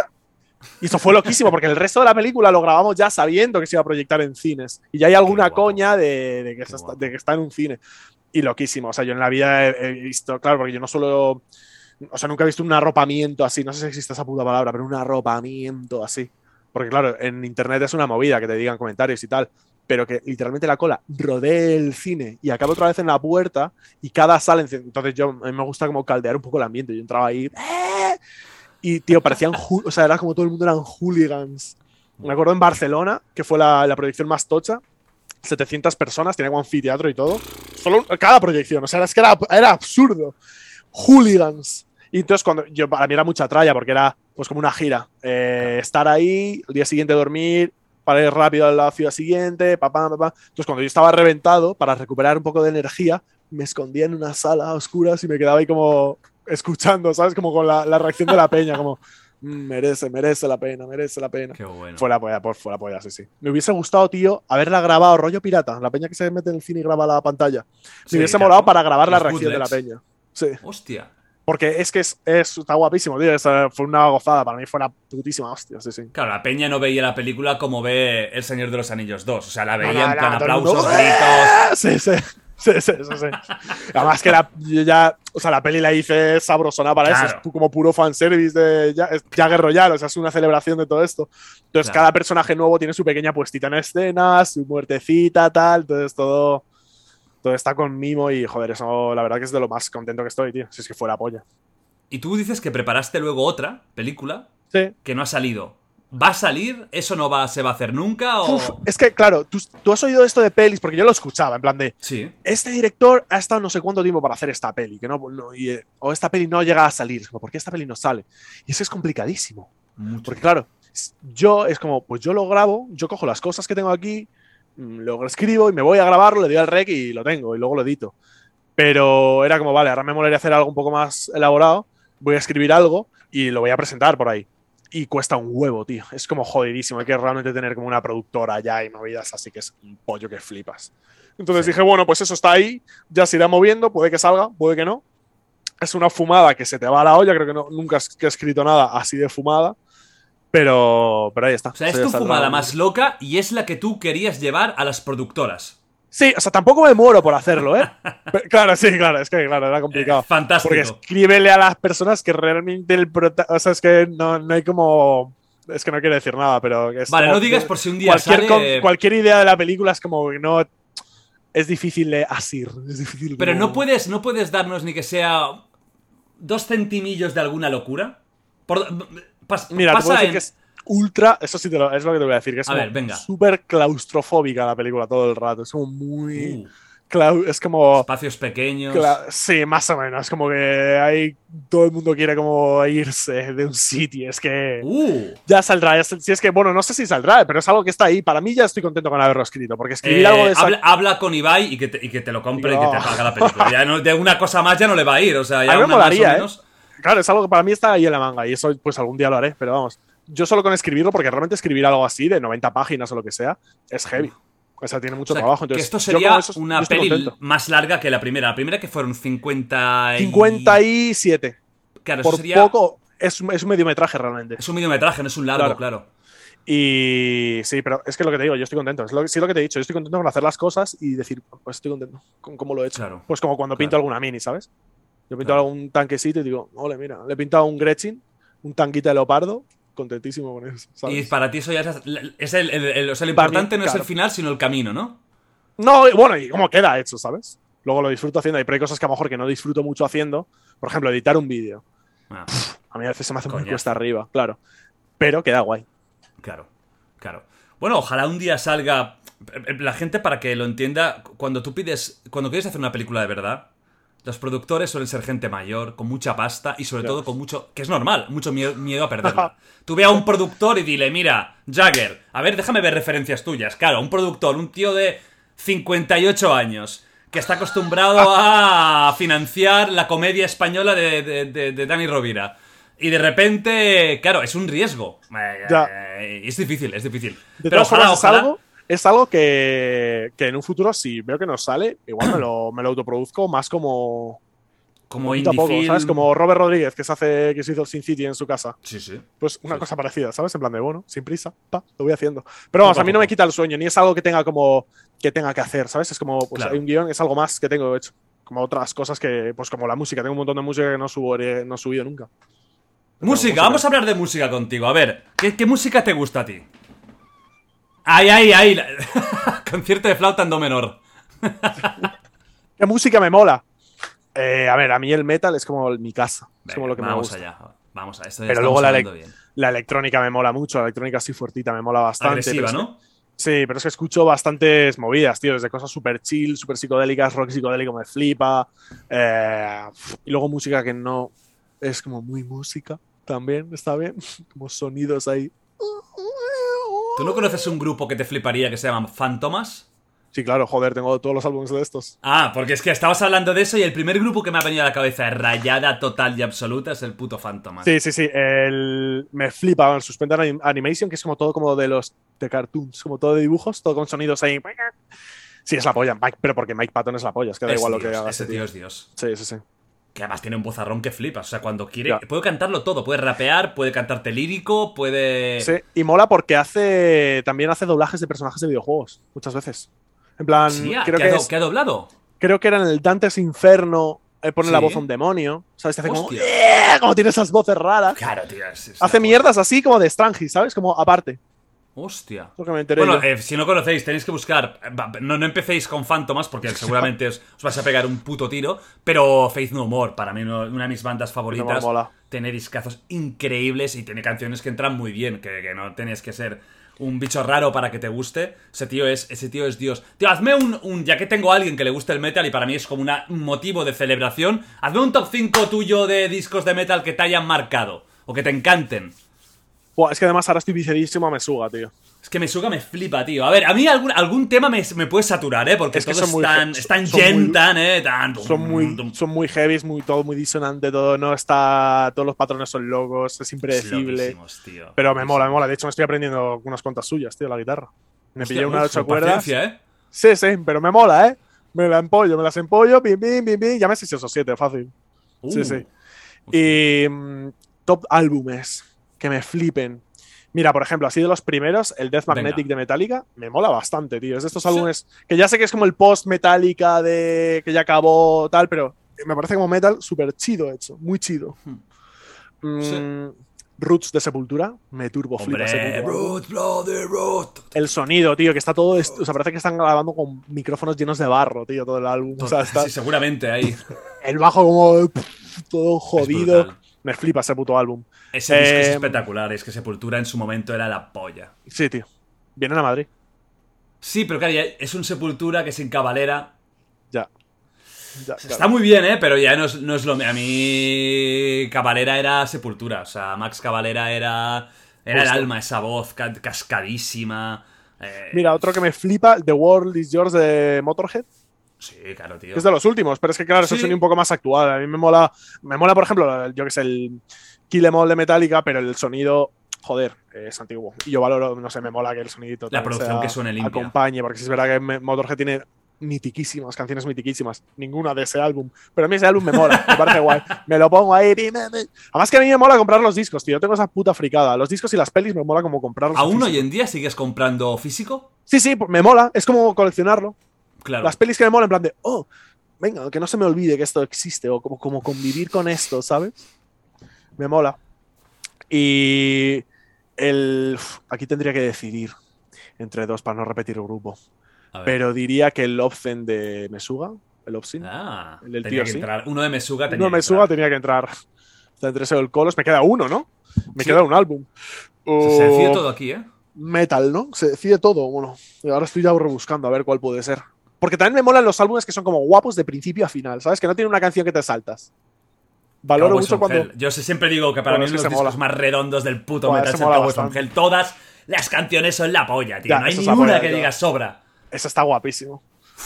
C: Y eso fue loquísimo, porque el resto de la película lo grabamos ya sabiendo que se iba a proyectar en cines. Y ya hay alguna
B: Qué guapo.
C: coña de, de que
B: Qué
C: se está,
B: guapo.
C: de que está en un cine. Y loquísimo. O sea, yo en la vida he, he visto, claro, porque yo no solo. O sea, nunca he visto un arropamiento así. No sé si existe esa puta palabra, pero un arropamiento así. Porque, claro, en internet es una movida que te digan comentarios y tal. Pero que literalmente la cola rodee el cine y acabe otra vez en la puerta y cada sala. Entonces, yo a mí me gusta como caldear un poco el ambiente. Yo entraba ahí. ¡eh! Y, tío, parecían. O sea, era como todo el mundo eran hooligans. Me acuerdo en Barcelona, que fue la, la proyección más tocha. setecientas personas, tenía como anfiteatro y todo. Solo cada proyección. O sea, es que era, era absurdo. Hooligans. Y entonces, cuando yo, para mí era mucha tralla porque era pues como una gira. Eh, estar ahí, el día siguiente dormir, para ir rápido a la ciudad siguiente, papá, papá. Entonces, cuando yo estaba reventado, para recuperar un poco de energía, me escondía en una sala a oscuras y me quedaba ahí como escuchando, ¿sabes? Como con la, la reacción de la peña, como "Mm, merece, merece la pena, merece la pena".
B: Qué bueno.
C: Fue la polla, pues fue la polla, sí, sí. Me hubiese gustado, tío, haberla grabado rollo pirata, la peña que se mete en el cine y graba la pantalla.
B: Sí,
C: Me hubiese
B: claro.
C: molado para grabar la
B: Los
C: reacción de la
B: bootlegs.
C: peña. Sí.
B: Hostia.
C: Porque es que es, es- está guapísimo, tío. Es, eh, fue una gozada. Para mí fue una putísima hostia, sí, sí.
B: Claro, la peña no veía la película como ve El Señor de los Anillos dos. O sea, la veía
C: No, no,
B: en plan
C: no, todo el mundo,
B: aplausos,
C: ¡ah!
B: gritos.
C: Sí, sí. Sí, sí, sí, sí. Además que la, yo ya, o sea, la peli la hice sabrosona para
B: Claro.
C: eso. Es pu- como puro fanservice de Ja- es Jagger Royale. O sea, es una celebración de todo esto. Entonces,
B: Claro.
C: cada personaje nuevo tiene su pequeña puestita en escena, su muertecita, tal. Entonces, todo, todo está con mimo y, joder, eso la verdad que es de lo más contento que estoy, tío. Si es que fuera polla.
B: Y tú dices que preparaste luego otra película
C: Sí.
B: que no ha salido. ¿Va a salir? ¿Eso no va, se va a hacer nunca? O...
C: Uf, es que, claro, tú, tú has oído esto de pelis, porque yo lo escuchaba, en plan de,
B: Sí.
C: este director ha estado no sé cuánto tiempo para hacer esta peli, que no, no- y, eh, o esta peli no llega a salir, como, ¿por qué esta peli no sale? Y eso es complicadísimo,
B: Mucho.
C: porque claro, s- yo es como, pues yo lo grabo, yo cojo las cosas que tengo aquí, mm, lo escribo y me voy a grabarlo, le doy al rec y lo tengo, y luego lo edito. Pero era como, vale, ahora me molaría hacer algo un poco más elaborado, voy a escribir algo y lo voy a presentar por ahí. y cuesta un huevo, tío. Es como jodidísimo. Hay que realmente tener como una productora ya y movidas, así que es un pollo que flipas. Entonces
B: Sí.
C: dije, bueno, pues eso está ahí, ya se irá moviendo, puede que salga, puede que no. Es una fumada que se te va a la olla, creo que no, nunca he escrito nada así de fumada, pero, pero ahí está.
B: O sea, es
C: Eso ya
B: tu
C: saldrá
B: fumada
C: algún
B: más
C: día.
B: loca y es la que tú querías llevar a las productoras.
C: Sí, o sea, tampoco me muero por hacerlo, ¿eh? Pero, claro, sí, claro, es que claro, era complicado.
B: Eh, fantástico.
C: Porque escríbele a las personas que realmente el prota o sea, es que no, no hay como. Es que no quiero decir nada, pero. Es
B: Vale,
C: como,
B: no digas por si un día
C: cualquier,
B: sale.
C: con, cualquier idea de la película es como que no. Es difícil de asir. Es difícil
B: Pero
C: como...
B: no puedes, no puedes darnos ni que sea dos centimillos de alguna locura. Por, pas,
C: Mira, te puedo
B: pasa
C: decir
B: en.
C: que es ultra. Eso sí te lo, es lo que te voy a decir, que es
B: A
C: como
B: ver, venga.
C: súper claustrofóbica la película todo el rato. Es como muy.
B: Uh,
C: clau- es como.
B: espacios pequeños.
C: Cla- sí, más o menos. Como que hay. Todo el mundo quiere como irse de un sitio. Es que.
B: Uh.
C: Ya saldrá. ya sal- si es que, bueno, no sé si saldrá, pero es algo que está ahí. Para mí ya estoy contento con haberlo escrito. Porque escribir
B: Eh,
C: algo de esa.
B: habla, habla con Ibai y que te, y que te lo compre
C: Digo,
B: y que te
C: oh.
B: haga la película. Ya no, de una cosa más ya no le va a ir. O sea, ya
C: A mí me
B: una más o
C: molaría, ¿eh?
B: menos.
C: Claro, es algo que para mí está ahí en la manga. Y eso, pues algún día lo haré. Pero vamos. Yo solo con escribirlo, porque realmente escribir algo así de noventa páginas o lo que sea, es heavy. O sea, tiene mucho
B: O sea,
C: trabajo.
B: que
C: Entonces,
B: esto
C: yo
B: sería
C: con eso- yo
B: una
C: estoy
B: peli
C: contento.
B: más larga que la primera. La primera que fueron cincuenta y...
C: cincuenta y siete.
B: Claro, eso
C: Por
B: sería...
C: poco. Es, un- es un mediometraje realmente.
B: Es un mediometraje, no es un largo,
C: Claro.
B: claro.
C: Y sí, pero es que lo que te digo, yo estoy contento. Es lo, sí lo que te he dicho, yo estoy contento con hacer las cosas y decir, pues estoy contento con cómo lo he hecho.
B: Claro.
C: Pues como cuando pinto
B: Claro.
C: alguna mini, ¿sabes? Yo pinto
B: Claro.
C: algún tanquecito y digo, ole, mira, le he pintado un Gretchen, un tanquita de leopardo, contentísimo con eso, ¿sabes?
B: Y para ti eso ya es, es el, el- el- o sea, lo
C: Para mí,
B: importante no es
C: claro.
B: el final, sino el camino, ¿no?
C: No, y bueno, y cómo queda hecho, ¿sabes? Luego lo disfruto haciendo, y pero hay cosas que a lo mejor que no disfruto mucho haciendo. Por ejemplo, editar un vídeo.
B: Ah,
C: A mí a veces se me hace muy
B: Coñazo.
C: cuesta arriba, claro. Pero queda guay.
B: claro, claro. Bueno, ojalá un día salga... La gente, para que lo entienda, cuando tú pides... Cuando quieres hacer una película de verdad, los productores suelen ser gente mayor, con mucha pasta y sobre
C: Ya.
B: todo con mucho... Que es normal, mucho miedo, miedo a perderla. Tú ve a un productor y dile, mira, Jagger, a ver, déjame ver referencias tuyas. Claro, un productor, un tío de cincuenta y ocho años, que está acostumbrado a financiar la comedia española de, de, de, de Dani Rovira. Y de repente, claro, es un riesgo. Eh,
C: Ya.
B: eh, es difícil, es difícil.
C: De
B: Pero
C: todas
B: ojalá,
C: formas, es
B: ojalá.
C: algo, es algo que, que en un futuro, si veo que nos sale, igual me lo, me lo autoproduzco más como.
B: Como
C: poquito a
B: indie
C: poco,
B: film.
C: ¿sabes? Como Robert Rodríguez, que se hace que se hizo Sin City en su casa.
B: Sí, sí.
C: Pues una
B: Sí.
C: cosa parecida, ¿sabes? En plan de, bueno, sin prisa, pa, lo voy haciendo. Pero vamos,
B: Poco a
C: a mí no
B: poco.
C: me quita el sueño, ni es algo que tenga como que tenga que hacer, ¿sabes? Es como, pues
B: Claro.
C: hay un guión, es algo más que tengo hecho. Como otras cosas que, pues como la música, tengo un montón de música que no, subo, no he subido nunca.
B: Música,
C: música.
B: vamos a hablar de música contigo. A ver, ¿qué, qué música te gusta a ti? Ay, ay, ay. la- Concierto de flauta en do menor.
C: ¿Qué música me mola? Eh, a ver, a mí el metal es como mi casa, es
B: Venga,
C: como lo que me
B: vamos
C: gusta.
B: allá. Vamos a esto.
C: Pero luego la, ele- la electrónica me mola mucho, la electrónica así fuertita me mola bastante.
B: Agresiva,
C: pero es
B: ¿no?
C: que- sí, pero es que escucho bastantes movidas, tío, desde cosas súper chill, súper psicodélicas, rock psicodélico me flipa. eh, y luego música que no es como muy música también, está bien, como sonidos ahí.
B: ¿Tú no conoces un grupo que te fliparía que se llama Fantomas?
C: Sí, claro, joder, tengo todos los álbumes de estos.
B: Ah, porque es que estabas hablando de eso y el primer grupo que me ha venido a la cabeza rayada total y absoluta es el puto Fantomas.
C: Sí, sí, sí, el, me flipa el Suspended Anim- Animation, que es como todo como de los de cartoons, como todo de dibujos, todo con sonidos ahí. Sí, es la polla, Mike, pero porque Mike Patton es la polla, es que da
B: Es
C: igual
B: Dios,
C: lo que haga
B: ese
C: ese
B: tío
C: tío.
B: es Dios.
C: Sí, sí, sí.
B: Que además tiene un vozarrón que flipas. O sea, cuando quiere...
C: Ya.
B: Puede cantarlo todo. Puede rapear, puede cantarte lírico, puede...
C: Sí, y mola porque hace también hace doblajes de personajes de videojuegos, muchas veces. En plan,
B: Sí,
C: creo,
B: ¿qué
C: que
B: ha, do-
C: es-
B: qué ha doblado?
C: creo que era en el Dante's Inferno, eh, pone
B: Sí.
C: la voz a un demonio, ¿sabes? Te hace como,
B: Hostia.
C: "Eh", como tiene esas voces raras.
B: Claro, tío. Es, es
C: Hace
B: una
C: mierdas así como de Strange, ¿sabes? Como aparte.
B: Hostia.
C: Es lo que me enteré
B: Bueno,
C: yo.
B: eh, si no conocéis, tenéis que buscar. eh, va, No, no empecéis con Fantomas porque seguramente os, os vais a pegar un puto tiro. Pero Faith No More, para mí, uno- una de mis bandas favoritas.
C: mola.
B: Tiene discazos increíbles y tiene canciones que entran muy bien. Que, que no tenéis que ser un bicho raro para que te guste. Ese tío es, ese tío es Dios. Tío, hazme un, un. Ya que tengo a alguien que le guste el metal y para mí es como una- un motivo de celebración. Hazme un top cinco tuyo de discos de metal que te hayan marcado o que te encanten.
C: Buah, es que además ahora estoy viciadísimo a Mesuga, tío.
B: Es que Mesuga me flipa, tío. A ver, a mí algún, algún tema me, me puede saturar, ¿eh? Porque
C: Es que
B: todo
C: son
B: es
C: muy
B: tan,
C: he-
B: es tan
C: son
B: gen,
C: muy-
B: tan, ¿eh? Tan...
C: Son muy, son muy heavy, es muy, todo muy disonante, todo no está. Todos los patrones son locos, es impredecible.
B: Loquísimos, tío.
C: Pero me mola, me
B: Loquísimos.
C: mola. De hecho, me estoy aprendiendo unas cuantas suyas, tío, la guitarra. Me
B: Hostia,
C: pillé una de
B: uf,
C: ocho
B: con
C: cuerdas.
B: paciencia, ¿eh?
C: Sí, sí, pero me mola, ¿eh? Me la empollo, me las empollo, bim, bim, bim, bim. Ya me sé si esos siete, fácil. Sí,
B: Uh,
C: sí.
B: hostia.
C: Y mm, top álbumes que me flipen. Mira, por ejemplo, así de los primeros, el Death Magnetic
B: Venga.
C: de Metallica, me mola bastante, tío. Es de estos
B: Sí.
C: álbumes que ya sé que es como el post Metallica de que ya acabó, tal, pero me parece como metal súper chido hecho, muy chido. Mm,
B: Sí.
C: Roots de Sepultura, me turbo flipa ese
B: Hombre,
C: puto álbum.
B: Root, Bloody Root.
C: El sonido, tío, que está todo. est- O sea, parece que están grabando con micrófonos llenos de barro, tío, todo el álbum. O sea, está
B: Sí, seguramente ahí.
C: el bajo como pff, todo jodido.
B: brutal.
C: Me flipa ese puto álbum.
B: Ese disco es
C: Eh,
B: espectacular. Es que Sepultura en su momento era la polla.
C: Sí, tío. Vienen a Madrid.
B: Sí, pero claro, ya es un Sepultura que sin Cavalera.
C: Ya. Ya,
B: Está
C: claro.
B: muy bien, ¿eh? Pero ya no es, no es lo... A mí... Cavalera era Sepultura. O sea, Max Cavalera era... Era el
C: Justo.
B: alma, esa voz ca- cascadísima. eh,
C: Mira, otro que me flipa, The World Is Yours de Motorhead.
B: Sí, claro, tío.
C: Que es de los últimos, pero es que claro, eso
B: Sí.
C: suena un poco más actual. A mí me mola, me mola, por ejemplo, yo que sé, el Kill Em All de Metallica, pero el sonido, joder, es antiguo. Y yo valoro, no sé, me mola que el sonidito
B: La
C: también
B: producción
C: sea-
B: que suene limpia.
C: acompañe, porque sí es verdad que me- Motorhead tiene mitiquísimas, canciones mitiquísimas, ninguna de ese álbum. Pero a mí ese álbum me mola, me parece guay. Me lo pongo ahí. Además que a mí me mola comprar los discos, tío. Yo tengo esa puta fricada. Los discos y las pelis me mola como comprarlos. en
B: ¿Aún
C: físico.
B: hoy en día sigues comprando físico?
C: Sí, sí, me mola. Es como coleccionarlo.
B: Claro.
C: Las pelis que me molan, en plan de, oh, venga, que no se me olvide que esto existe, o como, como convivir con esto, ¿sabes? Me mola. Y el. uf, aquí tendría que decidir entre dos para no repetir el grupo.
B: A ver.
C: Pero diría que el Obscene de Mesuga, el Obscene,
B: Ah,
C: el del
B: tenía
C: tío,
B: que
C: sí.
B: entrar. Uno de Mesuga tenía
C: no
B: que
C: Mesuga
B: entrar.
C: tenía que entrar. O sea, entre ese o el Colos, me queda uno, ¿no? Me
B: Sí.
C: queda un álbum.
B: O sea, se decide
C: O-
B: todo aquí, ¿eh?
C: Metal, ¿no? Se decide todo. Bueno, y ahora estoy ya rebuscando a ver cuál puede ser. Porque también me molan los álbumes que son como guapos de principio a final, ¿sabes? Que no tienen una canción que te saltas. Valoro
B: Cowboys
C: mucho
B: from
C: cuando.
B: Hell. Yo sé- siempre digo que para
C: Bueno,
B: mí
C: es
B: uno
C: que
B: de los
C: se
B: discos
C: mola.
B: más redondos del puto
C: Buah,
B: metal
C: ese
B: es el
C: mola
B: Cowboys from
C: bastante.
B: Hell. Todas las canciones son la polla, tío.
C: Ya,
B: no hay
C: eso
B: ni
C: es la
B: una
C: polla,
B: que
C: tío.
B: diga sobra.
C: Eso está guapísimo.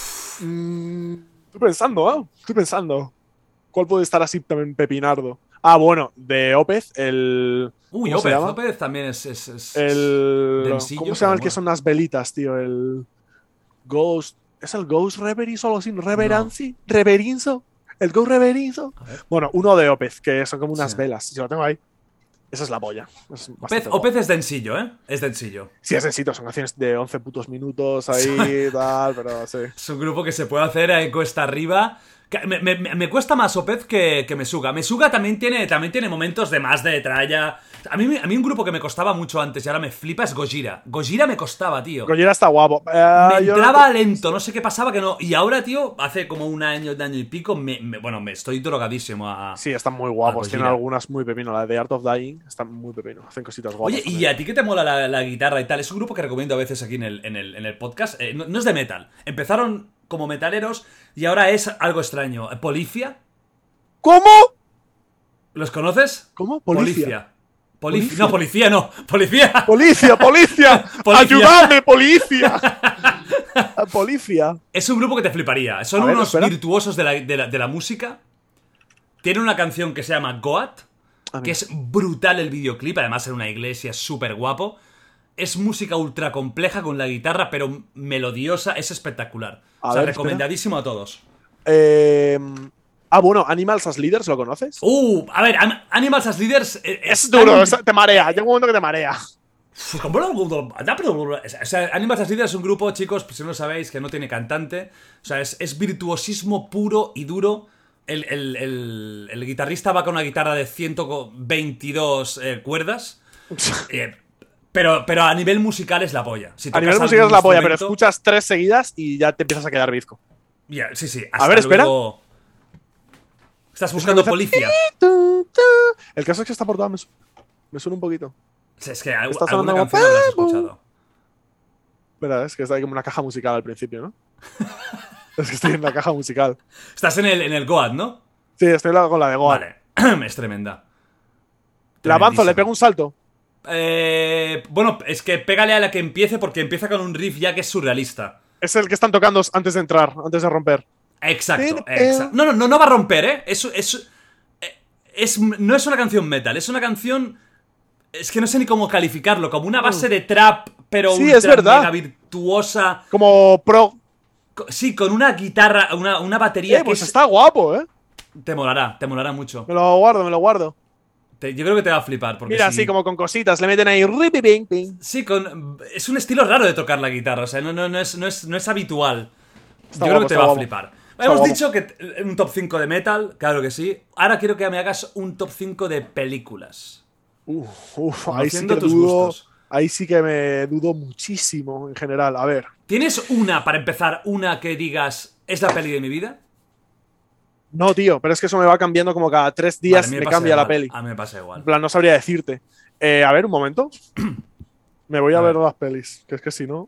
C: Mm, estoy pensando, ¿eh? Estoy pensando. ¿Cuál puede estar así también pepinardo? Ah, bueno, de Opeth, el.
B: Uy,
C: ¿Cómo se
B: Opeth,
C: llama?
B: Opeth también es... es, es-
C: El.
B: densillo,
C: ¿Cómo se llama el
B: pero
C: que son unas velitas, tío? El. Ghost. ¿Es el Ghost Reverence o algo así? ¿Reverancy? ¿Reverinzo? ¿El Ghost Reverinzo?
B: A ver.
C: Bueno, uno de Opeth, que son como unas
B: Sí.
C: velas. Si lo tengo ahí. Esa es la polla. Es
B: Opeth,
C: bastante guapo.
B: Opeth es densillo, ¿eh? Es densillo.
C: Sí, es sencillo, son canciones de once putos minutos ahí, tal, pero sí.
B: Es un grupo que se puede hacer en cuesta arriba. Que Me, me- me cuesta más Opeth que, que Mesuga. Mesuga también tiene, también tiene momentos de más de tralla. A mí, a mí un grupo que me costaba mucho antes y ahora me flipa es Gojira. Gojira me costaba, tío.
C: Gojira está guapo. Eh,
B: Me
C: yo
B: entraba
C: no-
B: lento, no sé qué pasaba que no. Y ahora, tío, hace como un año, un año y pico, me, me- bueno, me estoy drogadísimo a.
C: Sí, están muy
B: a
C: guapos.
B: Gojira.
C: Tienen algunas muy pepino. La de Art of Dying están muy pepino. Hacen cositas guapas.
B: Oye, ¿y
C: también.
B: a ti qué te mola la, la guitarra y tal? Es un grupo que recomiendo a veces aquí en el, en el, en el podcast. Eh, no, no es de metal. Empezaron como metaleros y ahora es algo extraño. ¿Polifia?
C: ¿Cómo?
B: ¿Los conoces?
C: ¿Cómo? Policia.
B: Polifia. Polif-
C: Polifia.
B: No, policía no. Policía.
C: ¡Policia, policia!
B: Policia.
C: ¡Ayúdame, policia! ¡Policia!
B: Es un grupo que te fliparía. Son
C: A ver,
B: unos
C: espera.
B: virtuosos de la, de, la, de la música. Tienen una canción que se llama Goat,
C: Ah,
B: que
C: mira.
B: es brutal el videoclip, además en una iglesia, súper guapo. Es música ultra compleja con la guitarra, pero melodiosa, es espectacular.
C: A
B: o sea,
C: ver,
B: recomendadísimo a todos.
C: Eh, ah, bueno, Animals as Leaders, ¿lo conoces?
B: Uh, a ver, Am- Animals as Leaders... eh,
C: Es
B: tan-
C: duro, es- te marea. Llega un momento que te marea.
B: O sea, Animals as Leaders es un grupo, chicos, pues si no lo sabéis, que no tiene cantante. O sea, es, es virtuosismo puro y duro. El, el- el- el guitarrista va con una guitarra de ciento veintidós eh, cuerdas. Eh, pero, pero a nivel musical es la polla. Si
C: A
B: tocas
C: nivel
B: algún
C: musical es la polla, pero
B: instrumento-
C: escuchas tres seguidas y ya te empiezas a quedar bizco.
B: Ya, sí, sí.
C: A ver, espera.
B: luego. Estás buscando
C: empieza-
B: Policia.
C: Tu, tu. El caso es que esta portada me, su- me suena un poquito.
B: O sea, es que al-
C: Está
B: alguna
C: sonando
B: canción
C: como-
B: habrás escuchado.
C: ¿Verdad? Es que está ahí como una caja musical al principio, ¿no? Es que estoy en la caja musical.
B: Estás en el, en el Goat, ¿no?
C: Sí, estoy la- con la de Goa.
B: Vale. Es tremenda.
C: La avanzo, le
B: Tremendísima.
C: pego un salto.
B: Eh, bueno, es que pégale a la que empiece porque empieza con un riff ya que es surrealista.
C: Es el que están tocando antes de entrar, antes de romper.
B: Exacto, exacto. No, no, no, no va a romper, ¿eh? Es, es, es, no es una canción metal, es una canción... Es que no sé ni cómo calificarlo, como una base de trap, pero
C: sí,
B: ultra
C: es verdad.
B: mega virtuosa.
C: Como pro.
B: Sí, con una guitarra, una, una batería
C: Eh,
B: que
C: pues
B: es...
C: está guapo, ¿eh?
B: Te molará, te molará mucho.
C: Me lo guardo, me lo guardo.
B: Te, yo creo que te va a flipar, porque
C: Mira,
B: si...
C: así como con cositas, le meten ahí ripi ping ping.
B: Sí, con... Es un estilo raro de tocar la guitarra, o sea, no, no, no, es, no, es, no es habitual.
C: Está
B: yo
C: guapo,
B: creo que te
C: está
B: va
C: guapo.
B: a flipar.
C: Está
B: Hemos
C: guapo.
B: dicho que un top cinco de metal, claro que sí. Ahora quiero que me hagas un top cinco de películas.
C: Uf, uf, ahí sí
B: Conociendo
C: que
B: tus
C: dudo.
B: gustos.
C: Ahí sí que me dudo muchísimo en general. A ver.
B: ¿Tienes una, para empezar, una que digas, es la peli de mi vida?
C: No, tío, pero es que eso me va cambiando como cada tres días,
B: Vale,
C: me,
B: pasa
C: cambia
B: igual,
C: la peli.
B: A mí me pasa
C: En
B: igual.
C: plan, no sabría decirte. Eh, a ver, un momento. Me voy a,
B: A
C: ver,
B: ver.
C: las pelis, que es que si no.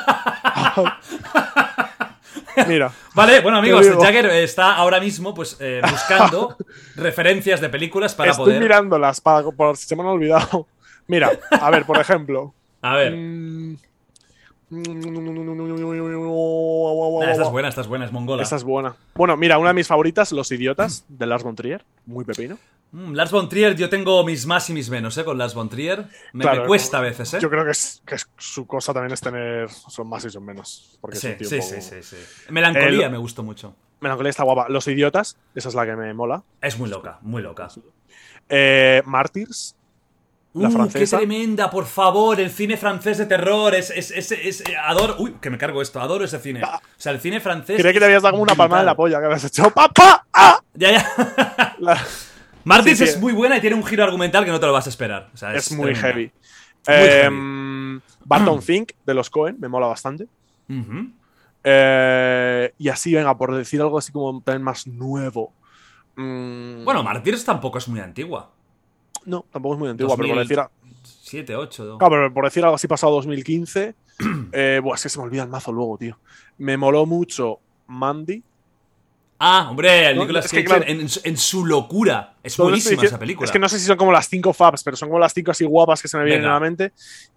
C: Mira.
B: Vale, bueno amigos,
C: Te digo.
B: Jagger está ahora mismo pues eh, buscando referencias de películas para
C: Estoy
B: poder...
C: mirándolas para, por si se me han olvidado. Mira, a ver, por ejemplo.
B: A ver.
C: Mm,
B: Nah, esta es buena, esta es buena, es mongola.
C: Esta es buena. Bueno, mira, una de mis favoritas, Los Idiotas, de Lars von Trier. Muy pepino.
B: Mm, Lars von Trier, yo tengo mis más y mis menos, ¿eh? Con Lars von Trier. Me,
C: Claro,
B: me cuesta a veces, ¿eh?
C: Yo creo que, es, que es- su cosa también es tener. Son más y son menos. Porque
B: Sí,
C: es un tío
B: sí,
C: un
B: sí,
C: poco-
B: sí, sí. Melancolía
C: Eh,
B: me gustó mucho.
C: Melancolía está guapa. Los Idiotas, esa es la que me mola.
B: Es muy loca, muy loca.
C: Eh, Martyrs, la
B: Uh, qué
C: francesa.
B: tremenda, por favor, el cine francés de terror, es, es, es, es- eh, adoro, uy, que me cargo esto, adoro ese cine. O sea, el cine francés...
C: Creía que te
B: es
C: habías dado como una palmada en la
B: brutal.
C: polla, que habías hecho ¡papá! ¡Ah!
B: Ya, ya.
C: La-
B: Martins
C: Sí, sí.
B: es muy buena y tiene un giro argumental que no te lo vas a esperar. O sea, es,
C: es muy
B: tremenda.
C: heavy.
B: muy
C: Eh,
B: heavy.
C: Barton Fink, de los Cohen, me mola bastante.
B: Ujú.
C: Eh, y así, venga, por decir algo así como también más nuevo. Mm,
B: Bueno, Martyrs tampoco es muy antigua.
C: no, tampoco es muy antigua, pero por
B: dos mil
C: decir, a-
B: siete, ocho.
C: claro, pero por decir algo así pasado dos mil quince, eh, buah, es que se me olvida el mazo luego, tío. Me moló mucho Mandy.
B: Ah, hombre, el
C: No,
B: Nicolas
C: es que,
B: Cage
C: claro.
B: en, en su- en su locura. Es
C: Todo
B: buenísima
C: esto-
B: esa película.
C: Es que no sé si son como las cinco faps, pero son como las cinco así guapas que se me vienen
B: Venga.
C: a la mente.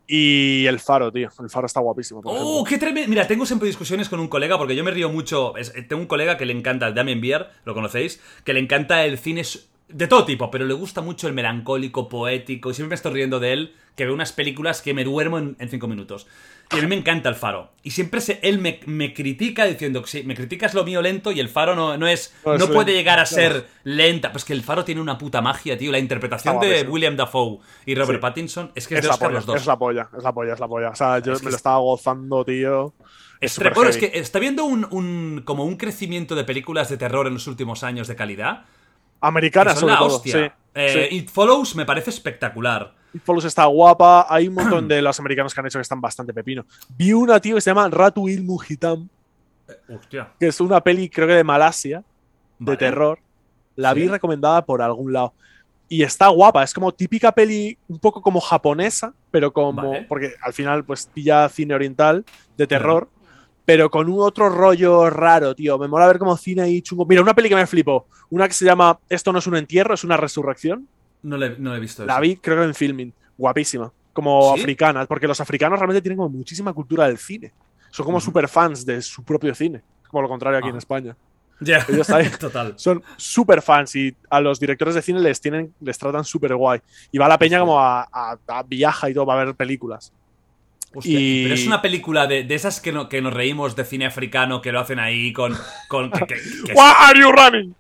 C: Y el Faro, tío. El Faro está guapísimo. Por
B: ¡Oh,
C: ejemplo.
B: qué tremendo! Mira, tengo siempre discusiones con un colega porque yo me río mucho. es- tengo un colega que le encanta, el Damien Bier, lo conocéis, que le encanta el cine su- de todo tipo, pero le gusta mucho el melancólico, poético, y siempre me estoy riendo de él, que ve unas películas que me duermo en, en cinco minutos. Y a mí me encanta el Faro. Y siempre se, él me, me critica diciendo que sí, me criticas lo mío lento y el Faro no, no es.
C: No
B: No,
C: es
B: puede
C: lento,
B: llegar a
C: claro.
B: ser lenta. Pues que el Faro tiene una puta magia, tío. La interpretación
C: Está
B: de
C: guapísimo.
B: William Dafoe y Robert
C: Sí.
B: Pattinson es que es,
C: Es
B: de
C: la,
B: Oscar
C: polla,
B: los dos.
C: es la polla, es la polla, es la polla. O sea, yo
B: Es que
C: me lo
B: es-
C: estaba gozando, tío.
B: Es,
C: súper
B: tre- bueno, es
C: heavy.
B: que está viendo un, un- como un crecimiento de películas de terror en los últimos años de calidad. Que
C: Americana,
B: son
C: sobre
B: la
C: todo.
B: hostia.
C: Sí,
B: Eh,
C: sí.
B: It Follows me parece espectacular.
C: It Follows está guapa. Hay un montón de los americanos que han hecho que están bastante pepino. Vi una, tío, que se llama Ratu Il Mujitam,
B: Hostia.
C: que es una peli, creo que de Malasia, de
B: Vale.
C: terror. La
B: Sí.
C: vi recomendada por algún lado. Y está guapa, es como típica peli, un poco como japonesa, pero como.
B: Vale.
C: Porque al final, pues pilla cine oriental de terror, pero con un otro rollo raro, tío. Me mola ver como cine ahí chungo. Mira, una peli que me flipó. Una que se llama Esto no es un entierro, es una resurrección.
B: No le, no le he visto
C: La
B: eso.
C: vi, creo que en filming. Guapísima. Como
B: ¿Sí?
C: africana, porque los africanos realmente tienen como muchísima cultura del cine. Son como
B: Ujú.
C: super fans de su propio cine. Como lo contrario aquí
B: Ah.
C: en España.
B: Ya,
C: Ellos ahí-
B: total.
C: Son super fans y a los directores de cine les tienen, les tratan súper guay. Y va la peña
B: Hostia.
C: como a, a- a viaja y todo para ver películas.
B: Hostia,
C: Y-
B: Pero es una película de, de esas que, no- que nos reímos de cine africano que lo hacen ahí con. con que, que- que-
C: Why are you running?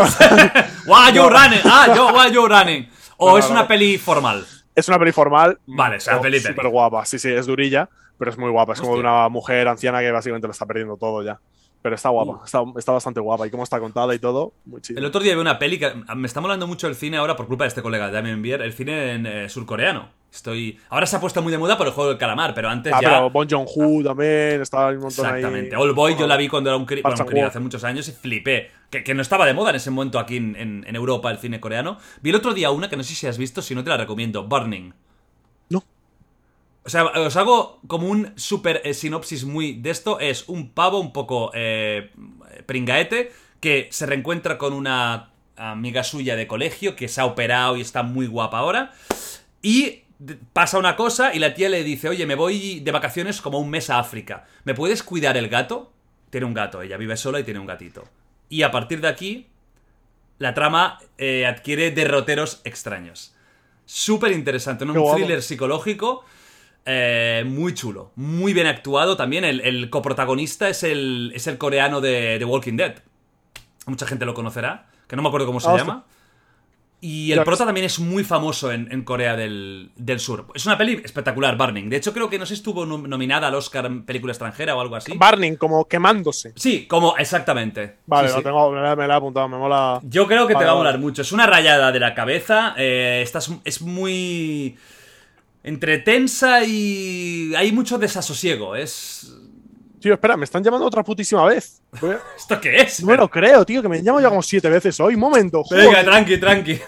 B: Why you running? Ah, yo, why you running? O
C: No,
B: es
C: no,
B: una
C: no.
B: peli formal.
C: Es una peli formal.
B: Vale, o sea, peli, peli.
C: Súper guapa. Sí, sí, es durilla, pero es muy guapa. Es como de
B: Hostia.
C: una mujer anciana que básicamente lo está perdiendo todo ya. Pero está guapa,
B: Uh.
C: está, está bastante guapa. Y cómo está contada y todo, muy chido.
B: El otro día vi una peli que me está molando mucho el cine ahora por culpa de este colega, Damien Bier, el cine en, eh, surcoreano. Estoy. Ahora se ha puesto muy de moda por el juego del calamar, pero antes
C: Ah,
B: ya.
C: pero Bon Joon-ho también, estaba un montón
B: Exactamente.
C: ahí.
B: All Boy yo la vi cuando era un, cri-
C: Park
B: bueno, un crío
C: Chan-wook.
B: hace muchos años y flipé. Que, que no estaba de moda en ese momento aquí en, en- en Europa el cine coreano. Vi el otro día una que no sé si has visto, si no te la recomiendo, Burning.
C: No.
B: O sea, os hago como un super eh, sinopsis muy de esto. Es un pavo un poco eh, pringaete que se reencuentra con una amiga suya de colegio que se ha operado y está muy guapa ahora. Y pasa una cosa y la tía le dice, oye, me voy de vacaciones como un mes a África. ¿Me puedes cuidar el gato? Tiene un gato, ella vive sola y tiene un gatito. Y a partir de aquí, la trama eh, adquiere derroteros extraños. Súper interesante, ¿no? Un thriller psicológico eh, muy chulo, muy bien actuado también. El, el coprotagonista es el, es el coreano de The Walking Dead. Mucha gente lo conocerá, que no me acuerdo cómo se
C: Ah,
B: llama. Y el prota también es muy famoso en, en Corea del, del Sur. Es una peli espectacular, Burning. De hecho, creo que no sé si estuvo nominada al Oscar en película extranjera o algo así.
C: Burning, como quemándose.
B: Sí, como exactamente.
C: Vale,
B: sí,
C: lo
B: sí.
C: tengo, me la, me la he apuntado, me mola.
B: Yo creo que
C: vale,
B: te va a
C: vale.
B: molar mucho. Es una rayada de la cabeza. Eh, estás, es muy entretensa y hay mucho desasosiego. Es...
C: Tío, espera, me están llamando otra putísima vez. Voy a-
B: ¿Esto qué es?
C: No me lo creo, tío, que me llamo ya como siete veces hoy. Un momento.
B: Venga,
C: joder.
B: tranqui, tranqui.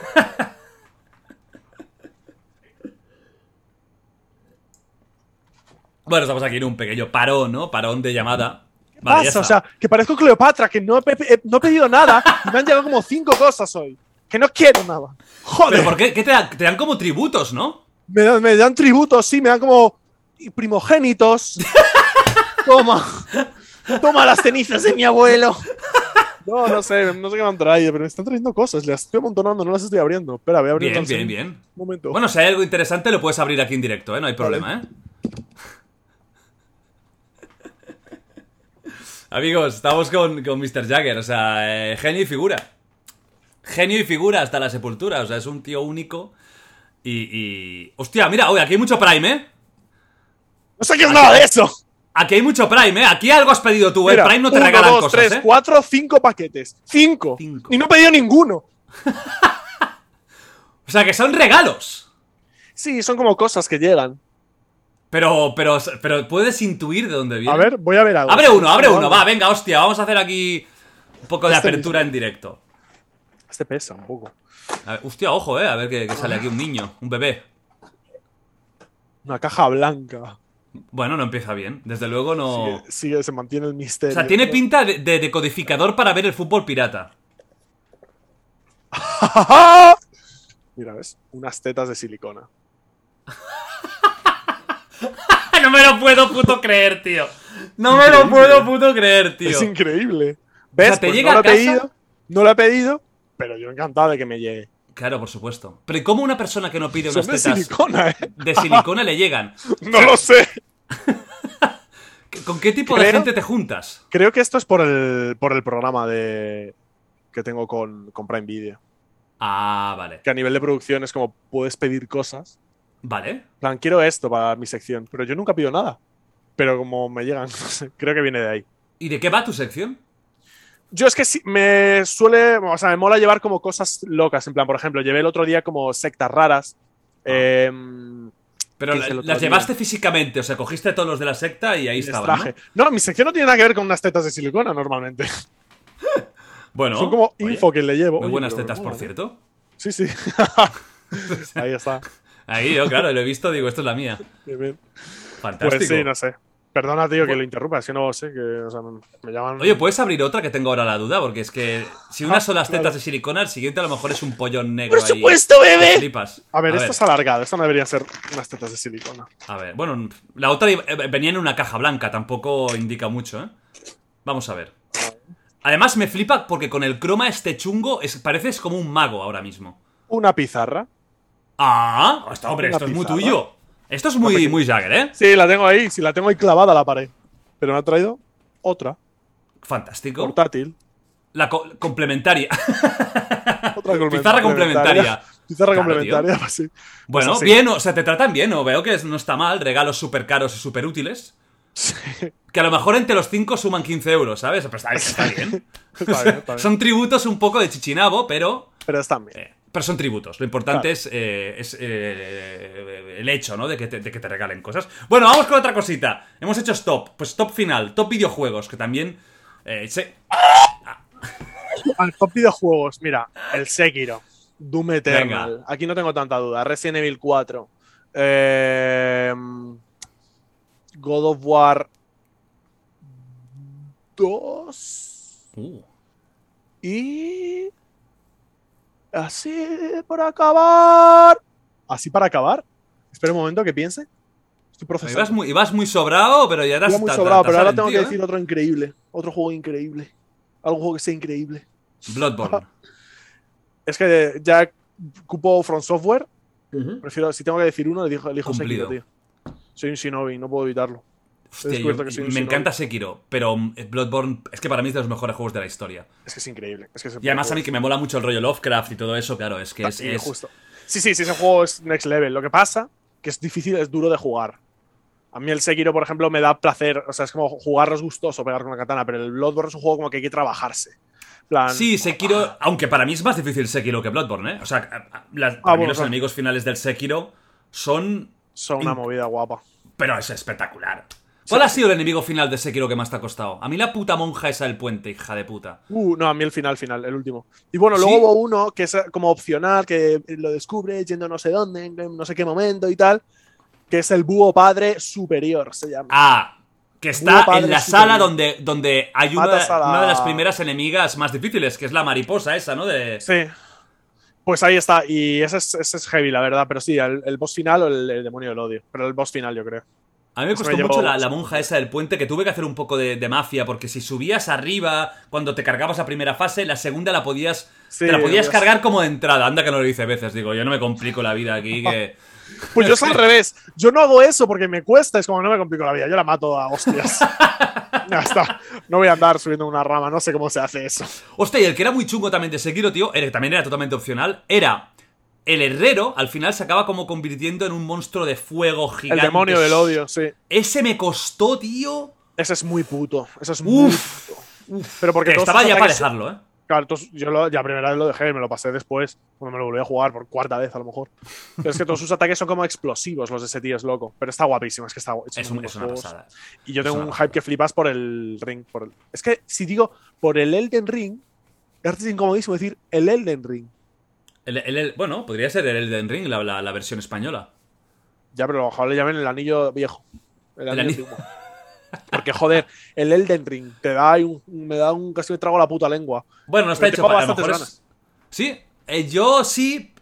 B: Bueno, estamos aquí en un pequeño parón, ¿no? Parón de llamada. Vale, ya
C: Pasa,
B: está.
C: o sea, que parezco Cleopatra, que no he, pe- he- no he pedido nada y me han llegado como cinco cosas hoy. Que no quiero nada. Joder.
B: ¿Pero por qué? ¿Qué te, dan? Te dan como tributos, ¿no?
C: Me, dan, me dan tributos, sí, me dan como primogénitos. Toma. Toma las cenizas de mi abuelo. No, no sé, no sé qué me han traído, pero me están trayendo cosas. Las estoy amontonando, no las estoy abriendo. Espera, voy a abrir
B: Bien, bien, bien.
C: Un momento.
B: Bueno, si hay algo interesante lo puedes abrir aquí en directo, ¿eh? No hay problema, ¿eh? Amigos, estamos con, con mister Jagger, o sea, eh, genio y figura. Genio y figura hasta la sepultura, o sea, es un tío único. Y, y... Hostia, mira, oye, aquí hay mucho Prime, ¿eh?
C: No sé qué es nada de eso.
B: Aquí hay mucho Prime, ¿eh? Aquí algo has pedido tú, ¿eh?
C: Mira,
B: Prime no te
C: uno,
B: regalan
C: dos,
B: cosas,
C: tres,
B: ¿eh?
C: cuatro, cinco paquetes. Cinco.
B: Cinco.
C: Y no he pedido ninguno.
B: O sea, que son regalos.
C: Sí, son como cosas que llegan.
B: Pero, pero, pero puedes intuir de dónde viene.
C: A ver, voy a ver algo.
B: Abre uno, abre
C: No,
B: uno,
C: no.
B: va, venga, hostia, vamos a hacer aquí un poco de
C: Este
B: apertura
C: mismo.
B: en directo.
C: Este pesa un poco.
B: A ver, hostia, ojo, eh, a ver que, que sale aquí un niño, un bebé.
C: Una caja blanca.
B: Bueno, no empieza bien, desde luego no...
C: Sigue, sigue, se mantiene el
B: O
C: misterio.
B: sea, tiene pinta de, de decodificador para ver el fútbol pirata.
C: Mira, ¿ves? Unas tetas de silicona.
B: No me lo puedo puto creer, tío. No me lo puedo puto creer, tío.
C: Es increíble. ¿Ves?
B: O sea, te
C: Pues
B: llega
C: no lo
B: a
C: he
B: casa-
C: pedido. No lo he pedido, pero yo encantado de que me llegue.
B: Claro, por supuesto. Pero ¿y cómo una persona que no pide
C: Son
B: unas
C: de
B: tetas
C: silicona, ¿eh?
B: de silicona le llegan?
C: No lo sé.
B: ¿Con qué tipo de
C: Creo-
B: gente te juntas?
C: Creo que esto es por el, por el programa de que tengo con, con Prime Video.
B: Ah, vale.
C: Que a nivel de producción es como puedes pedir cosas.
B: Vale.
C: En plan, quiero esto para mi sección, pero yo nunca pido nada. Pero como me llegan, no sé, creo que viene de ahí.
B: ¿Y de qué va tu sección?
C: Yo es que sí, me suele, o sea, me mola llevar como cosas locas. En plan, por ejemplo, llevé el otro día como sectas raras. Eh,
B: Pero
C: ¿qué
B: la-
C: hice el otro
B: las
C: día?
B: llevaste físicamente, o sea, cogiste a todos los de la secta y ahí
C: Y les
B: estaban,
C: traje.
B: ¿no?
C: No, mi sección no tiene nada que ver con unas tetas de silicona normalmente.
B: Bueno,
C: Son como
B: oye,
C: info que le llevo.
B: muy
C: Oye,
B: buenas
C: pero me
B: tetas,
C: mola,
B: por
C: ¿eh?
B: cierto.
C: Sí, sí. Ahí está.
B: Ahí yo, claro, lo he visto, digo, esto es la mía.
C: Bien, bien.
B: Fantástico.
C: Pues sí, no sé. Perdona, tío, que
B: Bueno.
C: lo interrumpa, es que no sé, que o sea, me me llaman.
B: Oye, ¿puedes abrir otra que tengo ahora la duda? Porque es que si unas son las
C: claro.
B: tetas de silicona, el siguiente a lo mejor es un pollón negro
C: ¡Por
B: ahí.
C: supuesto,
B: Que
C: bebé!
B: flipas.
C: A ver, esto es alargado, esto no deberían ser unas tetas de silicona.
B: A ver, bueno, la otra eh, venía en una caja blanca, tampoco indica mucho, ¿eh? Vamos a ver. Además me flipa porque con el croma este chungo es, pareces como un mago ahora mismo.
C: Una pizarra.
B: Ah, hasta, hombre,
C: Una
B: esto es muy
C: pizarra.
B: tuyo. Esto es muy, muy Jagger, ¿eh?
C: Sí, la tengo ahí, sí, la tengo ahí clavada a la pared. Pero me ha traído otra,
B: Fantástico.
C: portátil.
B: La co- complementaria.
C: Otra complementaria.
B: Pizarra complementaria.
C: Pizarra
B: Claro,
C: complementaria, pues sí.
B: Bueno,
C: Pues así.
B: bien, o sea, te tratan bien, o veo que no está mal, regalos súper caros y súper útiles.
C: Sí.
B: Que a lo mejor entre los cinco suman quince euros, ¿sabes? Pero está, está bien.
C: Está bien, está bien.
B: Son tributos un poco de chichinabo, pero...
C: Pero están bien.
B: eh, pero son tributos. Lo importante
C: Claro.
B: es, eh, es eh, el hecho, ¿no? De que, te, de que te regalen cosas. Bueno, vamos con otra cosita. Hemos hecho stop. Pues top final. Top videojuegos, que también... Eh, se-
C: Al top videojuegos, mira, el Sekiro, Doom Eternal.
B: Venga.
C: Aquí no tengo tanta duda. Resident Evil cuatro. eh, God of War dos.
B: Uh,
C: Y. Así para acabar. Así para acabar. Espera un momento que piense. Estoy
B: Ibas
C: procesando.
B: muy, ibas muy sobrado, pero ya te has
C: Iba muy
B: ta-
C: sobrado,
B: ta-
C: pero
B: te has
C: ahora tengo que
B: sentido,
C: decir
B: ¿eh?
C: otro increíble. Otro juego increíble. Algo juego que sea increíble.
B: Bloodborne.
C: Es que ya cupo From Software.
B: Ujú.
C: Prefiero, si tengo que decir uno, elijo, elijo
B: Cumplido.
C: Sekiro, tío. Soy un shinobi, no puedo evitarlo. He
B: Hostia,
C: descubierto
B: yo-
C: que soy un
B: me
C: shinobi.
B: encanta Sekiro, pero Bloodborne es que para mí es de los mejores juegos de la historia.
C: Es que es increíble. Es que es
B: Y además a mí que me mola mucho el rollo Lovecraft y todo eso, claro, es que es...
C: Sí,
B: es-
C: justo. Sí, sí, sí, ese juego es next level. Lo que pasa que es difícil, es duro de jugar. A mí el Sekiro, por ejemplo, me da placer. O sea, es como jugarlo es gustoso, pegar con la katana, pero el Bloodborne es un juego como que hay que trabajarse. En plan,
B: Sí, Sekiro, aunque para mí es más difícil Sekiro que Bloodborne, ¿eh? O sea, a- a- las- para mí
C: bueno,
B: los
C: claro.
B: enemigos finales del Sekiro son...
C: son una
B: in-
C: movida guapa.
B: Pero es espectacular. ¿Cuál ha sido el enemigo final de Sekiro que más te ha costado? A mí la puta monja esa del puente, hija de puta.
C: Uh, no, a mí el final, final, el último. Y bueno,
B: ¿Sí?
C: luego hubo uno que es como opcional, que lo descubre yendo no sé dónde, en no sé qué momento y tal, que es el búho padre superior, se llama.
B: Ah, que está
C: Búho padre
B: en la
C: superior.
B: sala donde, donde hay una,
C: Matas a la-
B: una de las primeras enemigas más difíciles, que es la mariposa esa, ¿no? De...
C: Sí. Pues ahí está, y ese es, ese es heavy, la verdad, pero sí, el, el boss final o el, el demonio del odio, pero el boss final yo creo.
B: A mí me
C: Eso
B: costó
C: me
B: mucho
C: llevó-
B: la, la monja esa del puente, que tuve que hacer un poco de, de mafia, porque si subías arriba, cuando te cargabas la primera fase, la segunda la podías...
C: Sí,
B: te la podías
C: Dios.
B: cargar como de entrada. Anda que no lo hice veces, digo, yo no me complico la vida aquí, que...
C: Pues yo es al revés, yo no hago eso porque me cuesta, es como no me complico la vida, yo la mato a hostias. Ya está, no voy a andar subiendo una rama, no sé cómo se hace eso.
B: Hostia, y el que era muy chungo también de Sekiro, tío, era, que también era totalmente opcional, era... El herrero, al final, se acaba como convirtiendo en un monstruo de fuego
C: El
B: gigante.
C: demonio del odio, sí.
B: Ese me costó, tío...
C: Ese es muy puto, ese es muy
B: Uf,
C: puto. Pero porque
B: que
C: todos
B: estaba
C: sus
B: ya para
C: ataques-
B: dejarlo, ¿eh?
C: Claro, todos- yo lo, ya primera vez lo dejé, me lo pasé después, cuando me lo volví a jugar por cuarta vez a lo mejor. Pero es que todos sus ataques son como explosivos, los de ese tío es loco. Pero está guapísimo, es que está hecho
B: Es,
C: muy
B: un- es
C: buenos
B: una
C: juegos.
B: pasada.
C: Y yo
B: Es
C: tengo
B: una
C: un
B: pasada.
C: hype que flipas por el ring. Por el... Es que si digo por el Elden Ring, es incomodísimo decir el Elden Ring.
B: El- el- el- bueno, podría ser el Elden Ring, la, la- la versión española.
C: Ya, pero ojalá le llamen el anillo viejo. El
B: El
C: anillo
B: anillo-
C: antiguo. Porque, joder, el Elden Ring te da ahí un, me da un casi me trago la puta lengua.
B: Bueno, no está
C: Pero
B: hecho
C: tengo
B: para... A lo
C: bastantes
B: mejor es- Sí, eh, yo sí...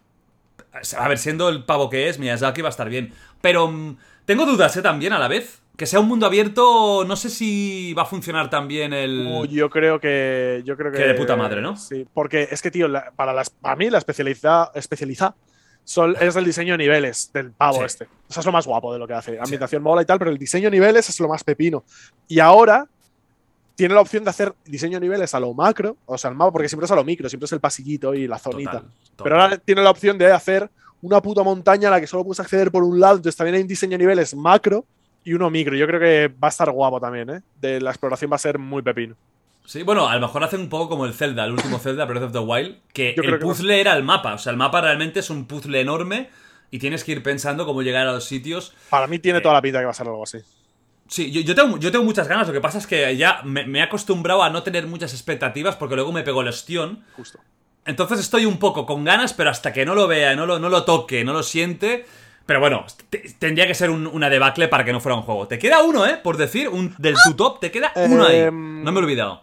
B: A ver, siendo el pavo que es, Miyazaki va a estar bien. Pero mm, tengo dudas, ¿eh? También a la vez. Que sea un mundo abierto, no sé si va a funcionar tan bien el...
C: Uh, yo creo que. Yo creo que.
B: Que de puta madre, ¿no?
C: Sí, porque es que, tío, la- para, las, para mí la especializa, especializa son- es el diseño de niveles del pavo
B: Sí.
C: este. Eso es lo más guapo de lo que hace. Ambientación mola y tal, pero el diseño de niveles es lo más pepino. Y ahora tiene la opción de hacer diseño de niveles a lo macro, o sea, al mapa, porque siempre es a lo micro, siempre es el pasillito y la zonita.
B: Total, total.
C: Pero ahora tiene la opción de hacer una puta montaña a la que solo puedes acceder por un lado. Entonces también hay un diseño de niveles macro y uno micro. Yo creo que va a estar guapo también, ¿eh? De la exploración va a ser muy pepino.
B: Sí, bueno, a lo mejor hacen un poco como el Zelda, el último Zelda, Breath of the Wild, que
C: Yo creo
B: el
C: que no.
B: puzzle era el mapa. O sea, el mapa realmente es un puzzle enorme y tienes que ir pensando cómo llegar a los sitios.
C: Para mí tiene
B: Eh.
C: toda la pinta que va a ser algo así.
B: Sí, yo, yo tengo, yo tengo muchas ganas, lo que pasa es que ya me, me he acostumbrado a no tener muchas expectativas porque luego me pegó el ostión.
C: Justo.
B: Entonces estoy un poco con ganas, pero hasta que no lo vea, no lo, no lo toque, no lo siente... Pero bueno, te- tendría que ser un- una debacle para que no fuera un juego. Te queda uno, ¿eh? Por decir, un, del tu top, te queda uno ahí.
C: Em,
B: No me he olvidado.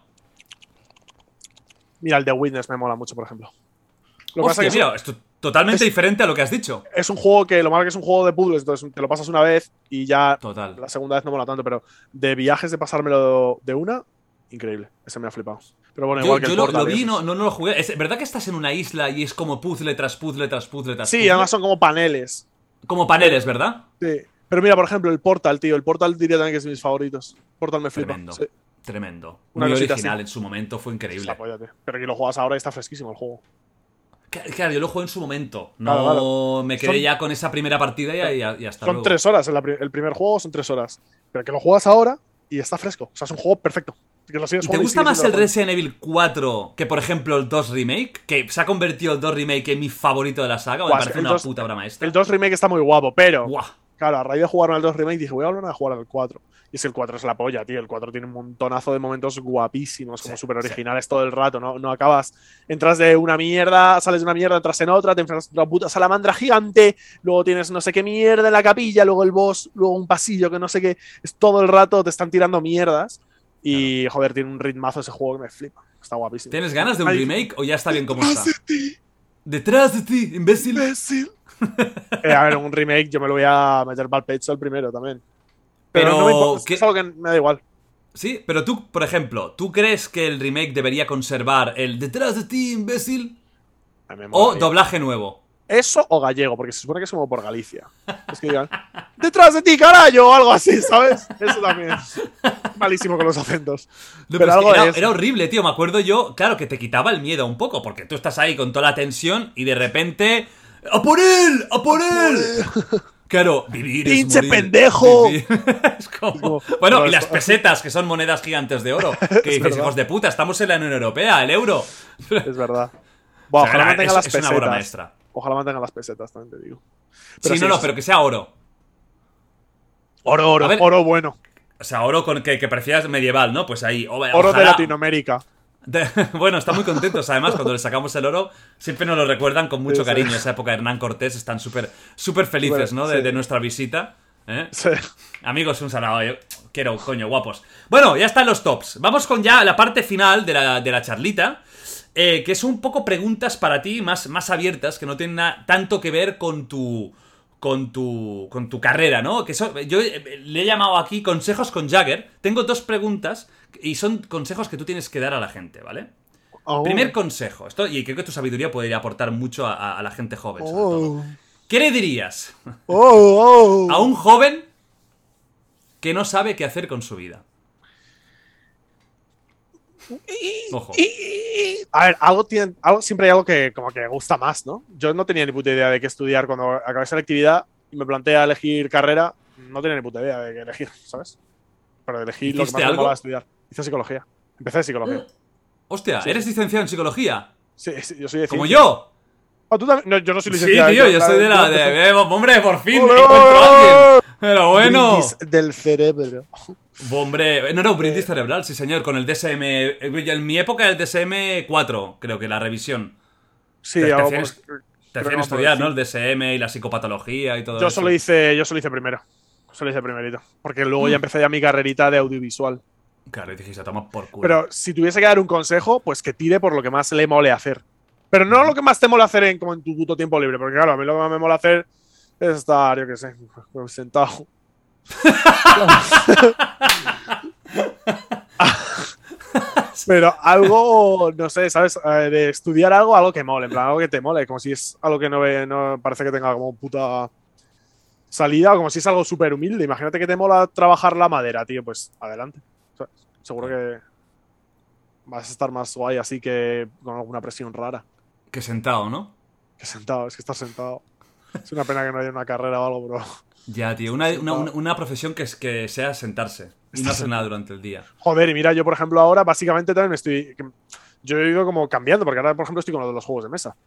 C: Mira, el The Witness me mola mucho, por ejemplo. Lo que pasa
B: Hostia,
C: es que
B: mira, esto totalmente
C: es-
B: diferente a lo que has dicho.
C: es un juego que lo malo que es un juego de puzzles, entonces te lo pasas una vez y ya
B: Total.
C: la segunda vez no mola tanto, pero de viajes de pasármelo de una, increíble. Ese me ha flipado. Pero bueno,
B: Yo,
C: igual que
B: yo
C: el
B: lo,
C: Portal
B: lo
C: y
B: vi,
C: esos.
B: no, no, no lo jugué. ¿Es verdad que estás en una isla y es como puzzle tras puzzle tras puzzle tras
C: Sí,
B: puzzle?
C: además son como paneles.
B: Como paneles, ¿verdad?
C: Sí. Pero mira, por ejemplo, el Portal, tío. El Portal diría también que es de mis favoritos. Portal me flipa.
B: Tremendo.
C: Sí.
B: Tremendo.
C: Una
B: Muy
C: cosita
B: original
C: así.
B: en su momento, fue increíble.
C: Apóyate. Pero que lo juegas ahora y está fresquísimo el juego.
B: Claro, claro, yo lo jugué en su momento. No
C: Claro, claro.
B: me quedé
C: Son-
B: ya con esa primera partida y ya, ya está.
C: Son tres horas. El, el primer juego son tres horas. Pero que lo juegas ahora y está fresco. O sea, es un juego perfecto. Que lo sigues
B: ¿Y te
C: jugando y
B: gusta
C: sigues
B: más el
C: siendo
B: Resident Evil cuatro que, por ejemplo, el dos Remake? Que se ha convertido el dos Remake en mi favorito de la saga. Me
C: Buah,
B: parece
C: el
B: una
C: dos-
B: puta obra maestra.
C: El dos Remake está muy guapo, pero
B: Buah.
C: claro, a raíz de jugar al dos Remake dije, voy a volver a jugar al cuatro. Y es que el cuatro es la polla, tío. El cuatro tiene un montonazo de momentos guapísimos, como
B: Sí,
C: súper
B: sí.
C: originales todo el rato. ¿no? No acabas, entras de una mierda, sales de una mierda, entras en otra, te enfrentas a una puta salamandra gigante, luego tienes no sé qué mierda en la capilla, luego el boss, luego un pasillo que no sé qué. Es todo el rato te están tirando mierdas. Y joder, tiene un ritmazo ese juego que me flipa. Está guapísimo.
B: ¿Tienes ganas de un
C: Ay,
B: remake o ya está bien como está?
C: ¡Detrás de ti,
B: Detrás de ti, imbécil.
C: imbécil! Eh, a ver, un remake yo me lo voy a meter para el pecho el primero también. Pero,
B: Pero,
C: no me importa,
B: ¿qué?
C: es algo que me da igual.
B: Sí, pero tú, por ejemplo, ¿tú crees que el remake debería conservar el detrás de ti, imbécil?
C: A mí me
B: ¿O
C: molaría.
B: doblaje nuevo?
C: Eso o gallego, porque se supone que es como por Galicia. Es que digan, ¡detrás de ti, carajo! O algo así, ¿sabes? Eso también es malísimo con los acentos.
B: No,
C: pero
B: pero es que
C: algo
B: era,
C: de eso.
B: era horrible, tío. Me acuerdo yo, claro, que te quitaba el miedo un poco, porque tú estás ahí con toda la tensión y de repente. ¡A por él! ¡A por él! Claro, vivir es
C: ¡Pinche
B: morir.
C: pendejo!
B: Vivir- es como-
C: Es como-
B: Bueno,
C: pero
B: y las
C: esto-
B: pesetas, que son monedas gigantes de oro. Que dices,
C: verdad.
B: hijos de puta, estamos en la Unión Europea, el euro.
C: Es verdad. Buah,
B: O sea,
C: ojalá
B: era-
C: mantengan
B: es-
C: las
B: es
C: pesetas.
B: una obra maestra.
C: Ojalá mantengan las pesetas, también te digo.
B: Sí,
C: sí,
B: no, no,
C: eso-
B: pero que sea oro.
C: Oro, oro,
B: A ver.
C: oro bueno.
B: O sea, oro con que, que parecías medieval, ¿no? Pues ahí. o-
C: Oro de
B: ojalá-
C: Latinoamérica.
B: De- bueno, están muy contentos. Además, cuando les sacamos el oro, siempre nos lo recuerdan con mucho
C: Sí, sí.
B: cariño. Esa época de Hernán Cortés, están súper súper felices, ¿no? De,
C: Sí.
B: de nuestra visita. ¿eh?
C: Sí.
B: Amigos, un saludo. Yo quiero, coño, guapos. Bueno, ya están los tops. Vamos con ya la parte final de la, de la charlita. eh, que es un poco preguntas para ti, más, más abiertas, que no tienen na- tanto que ver con tu. Con tu, con tu carrera, ¿no? Que so- yo eh, le he llamado aquí consejos con Jagger. Tengo dos preguntas y son consejos que tú tienes que dar a la gente, ¿vale?
C: Oh.
B: Primer consejo, esto, y creo que tu sabiduría podría aportar mucho a, a- a la gente joven, sobre todo.
C: Oh.
B: ¿Qué le dirías
C: Oh, oh.
B: a un joven que no sabe qué hacer con su vida? Ojo.
C: A ver, algo, tiene, algo siempre hay algo que como que gusta más, ¿no? Yo no tenía ni puta idea de qué estudiar cuando acabé selectividad y me planteé a elegir carrera. No tenía ni puta idea de qué elegir, ¿sabes? Pero elegí lo que
B: ¿Hiciste
C: más me
B: algo?
C: molaba estudiar. Hice psicología. Empecé psicología.
B: Hostia,
C: Sí,
B: ¿eres
C: sí.
B: licenciado en psicología?
C: Sí, sí, yo soy de
B: Como
C: ciencia.
B: yo.
C: Ah, ¿tú también? No, yo no soy
B: Sí,
C: licenciado.
B: tío, yo soy de la...
C: yo-
B: De, eh, hombre, por fin
C: ¡Ole!
B: encuentro a alguien. Pero bueno.
C: Brindis del cerebro.
B: Hombre, no, no, brindis cerebral, sí señor, con el D S M... En mi época el D S M cuatro, creo que la revisión.
C: Sí,
B: Te- te
C: algo
B: hacían
C: por-
B: est-
C: creo
B: Te
C: que
B: hacían
C: no,
B: estudiar,
C: por
B: ¿no? El D S M y la psicopatología y todo
C: Yo
B: eso.
C: solo hice, yo solo hice primero. Solo hice primerito. Porque luego ya empecé ya mi carrerita de audiovisual.
B: Claro, y dijiste, toma por culo.
C: Pero si tuviese que dar un consejo, pues que tire por lo que más le mole hacer. Pero no lo que más te mole hacer en, como en tu puto tiempo libre. Porque claro, a mí lo que más me mola hacer es estar, yo qué sé, sentado. Pero algo, no sé, ¿sabes? Eh, de estudiar algo, algo que mole, en plan, algo que te mole. Como si es algo que no, ve, no parece que tenga como puta salida, o como si es algo súper humilde. Imagínate que te mola trabajar la madera, tío, pues adelante. ¿Sabes? Seguro que vas a estar más guay así que con alguna presión rara.
B: Que sentado, ¿no?
C: Que sentado, es que estar sentado. Es una pena que no haya una carrera o algo, bro.
B: Ya, tío, una, una, una- una profesión que, es, que sea sentarse y no hacer nada durante el día.
C: Joder, y mira, yo por ejemplo ahora básicamente también me estoy... que- Yo he ido como cambiando, porque ahora por ejemplo estoy con lo de los juegos de mesa.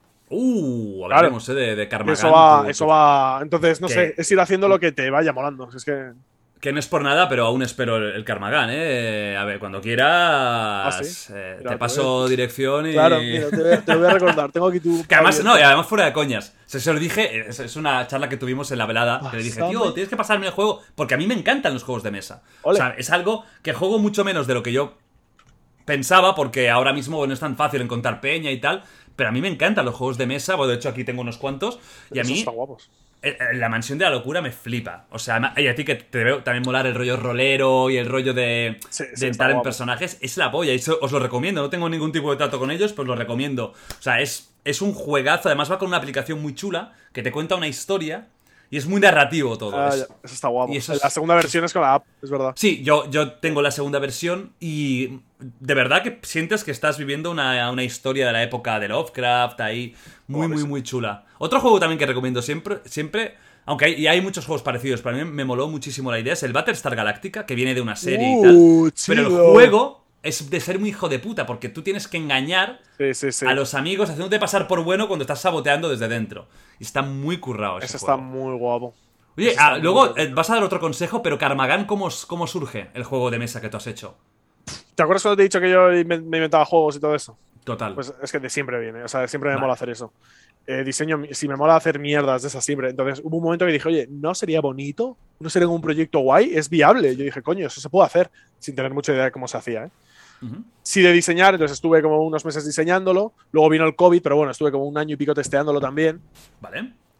B: Uh,
C: Claro.
B: hablaremos, eh, de, de
C: Y
B: Carmagan.
C: eso va,
B: tu-
C: eso
B: tu-
C: va... Entonces, no
B: ¿Qué?
C: sé, es ir haciendo lo que te vaya molando. Es que...
B: Que no es por nada, pero aún espero el, el Carmagan, ¿eh? A ver, cuando quieras,
C: Ah, ¿sí?
B: eh,
C: Mira,
B: te
C: te
B: paso dirección y...
C: Claro, mira, te, voy- te lo voy a recordar. Tengo aquí tu...
B: Que además, no, y además fuera de coñas. Se, se lo dije, es, es una charla que tuvimos en la velada, que le dije,
C: Pásame.
B: tío, tienes que pasarme el juego, porque a mí me encantan los juegos de mesa.
C: Ole.
B: O sea, es algo que juego mucho menos de lo que yo pensaba, porque ahora mismo no es tan fácil encontrar peña y tal, pero a mí me encantan los juegos de mesa, bueno, de hecho aquí tengo unos cuantos, y a
C: Esos
B: mí...
C: están guapos.
B: Eh, eh, La mansión de la locura me flipa. O sea, ma- y a ti que te veo también molar el rollo rolero y el rollo de,
C: Sí, sí,
B: de
C: está
B: entrar en
C: guapo.
B: personajes, es la polla. Y eso os lo recomiendo. No tengo ningún tipo de trato con ellos, pues lo recomiendo. O sea, es, es un juegazo. Además, va con una aplicación muy chula que te cuenta una historia y es muy narrativo todo.
C: Ah,
B: Es-
C: ya, eso está guapo.
B: y eso es-
C: La segunda versión es con la app, es verdad.
B: Sí, yo, yo tengo la segunda versión y de verdad que sientes que estás viviendo una, una historia de la época de Lovecraft ahí, muy,
C: Joder,
B: muy,
C: sí.
B: muy chula. Otro juego también que recomiendo siempre, siempre aunque hay, y hay muchos juegos parecidos, pero a mí me moló muchísimo la idea, es el Battlestar Galactica, que viene de una serie y tal.
C: Uh,
B: Pero el
C: chido.
B: juego es de ser muy hijo de puta, porque tú tienes que engañar
C: Sí, sí, sí.
B: a los amigos haciéndote pasar por bueno cuando estás saboteando desde dentro. Y está muy currado ese
C: Ese está
B: juego.
C: muy guapo.
B: Oye,
C: Ese está
B: ah,
C: muy
B: luego
C: guapo.
B: eh, vas a dar otro consejo, pero Carmagan, ¿cómo, ¿cómo surge el juego de mesa que tú has hecho?
C: ¿Te acuerdas cuando te he dicho que yo inven- me inventaba juegos y todo eso?
B: Total.
C: Pues es que de siempre viene, o sea, de siempre me
B: Vale.
C: mola hacer eso. Eh, diseño, si me mola hacer mierdas de esas siempre. Entonces hubo un momento que dije, oye, ¿no sería bonito? ¿No sería un proyecto guay? Es viable. Yo dije, coño, eso se puede hacer, sin tener mucha idea de cómo se hacía, ¿eh?
B: Ujú.
C: Sí, de diseñar, entonces estuve como unos meses diseñándolo. Luego vino el COVID, pero bueno, estuve como un año y pico testeándolo también.
B: Vale.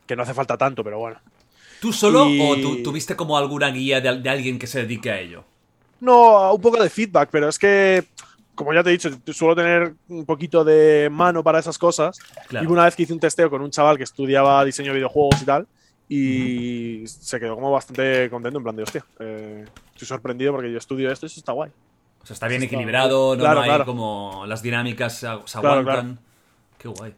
C: que no hace falta tanto, pero bueno.
B: ¿Tú solo
C: Y-
B: o tú tuviste como alguna guía de, de alguien que se dedique a ello?
C: No, un poco de feedback, pero es que, como ya te he dicho, suelo tener un poquito de mano para esas cosas.
B: Claro.
C: Y una vez que hice un testeo con un chaval que estudiaba diseño de videojuegos y tal, y se quedó como bastante contento, en plan de, hostia, eh, estoy sorprendido porque yo estudio esto y eso está guay.
B: O sea, está bien
C: Eso está-
B: equilibrado, no,
C: claro,
B: no hay
C: claro.
B: como las dinámicas se, se
C: Claro,
B: aguantan. Qué guay.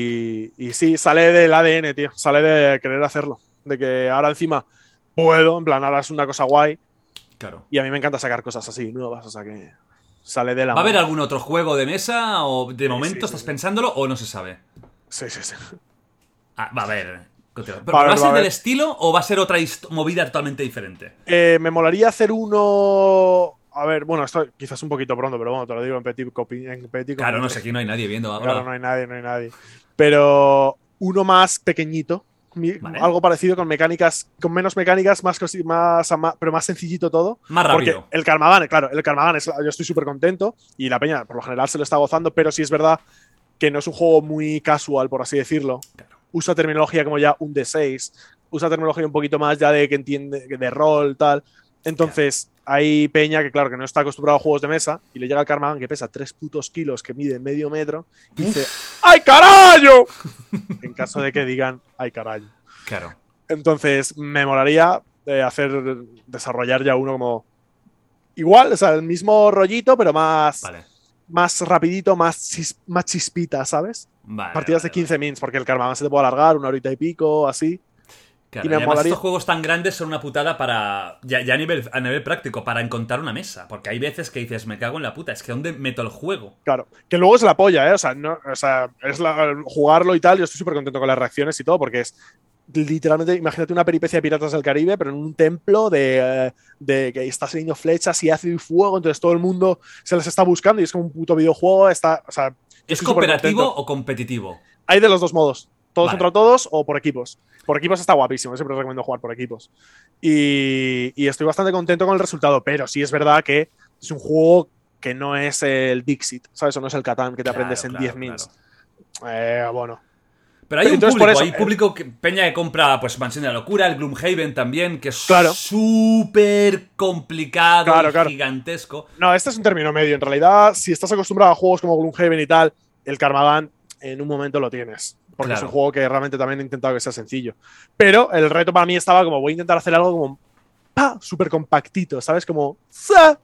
C: Y, y sí, sale del A D N, tío. Sale de querer hacerlo. De que ahora encima puedo, en plan, ahora es una cosa guay.
B: Claro.
C: Y a mí me encanta sacar cosas así, nuevas. O sea que sale de la
B: ¿Va a haber
C: mano.
B: algún otro juego de mesa o de momento
C: sí, sí,
B: estás
C: sí.
B: pensándolo o no se sabe?
C: Sí, sí, sí.
B: Ah, va a haber. Continúa. ¿Pero
C: Va a
B: va a
C: haber,
B: ser
C: va a
B: del
C: haber.
B: estilo o va a ser otra hist- movida totalmente diferente?
C: Eh, me molaría hacer uno. A ver, bueno, esto quizás un poquito pronto, pero bueno, te lo digo en petit, copi- en petit
B: Claro, no
C: comité.
B: sé, aquí no hay nadie viendo ahora.
C: Claro, no hay nadie, no hay nadie. Pero uno más pequeñito, mi-
B: Vale.
C: algo parecido con mecánicas, con menos mecánicas, más, cosi- más, ama- pero más sencillito todo.
B: Más rápido.
C: Porque el Carmagan, claro, el Carmagan es, yo estoy súper contento y la peña por lo general se lo está gozando, pero sí es verdad que no es un juego muy casual, por así decirlo.
B: Claro.
C: Usa terminología como ya un D seis, usa terminología un poquito más ya de que entiende, de rol, tal. Entonces, hay peña que, claro, que no está acostumbrado a juegos de mesa y le llega el Carmagan que pesa tres putos kilos, que mide medio metro, y dice ¡ay, carajo! En caso de que digan ¡ay, carajo!
B: Claro.
C: Entonces, me molaría eh, hacer, desarrollar ya uno como igual, o sea, el mismo rollito, pero más,
B: Vale.
C: más rapidito, más, chis- más chispita, ¿sabes?
B: Vale.
C: Partidas
B: vale,
C: de quince mins, porque el Carmagan se te puede alargar una horita y pico, así.
B: Claro,
C: y
B: y
C: me
B: además
C: molaría-
B: estos juegos tan grandes son una putada para. Ya, ya a, nivel, a nivel práctico, para encontrar una mesa. Porque hay veces que dices, me cago en la puta, es que ¿dónde meto el juego?
C: Claro, que luego es la polla, ¿eh? O sea, no, o sea es la- jugarlo y tal. Yo estoy súper contento con las reacciones y todo, porque es literalmente, imagínate una peripecia de Piratas del Caribe, pero en un templo de, eh, de que está saliendo flechas y ácido y fuego, entonces todo el mundo se las está buscando y es como un puto videojuego. Está, o sea, yo
B: ¿Es
C: estoy
B: cooperativo
C: supercontento.
B: o competitivo?
C: Hay de los dos modos, todos
B: Vale.
C: contra todos o por equipos. Por equipos está guapísimo, yo siempre recomiendo jugar por equipos. Y, y estoy bastante contento con el resultado, pero sí es verdad que es un juego que no es el Dixit, ¿sabes? O no es el Catán que te
B: Claro,
C: aprendes en
B: claro,
C: diez mins.
B: claro.
C: Eh, bueno.
B: Pero hay un
C: Entonces,
B: público,
C: por eso,
B: hay
C: eh,
B: público que peña que compra pues Mansión de la Locura, el Gloomhaven también, que es
C: Claro.
B: súper complicado
C: Claro,
B: y
C: claro.
B: gigantesco.
C: No, este es un término medio. En realidad, si estás acostumbrado a juegos como Gloomhaven y tal, el Carmagan en un momento lo tienes. Porque
B: Claro.
C: es un juego que realmente también he intentado que sea sencillo. Pero el reto para mí estaba como, voy a intentar hacer algo como, ¡pa! Súper compactito, ¿sabes? Como, ¡za!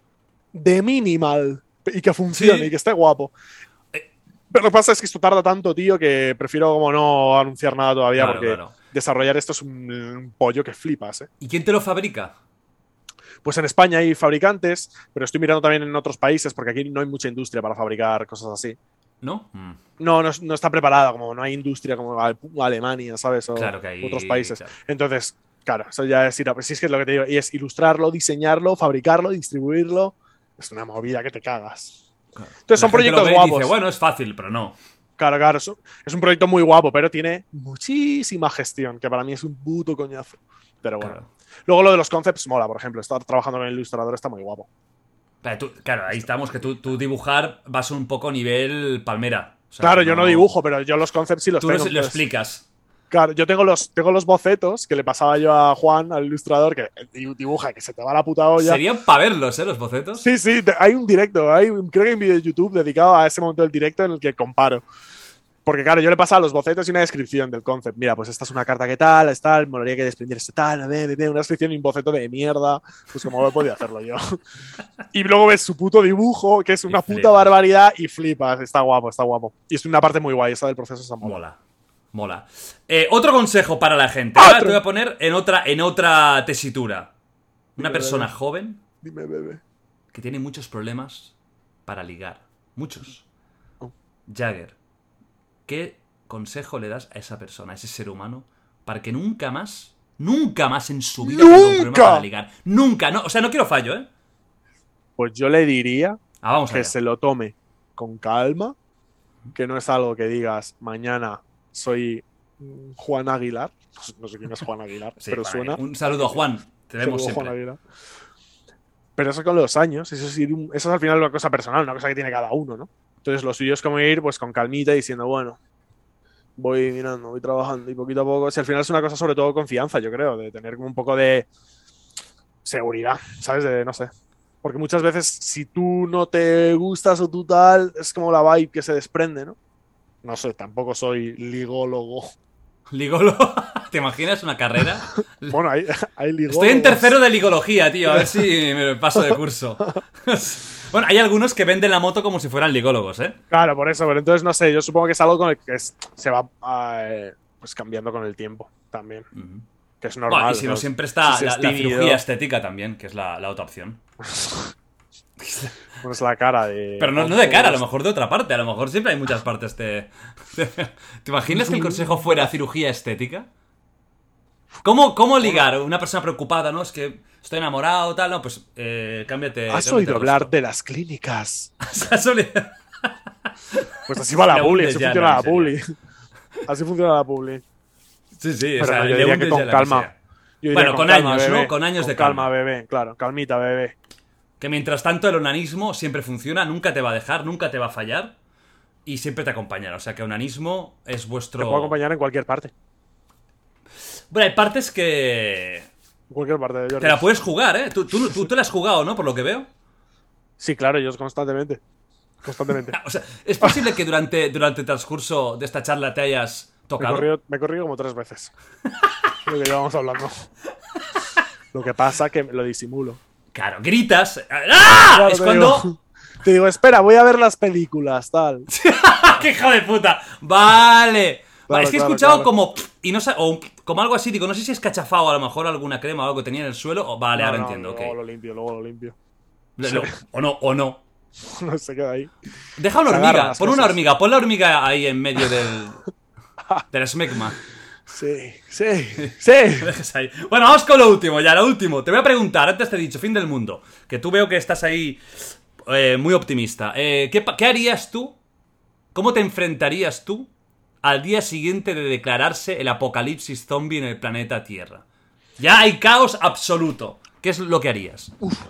C: De minimal. Y que funcione
B: Sí.
C: y que esté guapo. Pero lo que pasa es que esto tarda tanto, tío, que prefiero como no anunciar nada todavía
B: Claro,
C: porque
B: claro.
C: desarrollar esto es un, un pollo que flipas, ¿eh?
B: ¿Y quién te lo fabrica?
C: Pues en España hay fabricantes, pero estoy mirando también en otros países porque aquí no hay mucha industria para fabricar cosas así.
B: ¿No? Mm.
C: No, no, no está preparada, como no hay industria como Ale- Alemania, ¿sabes? O
B: Claro que hay.
C: otros países.
B: Claro.
C: Entonces, claro, eso ya es ir a. Pues sí, es que es lo que te digo. Y es ilustrarlo, diseñarlo, fabricarlo, distribuirlo. Es una movida que te cagas.
B: Claro.
C: Entonces son
B: La gente lo
C: proyectos
B: ve y
C: guapos.
B: dice, bueno, es fácil, pero no.
C: Claro, claro. eso- Es un proyecto muy guapo, pero tiene muchísima gestión, que para mí es un puto coñazo. Pero bueno.
B: Claro.
C: Luego lo de los concepts mola, por ejemplo. Estar trabajando con el ilustrador está muy guapo.
B: Pero tú- claro, ahí estamos, que tú, tú dibujar vas un poco nivel palmera. O sea,
C: Claro,
B: que
C: yo no dibujo, pero yo los concepts sí los
B: Tú
C: tengo.
B: lo, lo
C: entonces-
B: explicas.
C: Claro, yo tengo los, tengo los bocetos que le pasaba yo a Juan, al ilustrador, que dibuja, que se te va la puta olla.
B: Serían para verlos, ¿eh? Los bocetos.
C: Sí, sí, te- hay un directo, hay, un- creo que hay un vídeo de YouTube dedicado a ese momento del directo en el que comparo. Porque claro, yo le pasaba los bocetos y una descripción del concept. Mira, pues esta es una carta que tal, es tal, molaría que desprendiera este tal, ve, ve, ve, una descripción y un boceto de mierda. Pues como lo podía hacerlo yo. Y luego ves su puto dibujo, que es una puta
B: flipas.
C: barbaridad, y flipas. Está guapo, está guapo. Y es una parte muy guay, esa del proceso esa mola.
B: Mola. Mola. Eh, otro consejo para la gente. Ahora
C: Otro.
B: te voy a poner en otra, en otra tesitura. Una
C: Dime,
B: persona
C: bebé.
B: joven
C: Dime, bebé.
B: que tiene muchos problemas para ligar. Muchos.
C: Oh.
B: Jagger, ¿qué consejo le das a esa persona, a ese ser humano, para que nunca más, nunca más en su vida tenga un problema
C: ¡Nunca!
B: para ligar? Nunca, no, o sea, no quiero fallo, ¿eh?
C: Pues yo le diría
B: Ah, vamos
C: que
B: allá.
C: se lo tome con calma, que no es algo que digas mañana soy mm, Juan Aguilar. No sé- No sé quién es Juan Aguilar,
B: Sí,
C: pero
B: vale.
C: suena.
B: Un saludo a Juan. Te vemos
C: Saludo, Juan
B: siempre.
C: Aguilar. Pero eso con los años, eso es, ir un- eso es al final una cosa personal, una cosa que tiene cada uno, ¿no? Entonces lo suyo es como ir pues con calmita diciendo, bueno, voy mirando, voy trabajando y poquito a poco. Si al final es una cosa sobre todo de confianza, yo creo, de tener como un poco de seguridad, ¿sabes? De, no sé. Porque muchas veces si tú no te gustas o tú tal, es como la vibe que se desprende, ¿no? No sé, tampoco soy ligólogo.
B: Ligolo. ¿Te imaginas una carrera?
C: Bueno, hay, hay ligólogos.
B: Estoy en tercero de ligología, tío. A ver si me paso de curso. Bueno, hay algunos que venden la moto como si fueran ligólogos, ¿eh?
C: Claro, por eso, pero entonces no sé, yo supongo que es algo con el que es- se va eh, pues cambiando con el tiempo también.
B: Ujú.
C: Que es normal.
B: Bueno, y si no,
C: ¿no?
B: siempre está
C: Si se
B: la,
C: es
B: la
C: tímido,
B: cirugía estética también, que es la, la otra opción.
C: pones la cara de.
B: Pero no, no de cara, a lo mejor de otra parte. A lo mejor siempre hay muchas partes de... ¿Te imaginas que el consejo fuera cirugía estética? ¿Cómo, cómo ligar? Una persona preocupada, ¿no? Es que estoy enamorado, tal, no, pues eh, cámbiate.
C: ¿Has
B: cámbiate
C: oído
B: el
C: hablar
B: rostro.
C: de las clínicas?
B: ¿Has oído?
C: Pues así va la
B: Le
C: publi,
B: hundes
C: así
B: ya en
C: funciona
B: la
C: la publi. Así funciona la publi.
B: Sí, sí,
C: Pero
B: o sea,
C: no, yo
B: le
C: diría que
B: hundes
C: con
B: ya en la
C: calma.
B: miseria.
C: Yo diría
B: Bueno, con
C: calma,
B: años,
C: bebé.
B: ¿no? Con años
C: Con
B: de calma.
C: calma, bebé. Claro, calmita, bebé.
B: Que mientras tanto el onanismo siempre funciona, nunca te va a dejar, nunca te va a fallar y siempre te acompañará. O sea que onanismo es vuestro...
C: Te puedo acompañar en cualquier parte.
B: Bueno, hay partes que...
C: En cualquier parte de Jordi.
B: Te la puedes jugar, ¿eh? Tú, tú, tú te la has jugado, ¿no? Por lo que veo.
C: Sí, claro, yo constantemente. Constantemente.
B: O sea, ¿es posible que durante, durante el transcurso de esta charla te hayas
C: Me he
B: tocado?
C: corrido, me he corrido como tres veces. Lo que llevamos hablando. Lo que pasa que lo disimulo.
B: Claro, gritas. ¡Ah!
C: Claro,
B: Es
C: te
B: cuando...
C: digo- te digo, espera, voy a ver las películas, tal.
B: ¡Qué hijo de puta! Vale.
C: Claro,
B: Es que he
C: claro,
B: escuchado
C: claro.
B: como... Y no sé, o como algo así, digo, no sé si es cachafao, a lo mejor alguna crema o algo que tenía en el suelo. O... Vale,
C: No,
B: ahora
C: no,
B: entiendo, ok.
C: Luego lo limpio, luego lo limpio.
B: Lo- lo- O no, o no.
C: No se queda ahí.
B: Deja una
C: Se agarran
B: hormiga,
C: las
B: pon una
C: cosas.
B: hormiga, pon la hormiga ahí en medio del... del smegma.
C: Sí, sí, sí.
B: Lo dejes ahí. Bueno, vamos con lo último, ya, lo último. Te voy a preguntar, antes te he dicho, fin del mundo. Que tú veo que estás ahí eh, muy optimista. Eh, ¿qué, pa- ¿Qué harías tú? ¿Cómo te enfrentarías tú al día siguiente de declararse el apocalipsis zombie en el planeta Tierra? Ya hay caos absoluto. ¿Qué es lo que harías?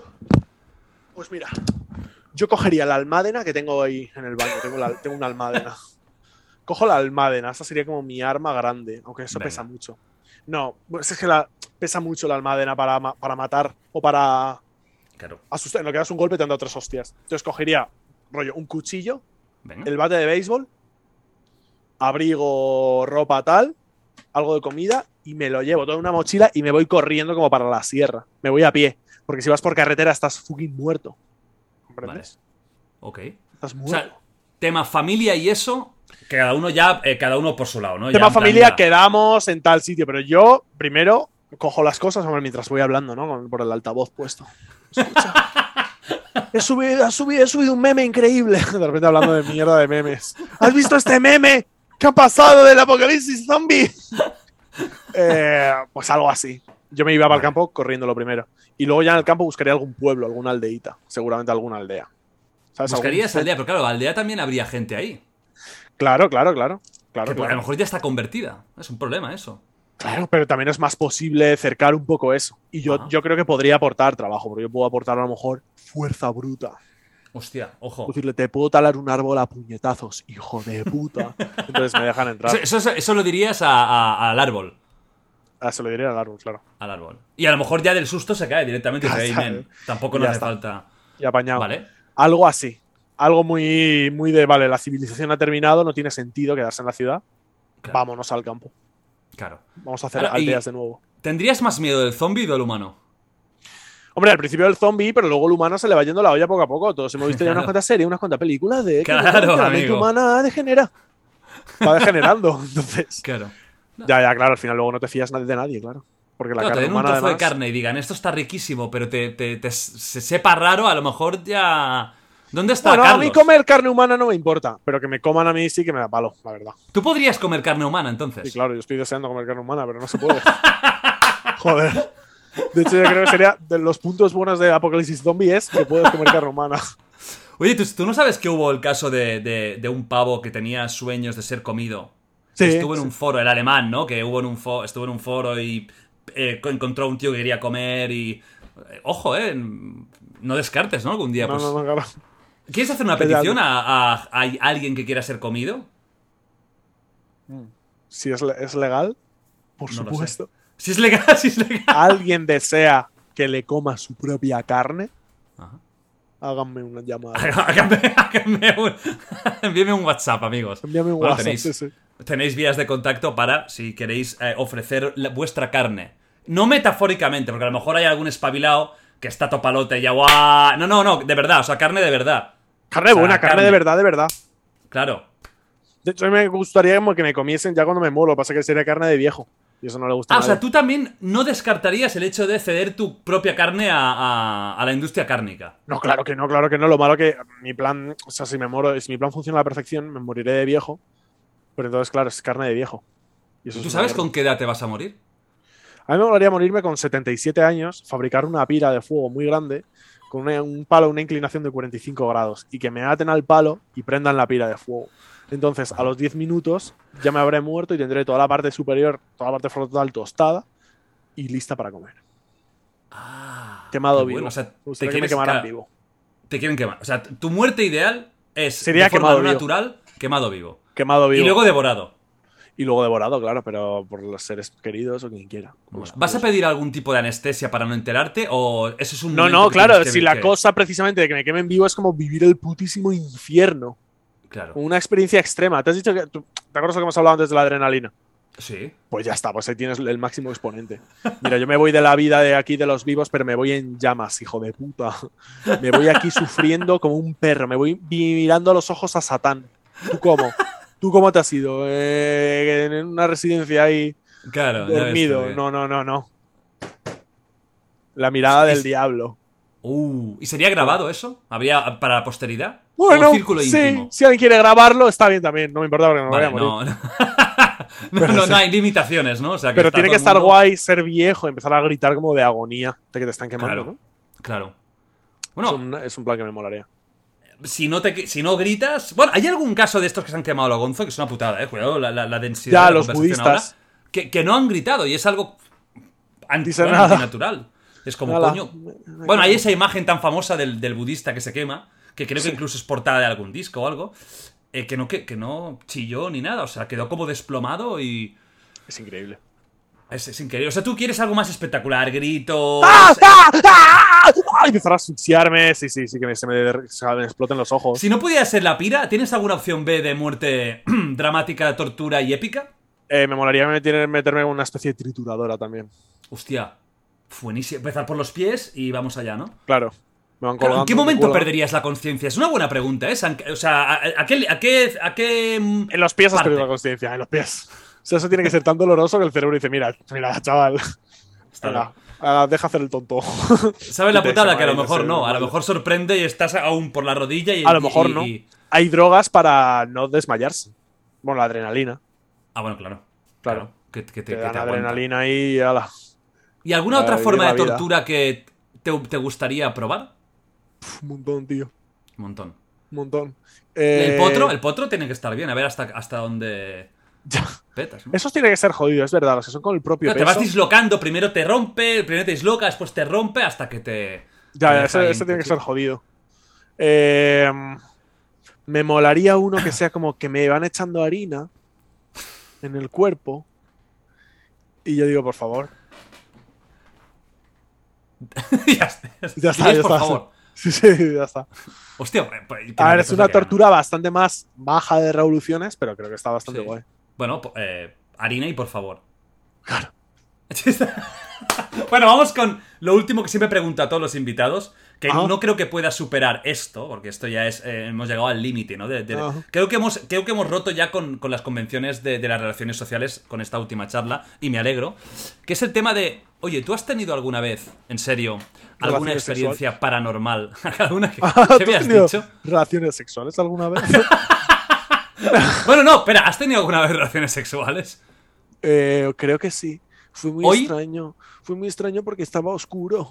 C: Pues mira, yo cogería la almádena que tengo ahí en el baño. Tengo, la- tengo una almádena. Cojo la almádena, esa sería como mi arma grande, aunque eso
B: Venga.
C: pesa mucho. No, pues es que la, pesa mucho la almádena para, ma- para matar o para
B: Claro.
C: asustar. En lo que das un golpe te han dado tres hostias. Entonces cogería, rollo, un cuchillo,
B: Venga.
C: el bate de béisbol, abrigo, ropa tal, algo de comida y me lo llevo toda en una mochila y me voy corriendo como para la sierra. Me voy a pie, porque si vas por carretera estás fucking muerto.
B: Vale.
C: ¿Comprendes?
B: Ok.
C: Estás
B: O
C: muerto.
B: sea, tema familia y eso, que cada uno ya, eh, cada uno por su lado, ¿no? Ya
C: Tema
B: en plan,
C: familia,
B: ya.
C: quedamos en tal sitio, pero yo primero cojo las cosas hombre, mientras voy hablando, ¿no? Con- por el altavoz puesto. Escucha. He subido, he subido, he subido un meme increíble. De repente hablando de mierda de memes. ¿Has visto este meme? ¿Qué ha pasado del apocalipsis zombie? Eh, pues algo así. Yo me iba para el
B: Vale.
C: campo corriendo lo primero. Y luego ya en el campo buscaría algún pueblo, alguna aldeíta. Seguramente alguna aldea. ¿Sabes?
B: Buscarías
C: Algún-
B: aldea, pero claro, aldea también habría gente ahí.
C: Claro, claro, claro. Claro,
B: Que a lo
C: claro.
B: mejor ya está convertida. Es un problema eso.
C: Claro, pero también es más posible cercar un poco eso. Y yo,
B: Ajá.
C: yo creo que podría aportar trabajo, porque yo puedo aportar a lo mejor fuerza bruta.
B: Hostia, ojo.
C: Decirle, te puedo talar un árbol a puñetazos, hijo de puta. Entonces me dejan entrar.
B: Eso, eso- eso lo dirías a- a- al árbol.
C: Ah, se lo diría al árbol, claro.
B: Al árbol. Y a lo mejor ya del susto se cae directamente y
C: Ya
B: dice,
C: está,
B: "Ey, men,
C: eh.
B: tampoco
C: Y
B: nos
C: ya
B: hace
C: está.
B: falta."
C: Y apañado.
B: Vale.
C: Algo así. Algo muy, muy de, vale, la civilización ha terminado, no tiene sentido quedarse en la ciudad.
B: Claro.
C: Vámonos al campo.
B: Claro.
C: Vamos a hacer
B: Ahora, y-
C: aldeas de nuevo.
B: ¿Tendrías más miedo del zombie o del humano?
C: Hombre, al principio el zombie, pero luego el humano se le va yendo la olla poco a poco. Todos hemos visto ya
B: Claro.
C: unas cuantas series, unas cuantas películas de que
B: Claro,
C: la mente
B: amigo.
C: humana degenera. Va degenerando. Entonces,
B: Claro.
C: ya, ya, claro, al final luego no te fías de nadie, claro. Porque la
B: Claro, te
C: carne
B: den un
C: humana
B: trozo de
C: además-
B: carne y digan, esto está riquísimo, pero te, te- te se sepa raro, a lo mejor ya... ¿Dónde está
C: Bueno, a
B: Carlos?
C: mí comer carne humana no me importa, pero que me coman a mí sí que me da palo, la verdad.
B: Tú podrías comer carne humana, entonces.
C: Sí, claro, yo estoy deseando comer carne humana, pero no se puede. Joder. De hecho, yo creo que sería de los puntos buenos de Apocalipsis Zombie es que puedes comer carne humana.
B: Oye, ¿tú, tú no sabes que hubo el caso de, de- de un pavo que tenía sueños de ser comido?
C: Sí,
B: Estuvo en
C: sí.
B: un foro, el alemán, ¿no? Que hubo en un fo- estuvo en un foro y eh, encontró a un tío que quería comer y... eh, Ojo, ¿eh? No descartes, ¿no? Algún día,
C: No,
B: pues...
C: no, no, claro.
B: ¿Quieres hacer una
C: Que ya-
B: petición a, a- a alguien que quiera ser comido?
C: Si es, le- es legal, por
B: No lo sé.
C: supuesto.
B: Si es legal, si es legal.
C: ¿Alguien desea que le coma su propia carne?
B: Ajá.
C: Háganme una llamada.
B: Háganme, háganme un... Envíeme un WhatsApp, amigos.
C: Envíame un
B: Bueno,
C: WhatsApp.
B: tenéis,
C: sí, sí.
B: tenéis vías de contacto para, si queréis, eh, ofrecer la- vuestra carne. No metafóricamente, porque a lo mejor hay algún espabilado que está topalote y ya, ¡guau! No, no, no, de verdad, o sea, carne de verdad.
C: Carne
B: O sea,
C: buena, carne, de verdad, de verdad.
B: Claro.
C: De hecho, a mí me gustaría como que me comiesen ya cuando me muero. Lo que pasa es que sería carne de viejo. Y eso no le gusta
B: Ah,
C: a
B: o sea,
C: nadie.
B: tú también no descartarías el hecho de ceder tu propia carne a, a- a la industria cárnica.
C: No, claro que no, claro que no. Lo malo que mi plan, o sea, si me muero, si mi plan funciona a la perfección, me moriré de viejo. Pero entonces, claro, es carne de viejo. Y eso
B: ¿Tú
C: es
B: sabes
C: una mierda.
B: con qué edad te vas a morir?
C: A mí me molaría morirme con setenta y siete años, fabricar una pira de fuego muy grande, con una- un palo, una inclinación de cuarenta y cinco grados, y que me aten al palo y prendan la pira de fuego. Entonces, a los diez minutos ya me habré muerto y tendré toda la parte superior, toda la parte frontal tostada y lista para comer.
B: Ah,
C: Quemado
B: qué
C: vivo.
B: bueno. O sea,
C: Me
B: te
C: gustaría que me
B: quieres
C: quemaran
B: ca-
C: vivo.
B: Te quieren quemar. O sea, tu muerte ideal es
C: Sería
B: de forma
C: quemado
B: no
C: vivo.
B: natural, quemado vivo.
C: Quemado vivo.
B: Y luego devorado.
C: Y luego devorado, claro, pero por los seres queridos o quien quiera.
B: Mola. ¿Vas a pedir algún tipo de anestesia para no enterarte? ¿O eso es un
C: No,
B: momento
C: no,
B: que
C: claro,
B: tienes que
C: si
B: vi-
C: la
B: que-
C: cosa precisamente de que me quemen vivo es como vivir el putísimo infierno.
B: Claro.
C: Una experiencia extrema. ¿Te has dicho que... tú- ¿Te acuerdas lo que hemos hablado antes de la adrenalina?
B: Sí.
C: Pues ya está, pues ahí tienes el máximo exponente. Mira, yo me voy de la vida de aquí de los vivos, pero me voy en llamas, hijo de puta. Me voy aquí sufriendo como un perro, me voy mirando a los ojos a Satán. ¿Tú cómo? ¿Tú cómo te has ido? Eh, en una residencia ahí
B: Claro. ya ves
C: dormido.
B: tú que-
C: No, no, no, no. La mirada
B: Es-
C: del diablo.
B: Uh, ¿y sería grabado eso? ¿Habría para la posteridad?
C: Bueno,
B: ¿O un círculo
C: sí,
B: íntimo?
C: si alguien quiere grabarlo, está bien también. No me importa porque no me
B: Vale,
C: voy a morir.
B: no. No, no, no hay limitaciones, ¿no? O sea, que
C: Pero
B: está
C: tiene
B: todo
C: que
B: el
C: estar
B: mundo-
C: guay ser viejo y empezar a gritar como de agonía de que te están quemando,
B: Claro.
C: ¿no?
B: Claro.
C: Es,
B: Bueno,
C: un, es un plan que me molaría.
B: si no, te, si no gritas... Bueno, ¿hay algún caso de estos que se han quemado a lo gonzo? Que es una putada, ¿eh? Cuidado, la, la, la densidad
C: Ya,
B: de la
C: los
B: conversación
C: budistas.
B: ahora. Que, que no han gritado y es algo anti,
C: Dice
B: bueno,
C: nada.
B: antinatural. Es como,
C: Ala.
B: coño... Bueno, hay esa imagen tan famosa del, del budista que se quema, que creo que incluso es portada de algún disco o algo, eh, que, no, que, que no chilló ni nada, o sea, quedó como desplomado y...
C: Es increíble.
B: Es, es increíble. O sea, tú quieres algo más espectacular, gritos...
C: ¡Ah! ¡Ah! ¡Ah! ¡Ah! Y empezar a asfixiarme. Sí, sí, sí, que me- se, me, der- se me exploten los ojos.
B: Si no pudiera ser la pira, ¿tienes alguna opción B de muerte dramática, tortura y épica?
C: Eh, me molaría meter- meterme en una especie de trituradora también.
B: Hostia, buenísimo. Empezar por los pies y vamos allá, ¿no?
C: Claro. Me van
B: Claro,
C: colgando.
B: ¿en qué
C: me
B: momento
C: cuelgan.
B: perderías la conciencia? Es una buena pregunta, ¿eh? San- O sea, ¿a, a qué, a qué, a qué mm,
C: En los pies has
B: parte?
C: perdido la conciencia, en los pies. O sea, eso tiene que ser tan doloroso que el cerebro dice, mira, mira, chaval.
B: Está
C: Venga, ah, deja hacer el tonto.
B: ¿Sabes la
C: Y te
B: putada? Que a lo
C: desaparece,
B: mejor
C: sí,
B: no. A lo
C: normal.
B: mejor sorprende y estás aún por la rodilla y...
C: A lo
B: y-
C: mejor
B: y-
C: no.
B: y-
C: Hay drogas para no desmayarse. Bueno, la adrenalina.
B: Ah, bueno, claro.
C: Claro.
B: Claro. Que, que te,
C: Te
B: que
C: dan
B: te aguanta.
C: adrenalina y ala.
B: ¿Y alguna
C: Para
B: otra
C: vivir
B: forma
C: la
B: de
C: vida.
B: tortura que te, te gustaría probar?
C: Pf, un montón, tío.
B: Un montón.
C: Un montón.
B: El
C: Eh,
B: potro, el potro tiene que estar bien, a ver hasta, hasta dónde
C: ya.
B: petas, ¿no?
C: Esos tiene que ser jodidos, es verdad. Los que son con el propio
B: Claro, te
C: peso.
B: vas dislocando, primero te rompe, primero te disloca, después te rompe hasta que te...
C: Ya,
B: te
C: ya,
B: deja
C: ese,
B: ahí
C: ese
B: un
C: tiene que
B: poquito.
C: ser jodido. Eh, me molaría uno que sea como que me van echando harina en el cuerpo. Y yo digo, por favor.
B: ya está.
C: Ya está,
B: Diles,
C: ya
B: por
C: está.
B: favor.
C: Sí, sí, ya está.
B: Hostia, pues, pues, que
C: A
B: me
C: ver, es una
B: apetece
C: tortura bastante más baja de revoluciones, pero creo que está bastante
B: Sí.
C: guay.
B: Bueno, po- eh, harina y por favor.
C: Claro.
B: Bueno, vamos con lo último que siempre pregunto a todos los invitados, que
C: Ajá.
B: no creo que pueda superar esto, porque esto ya es, eh, hemos llegado al límite, ¿no? De- de-
C: Ajá.
B: creo, que hemos, creo que hemos roto ya con, con las convenciones de, de las relaciones sociales con esta última charla, y me alegro, que es el tema de, oye, ¿tú has tenido alguna vez, en serio, alguna
C: Relaciones
B: experiencia paranormal? ¿Alguna que,
C: ¿Tú
B: ¿qué
C: has
B: me has
C: tenido
B: dicho?
C: relaciones sexuales alguna vez?
B: Bueno, no, espera, ¿has tenido alguna vez relaciones sexuales?
C: Eh, creo que sí. Fue muy
B: ¿Hoy?
C: extraño. Fue muy extraño porque estaba oscuro.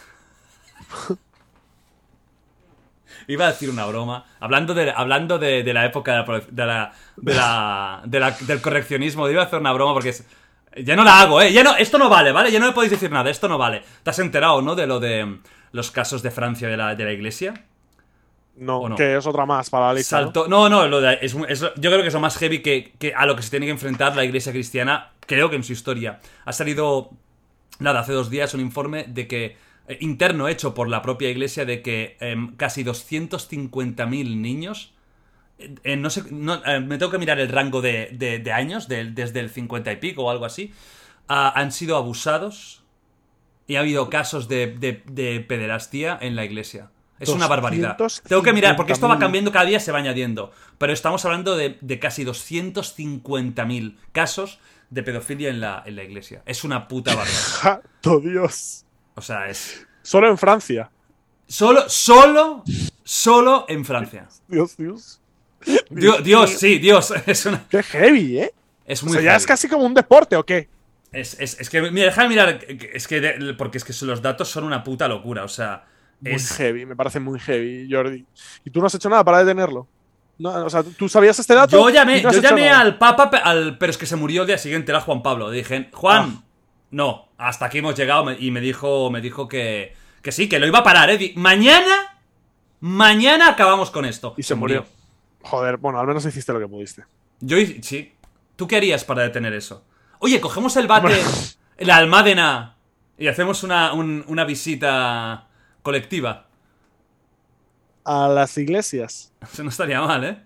B: Iba a decir una broma. Hablando de, hablando de, de la época de la, pro- de la, de la- de la- del correccionismo, iba a hacer una broma porque es- ya no la hago, ¿eh? Ya no, esto no vale, ¿vale? Ya no me podéis decir nada, esto no vale. ¿Te has enterado, no? De lo de los casos de Francia de la, de la iglesia.
C: No,
B: no?
C: que es otra más para la lista.
B: Saltó. No, no, lo de, es, es- yo creo que es lo más heavy que, que a lo que se tiene que enfrentar la iglesia cristiana, creo que en su historia. Ha salido, nada, hace dos días un informe de que, eh, interno hecho por la propia iglesia, de que em, casi doscientos cincuenta mil niños, eh, eh, no sé, no, eh, me tengo que mirar el rango de, de- de años, de- desde el cincuenta y pico o algo así, ah, han sido abusados y ha habido casos de, de, de pederastía en la iglesia. Es una barbaridad. Tengo que mirar, porque esto va cambiando cada día, se va añadiendo. Pero estamos hablando de, de casi doscientos cincuenta mil casos de pedofilia en la, en la iglesia. Es una puta barbaridad.
C: ¡Santo Dios!
B: O sea, es...
C: Solo en Francia.
B: Solo, solo, solo en Francia.
C: Dios, Dios.
B: Dios, Dios, sí, Dios. Es una...
C: ¡Qué heavy, eh!
B: Es
C: O
B: muy
C: sea, ya
B: heavy.
C: es casi como un deporte, ¿o qué?
B: Es, es, es que, mira, déjame mirar, es que, de- porque es que los datos son una puta locura, o sea...
C: Muy
B: Es,
C: heavy, me parece muy heavy, Jordi. ¿Y tú no has hecho nada para detenerlo? No, o sea, ¿tú sabías este dato?
B: Yo llamé,
C: y no has
B: yo
C: hecho
B: llamé
C: nada?
B: al Papa, pe- al, pero es que se murió el día siguiente, era Juan Pablo. Dije, Juan,
C: Ah.
B: no, hasta aquí hemos llegado. me- Y me dijo, me dijo que, que sí, que lo iba a parar, ¿eh? Di- Mañana, mañana acabamos con esto.
C: Y se murió. Joder, bueno, al menos hiciste lo que pudiste.
B: Yo, hi- sí. ¿Tú qué harías para detener eso? Oye, cogemos el bate, la Almádena, y hacemos una, un- una visita colectiva.
C: A las iglesias.
B: Eso no estaría mal, ¿eh?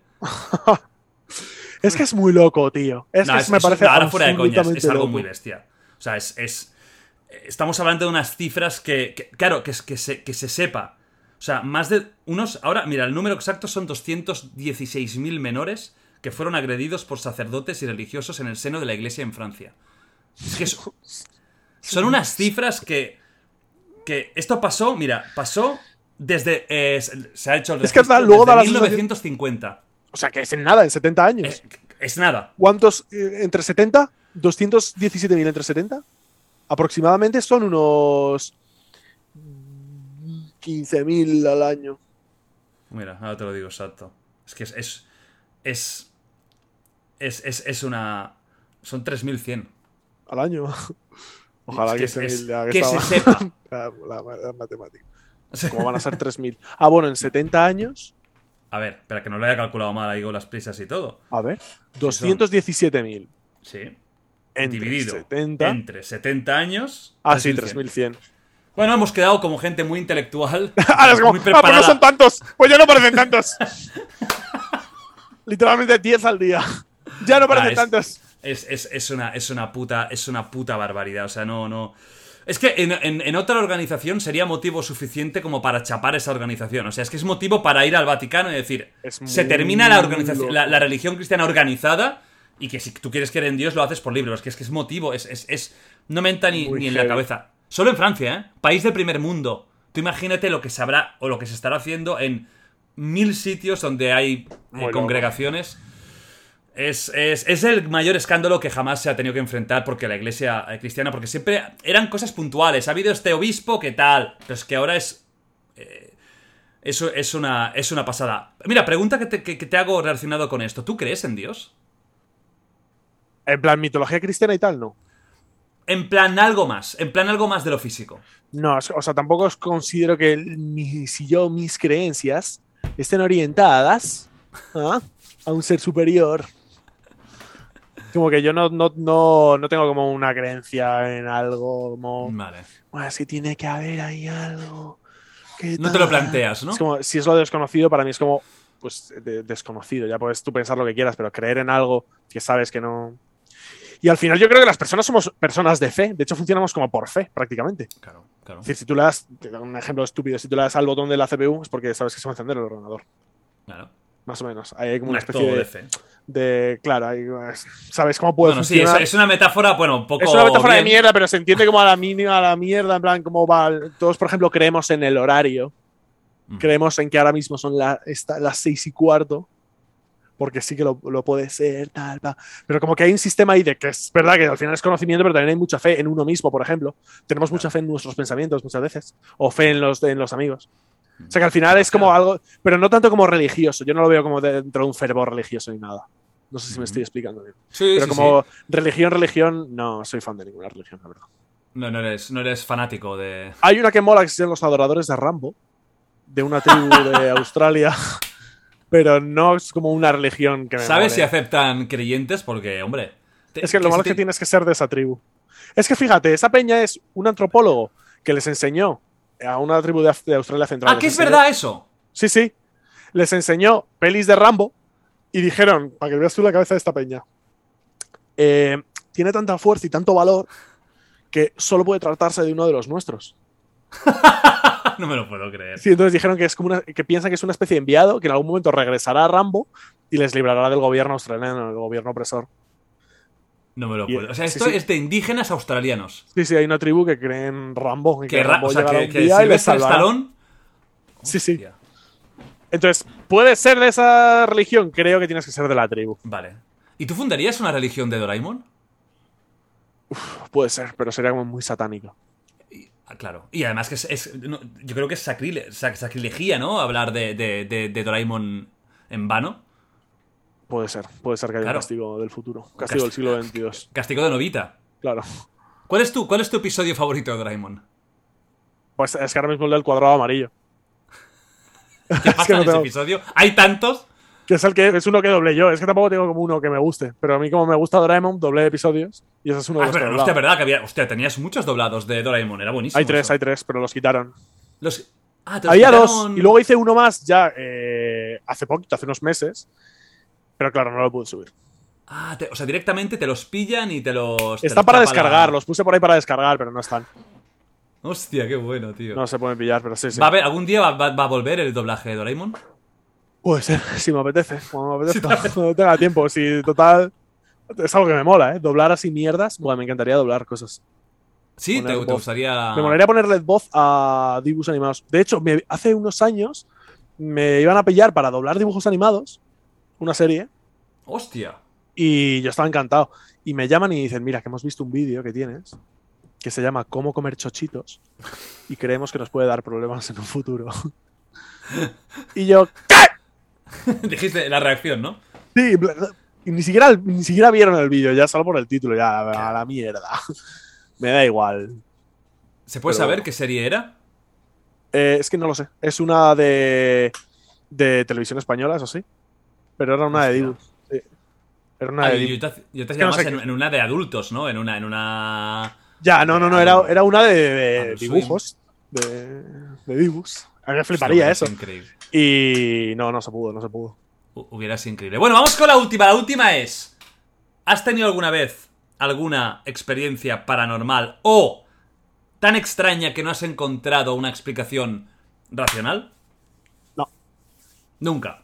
C: Es que es muy loco, tío. Es
B: No,
C: que
B: es-
C: me
B: es-
C: parece
B: no, ahora fuera de coñas, es
C: absolutamente
B: algo
C: loco.
B: muy bestia. O sea, es, es- estamos hablando de unas cifras que, que- claro, que, es- que, se, que se sepa. O sea, más de unos... Ahora, mira, el número exacto son doscientos dieciséis mil menores que fueron agredidos por sacerdotes y religiosos en el seno de la iglesia en Francia. Es que es- son unas cifras que... Que esto pasó, mira, pasó desde... eh, se se ha hecho el
C: Es que
B: registro
C: luego
B: desde
C: da la
B: mil novecientos cincuenta.
C: O sea, que es en nada, en setenta años.
B: Es, es nada.
C: ¿Cuántos? eh, ¿Entre setenta? ¿doscientos diecisiete mil entre setenta? Aproximadamente son unos quince mil al año.
B: Mira, ahora te lo digo exacto. Es que es. Es. Es. Es, es, es una. Son tres mil cien.
C: Al año. Ojalá
B: Es
C: que,
B: que
C: se,
B: es-
C: ya
B: que se
C: estaba-
B: sepa.
C: la, la- la matemática. ¿Cómo van a ser tres mil? Ah, bueno, en setenta años.
B: A ver, espera, que no lo haya calculado mal ahí con las prisas y todo.
C: A ver. doscientos diecisiete mil.
B: Sí.
C: Entre
B: Dividido
C: setenta.
B: entre setenta años.
C: Ah, sí,
B: tres mil cien.
C: tres mil cien.
B: Bueno, hemos quedado como gente muy intelectual.
C: Ahora es como,
B: muy
C: ah, pues no
B: preparada.
C: son tantos. Pues ya no parecen tantos. Literalmente diez al día. Ya no parecen
B: Ah, es-
C: tantos.
B: Es, es, es una, es una puta. Es una puta barbaridad. O sea, no, no. Es que en, en- en otra organización sería motivo suficiente como para chapar esa organización. O sea, es que es motivo para ir al Vaticano y decir.
C: Es
B: Se
C: muy
B: termina la organización.
C: loco.
B: La, la religión cristiana organizada. Y que si tú quieres creer en Dios, lo haces por libre. Es que es que es motivo. Es. es, es- no me entra ni,
C: Muy
B: ni en la
C: heavy.
B: cabeza. Solo en Francia, ¿eh? País del primer mundo. Tú imagínate lo que se habrá o lo que se estará haciendo en mil sitios donde hay eh,
C: Muy loco.
B: congregaciones. Es, es, es el mayor escándalo que jamás se ha tenido que enfrentar porque la iglesia eh, cristiana, porque siempre eran cosas puntuales. Ha habido este obispo, ¿qué tal? Pero es que ahora es. eh, eso es una, es una pasada. Mira, pregunta que te, que- que te hago relacionado con esto. ¿Tú crees en Dios?
C: En plan, mitología cristiana y tal, no.
B: En plan algo más. En plan algo más de lo físico.
C: No, o sea, tampoco os considero que mi- si yo, mis creencias estén orientadas ¿ah? a un ser superior. Como que yo no, no, no, no tengo como una creencia en algo como.
B: Vale.
C: Bueno, es que tiene que haber ahí algo. ¿Qué
B: No te lo
C: tal?".
B: planteas, ¿no?
C: Es como, si es lo desconocido, para mí es como, pues, de- desconocido. Ya puedes tú pensar lo que quieras, pero creer en algo que sabes que no. Y al final yo creo que las personas somos personas de fe. De hecho, funcionamos como por fe, prácticamente.
B: Claro, claro.
C: Es decir, si tú le das, te doy un ejemplo estúpido, si tú le das al botón de la C P U es porque sabes que se va a encender el ordenador.
B: Claro.
C: Más o menos. Ahí hay como
B: Un
C: una
B: acto
C: especie de,
B: de fe.
C: de- Claro, ahí, pues, sabes cómo puede
B: Bueno, sí, es,
C: funcionar.
B: es una metáfora, bueno, un poco.
C: Es una metáfora de
B: bien.
C: mierda, pero se entiende como a la mínima, a la mierda, en plan, cómo va. Todos, por ejemplo, creemos en el horario.
B: Ujú.
C: Creemos en que ahora mismo son la- esta- las seis y cuarto. Porque sí que lo, lo puede ser, tal, tal. Pero como que hay un sistema ahí de que es verdad que al final es conocimiento, pero también hay mucha fe en uno mismo, por ejemplo. Tenemos mucha fe en nuestros pensamientos muchas veces. O fe en los, en los amigos. O sea que al final es como algo. Pero no tanto como religioso. Yo no lo veo como dentro de un fervor religioso ni nada. No sé si me estoy explicando bien.
B: Sí,
C: Pero
B: sí,
C: como
B: sí.
C: religión, religión, no soy fan de ninguna religión, la verdad.
B: No, no eres, no eres fanático de.
C: Hay una que mola que se llama Los Adoradores de Rambo. de una tribu de Australia, pero no es como una religión que me
B: ¿Sabes
C: mole.
B: si aceptan creyentes? Porque, hombre... te-
C: Es que lo malo es
B: te-
C: que tienes que ser de esa tribu. Es que fíjate, esa peña es un antropólogo que les enseñó a una tribu de, de Australia Central.
B: Ah,
C: les
B: que es
C: enseñó-
B: verdad eso.
C: Sí, sí. Les enseñó pelis de Rambo y dijeron, para que veas tú la cabeza de esta peña, eh, tiene tanta fuerza y tanto valor que solo puede tratarse de uno de los nuestros.
B: No me lo puedo creer.
C: Sí, entonces dijeron que es como una, que piensan que es una especie de enviado que en algún momento regresará a Rambo y les librará del gobierno australiano, del gobierno opresor.
B: No me lo
C: Y-
B: puedo. O sea,
C: sí,
B: esto
C: sí.
B: es de indígenas australianos.
C: Sí, sí, hay una tribu que cree en Rambo. Y que,
B: Que, Ra-
C: Rambo
B: o sea,
C: llegará
B: que,
C: un
B: que
C: día y les
B: Sylvester
C: salvará.
B: Stallone...
C: Sí, sí.
B: Hostia.
C: Entonces, ¿puedes ser de esa religión? Creo que tienes que ser de la tribu.
B: Vale. ¿Y tú fundarías una religión de Doraemon?
C: Puede ser, pero sería como muy satánico.
B: Y- ah, claro. Y además que es... es- no, yo creo que es sacrile- sac- sacrilegía, ¿no? Hablar de, de- de- de Doraemon en vano.
C: Puede ser, puede ser que haya
B: Claro.
C: un castigo del futuro. Castigo del siglo veintidós.
B: Castigo de Novita.
C: Claro.
B: ¿Cuál es tu, cuál es tu episodio favorito de Doraemon?
C: Pues es que ahora mismo el del cuadrado amarillo.
B: ¿Qué pasa
C: que no
B: en ese
C: tengo-
B: episodio? ¿Hay tantos?
C: Que es el que es uno que doblé yo. Es que tampoco tengo como uno que me guste. Pero a mí, como me gusta Doraemon, doblé episodios. Y ese es uno de
B: Ah,
C: los que he
B: pero,
C: doblado.
B: hostia, verdad que había... Hostia, tenías muchos doblados de Doraemon. Era buenísimo
C: Hay tres,
B: eso.
C: hay tres, pero los quitaron.
B: Los... Ah, te los
C: Había
B: quitaron-
C: dos. Y luego hice uno más ya eh, hace poquito, hace unos meses. Pero claro, no lo pude subir.
B: Ah, te- o sea, directamente te los pillan y te los... te
C: Está
B: los
C: para
B: tapa
C: descargar.
B: la-
C: Los puse por ahí para descargar, pero no están.
B: Hostia, qué bueno, tío.
C: No se pueden pillar, pero sí, sí.
B: ¿Va a haber, ¿Algún día va, va- va a volver el doblaje de Doraemon?
C: Puede ser, si me apetece. Cuando me apetezca, cuando tenga tiempo. Si total. Es algo que me mola, ¿eh? Doblar así mierdas. Bueno, me encantaría doblar cosas.
B: Sí, te,
C: Poner
B: te
C: voz.
B: gustaría...
C: Me molaría ponerle voz a dibujos animados. De hecho, me- hace unos años me iban a pillar para doblar dibujos animados, una serie,
B: Hostia.
C: y yo estaba encantado. Y me llaman y dicen, mira, que hemos visto un vídeo que tienes que se llama Cómo comer chochitos y creemos que nos puede dar problemas en un futuro. Y yo,
B: Dijiste la reacción, ¿no?
C: sí, bla- y ni siquiera, ni siquiera vieron el vídeo, ya solo por el título, ya, a la mierda. Me da igual.
B: ¿Se puede
C: Pero
B: saber
C: bueno.
B: qué serie era?
C: Eh, es que no lo sé. Es una de, de televisión española, eso sí. Pero era una de
B: Hostia.
C: dibujos. Sí. Era una
B: Ah,
C: de
B: yo
C: dibujos.
B: te, yo te
C: que no
B: llamabas
C: sé
B: en,
C: qué-
B: en una de adultos, ¿no? En una... En una...
C: Ya, no, no, no. Era, era una de, de
B: Adult
C: dibujos. De, de dibujos. A mí me
B: Hostia,
C: fliparía
B: hubiera
C: eso.
B: sido increíble.
C: Y no, no se pudo, no se pudo.
B: Hu- Hubiera sido increíble. Bueno, vamos con la última. La última es... ¿Has tenido alguna vez alguna experiencia paranormal o tan extraña que no has encontrado una explicación racional?
C: No.
B: Nunca.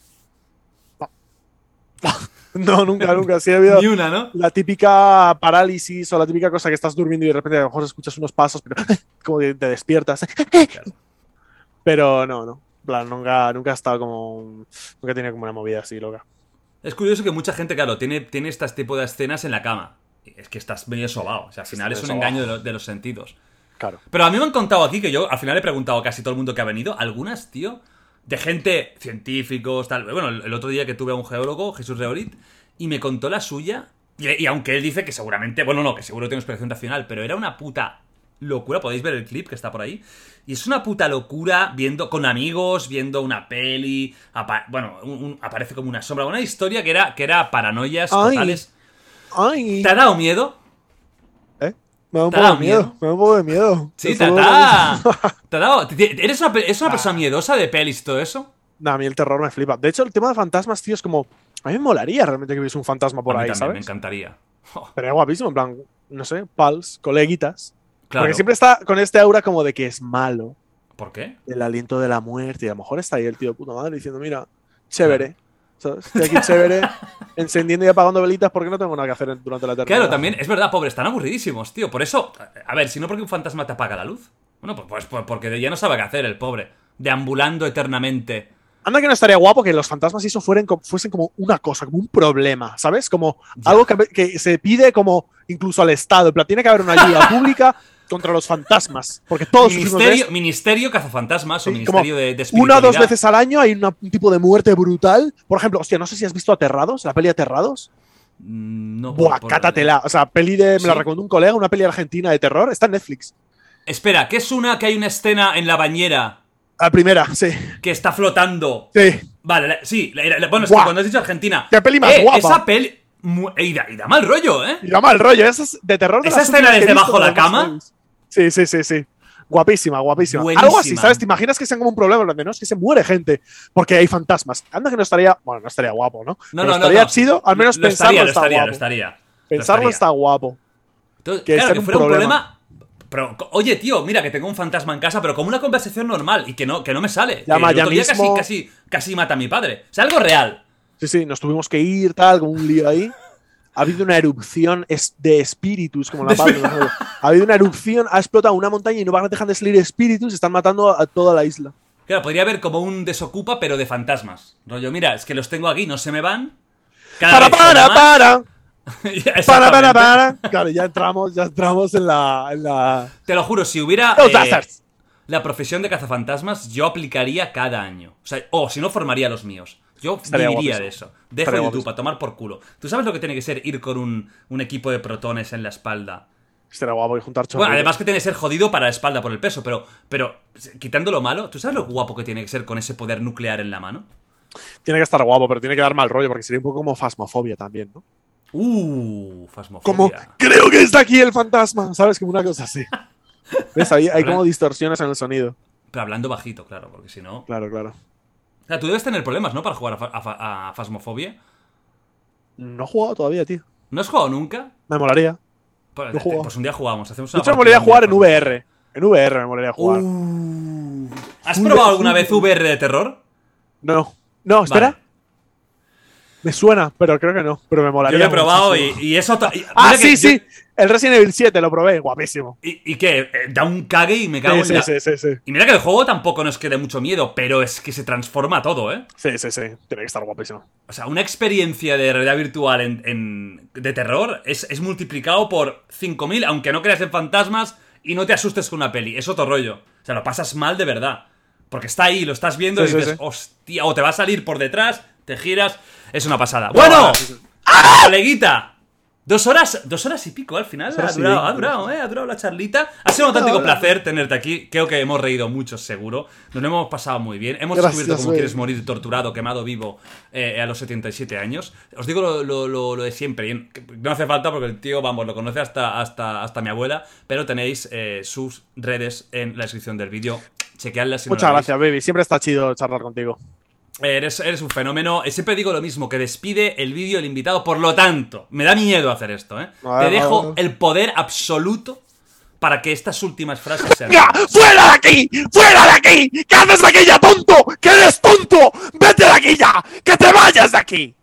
C: No, nunca, nunca. Sí ha habido
B: Ni una, ¿no?
C: la típica parálisis o la típica cosa que estás durmiendo y de repente a lo mejor escuchas unos pasos, pero como que te despiertas. Pero no, no. En plan, nunca, nunca he estado como. Nunca he tenido como una movida así loca.
B: Es curioso que mucha gente, claro, tiene, tiene este tipo de escenas en la cama. Es que estás medio sobao. O sea, al final
C: Estás
B: es un
C: sobao.
B: engaño de, lo- de los sentidos.
C: Claro.
B: Pero a mí me han contado aquí, que yo al final he preguntado a casi todo el mundo que ha venido, algunas, tío, de gente, científicos, tal. Bueno, el, el otro día que tuve a un geólogo, Jesús Reorit, y me contó la suya. Y, y aunque él dice que seguramente, bueno, no, que seguro tiene una explicación racional, pero era una puta locura. Podéis ver el clip que está por ahí. Y es una puta locura viendo con amigos, viendo una peli. apa- bueno, un- un- aparece como una sombra. Una historia que era, que era paranoias
C: Ay.
B: totales.
C: Ay.
B: ¿Te ha dado miedo?
C: ¿Eh? Me da un
B: ¿Te ha
C: poco
B: dado
C: de miedo.
B: miedo?
C: Me da un poco de miedo.
B: Sí,
C: Eso
B: te
C: no-
B: ha te ha dado. te- ¿Eres una, pe- ¿eres una persona miedosa de pelis y todo eso?
C: Nah, a mí el terror me flipa. De hecho, el tema de fantasmas, tío, es como. A mí me molaría realmente que hubiese un fantasma por
B: A mí
C: ahí,
B: también, me
C: ¿sabes?
B: encantaría. Oh,
C: Pero es guapísimo, en plan, no sé, pals, coleguitas.
B: claro.
C: Porque siempre está con este aura como de que es malo,
B: ¿Por qué?
C: el aliento de la muerte. Y a lo mejor está ahí el tío de puta madre diciendo, mira, chévere. ¿Sabes? Estoy aquí chévere, encendiendo y apagando velitas porque no tengo nada que hacer durante la eternidad.
B: Claro, también, es verdad, pobre, están aburridísimos, tío. Por eso, a ver, si no porque un fantasma te apaga la luz. Bueno, pues, pues, pues porque ya no sabe qué hacer el pobre. Deambulando eternamente.
C: Anda que no estaría guapo que los fantasmas y eso fueran, co- fuesen como una cosa, como un problema, ¿sabes? Como
B: Ya.
C: algo que, que se pide como incluso al Estado. En plan, tiene que haber una ayuda pública contra los fantasmas. Porque todos sufrimos de
B: Ministerio,
C: esto.
B: ministerio cazafantasmas o
C: Sí,
B: ministerio
C: como
B: de, de
C: Una o
B: espiritualidad.
C: dos veces al año hay una- un tipo de muerte brutal. Por ejemplo, hostia, no sé si has visto Aterrados, la peli Aterrados.
B: Mm, No,
C: Buah,
B: por- por-
C: cátatela. O sea, peli de. Me la
B: ¿Sí?
C: recomendó un colega, una peli argentina de terror. Está en Netflix.
B: Espera, ¿qué es una que hay una escena en la bañera
C: La primera, sí.
B: Que está flotando.
C: Sí.
B: Vale, la- sí. la- la- bueno, es
C: Guau.
B: que cuando has dicho Argentina.
C: Qué peli más
B: eh,
C: guapa.
B: Esa peli. mu- Y da, y da mal rollo, ¿eh?
C: Y da mal rollo, esa es de terror. De
B: Esa
C: las
B: escena
C: últimas que he
B: desde
C: visto
B: bajo la
C: de los
B: cama.
C: Max. Sí, sí, sí, sí. Guapísima, guapísima.
B: Buenísima.
C: Algo así, ¿sabes? ¿Te imaginas que sean como un problema donde no es que se muere gente porque hay fantasmas? Anda que no estaría. Bueno, no estaría guapo, ¿no?
B: No,
C: Pero
B: no, no.
C: estaría
B: no.
C: chido, al menos
B: Lo
C: pensarlo
B: estaría, lo
C: está
B: estaría,
C: guapo.
B: lo estaría. Lo
C: Pensarlo
B: estaría.
C: está guapo.
B: Entonces,
C: que
B: claro,
C: sea
B: que
C: un
B: fuera un
C: problema.
B: problema. Pero, co- oye, tío, mira que tengo un fantasma en casa, pero como una conversación normal y que no, que no me sale.
C: Llama
B: Que el
C: ya
B: otro día
C: mismo.
B: casi, casi, casi mata a mi padre. O sea, algo real.
C: Sí, sí, nos tuvimos que ir, tal, como un lío ahí. Ha habido una erupción es- de espíritus, como la palma. ¿no? Ha habido una erupción, ha explotado una montaña y no van a dejar de salir espíritus, están matando a toda la isla.
B: Claro, podría haber como un desocupa, pero de fantasmas. Rollo, mira, es que los tengo aquí, no se me van. Cada
C: Para,
B: vez
C: para,
B: son más.
C: para.
B: Ya,
C: Para, para,
B: exactamente.
C: para. Claro, ya entramos, ya entramos en la. En la...
B: Te lo juro, si hubiera
C: Los
B: eh,
C: Bastards.
B: la profesión de cazafantasmas, yo aplicaría cada año. O sea, o si no, formaría los míos. Yo
C: Estaría
B: viviría
C: guapísimo.
B: de eso. Dejo
C: Estaría
B: YouTube
C: guapísimo.
B: a tomar por culo. ¿Tú sabes lo que tiene que ser ir con un, un equipo de protones en la espalda?
C: Será guapo y juntar chorros.
B: Bueno, además que tiene que ser jodido para la espalda por el peso, pero, pero quitando lo malo, ¿tú sabes lo guapo que tiene que ser con ese poder nuclear en la mano?
C: Tiene que estar guapo, pero tiene que dar mal rollo, porque sería un poco como fasmofobia también, ¿no?
B: Uh, fasmofobia.
C: Como, creo que está aquí el fantasma, ¿sabes? Como una cosa así. ¿Ves? Ahí hay como distorsiones en el sonido.
B: Pero hablando bajito, claro, porque si no...
C: Claro, claro.
B: O sea, tú debes tener problemas, ¿no? Para jugar a, fa- a fa- a Phasmophobia.
C: No he jugado todavía, tío.
B: ¿No has jugado nunca?
C: Me molaría.
B: Pues,
C: No he jugado.
B: pues un día jugamos, hacemos
C: De
B: una
C: hecho, me
B: partida
C: molaría
B: un día
C: jugar en
B: con-
C: V R. En V R me molaría jugar.
B: Uh. ¿Has
C: Un
B: probado
C: V-
B: alguna vez V R de terror?
C: No. No, espera.
B: Vale.
C: Me suena, pero creo que no. Pero me molaría.
B: Yo lo he probado y,
C: muchísimo.
B: y eso... to- y-
C: Ah,
B: mira que
C: sí,
B: yo-
C: sí. El Resident Evil siete lo probé. Guapísimo.
B: ¿Y, y qué? Eh, Da un cague y me cago
C: Sí,
B: en
C: sí,
B: la...
C: sí, sí, sí.
B: Y mira que el juego tampoco nos quede mucho miedo, pero es que se transforma todo, ¿eh?
C: Sí, sí, sí. Tiene que estar guapísimo.
B: O sea, una experiencia de realidad virtual en, en- de terror es, es multiplicado por cinco mil, aunque no creas en fantasmas y no te asustes con una peli. Es otro rollo. O sea, lo pasas mal de verdad. Porque está ahí, lo estás viendo
C: Sí,
B: y
C: sí,
B: dices,
C: sí.
B: hostia, o te va a salir por detrás, te giras. Es una pasada.
C: No,
B: ¡Bueno!
C: vale, sí, sí.
B: ¡Coleguita! Dos horas, dos horas y pico al final.
C: Dos
B: Ha
C: horas y
B: durado, ha
C: veinte.
B: durado, eh, ha durado la charlita. Ha sido un auténtico
C: Hola.
B: placer tenerte aquí. Creo que hemos reído mucho, seguro. Nos lo hemos pasado muy bien. Hemos
C: Gracias,
B: descubierto cómo
C: güey.
B: quieres morir torturado, quemado vivo eh, a los setenta y siete años. Os digo lo, lo- lo- lo de siempre. y No hace falta porque el tío, vamos, lo conoce hasta, hasta, hasta mi abuela. Pero tenéis eh, sus redes en la descripción del vídeo. Chequeadlas si no
C: Muchas
B: lo veis.
C: gracias, baby. Siempre está chido charlar contigo.
B: Eres, eres un fenómeno. Eh, Siempre digo lo mismo, que despide el vídeo el invitado. Por lo tanto, me da miedo hacer esto, ¿eh?
C: A ver,
B: Te
C: a
B: dejo
C: ver.
B: el poder absoluto para que estas últimas frases sean...
C: ¡Ya! ¡Fuera de aquí! ¡Fuera de aquí! ¿Qué haces aquí ya, tonto? ¡Que eres tonto! ¡Vete de aquí ya! ¡Que te vayas de aquí!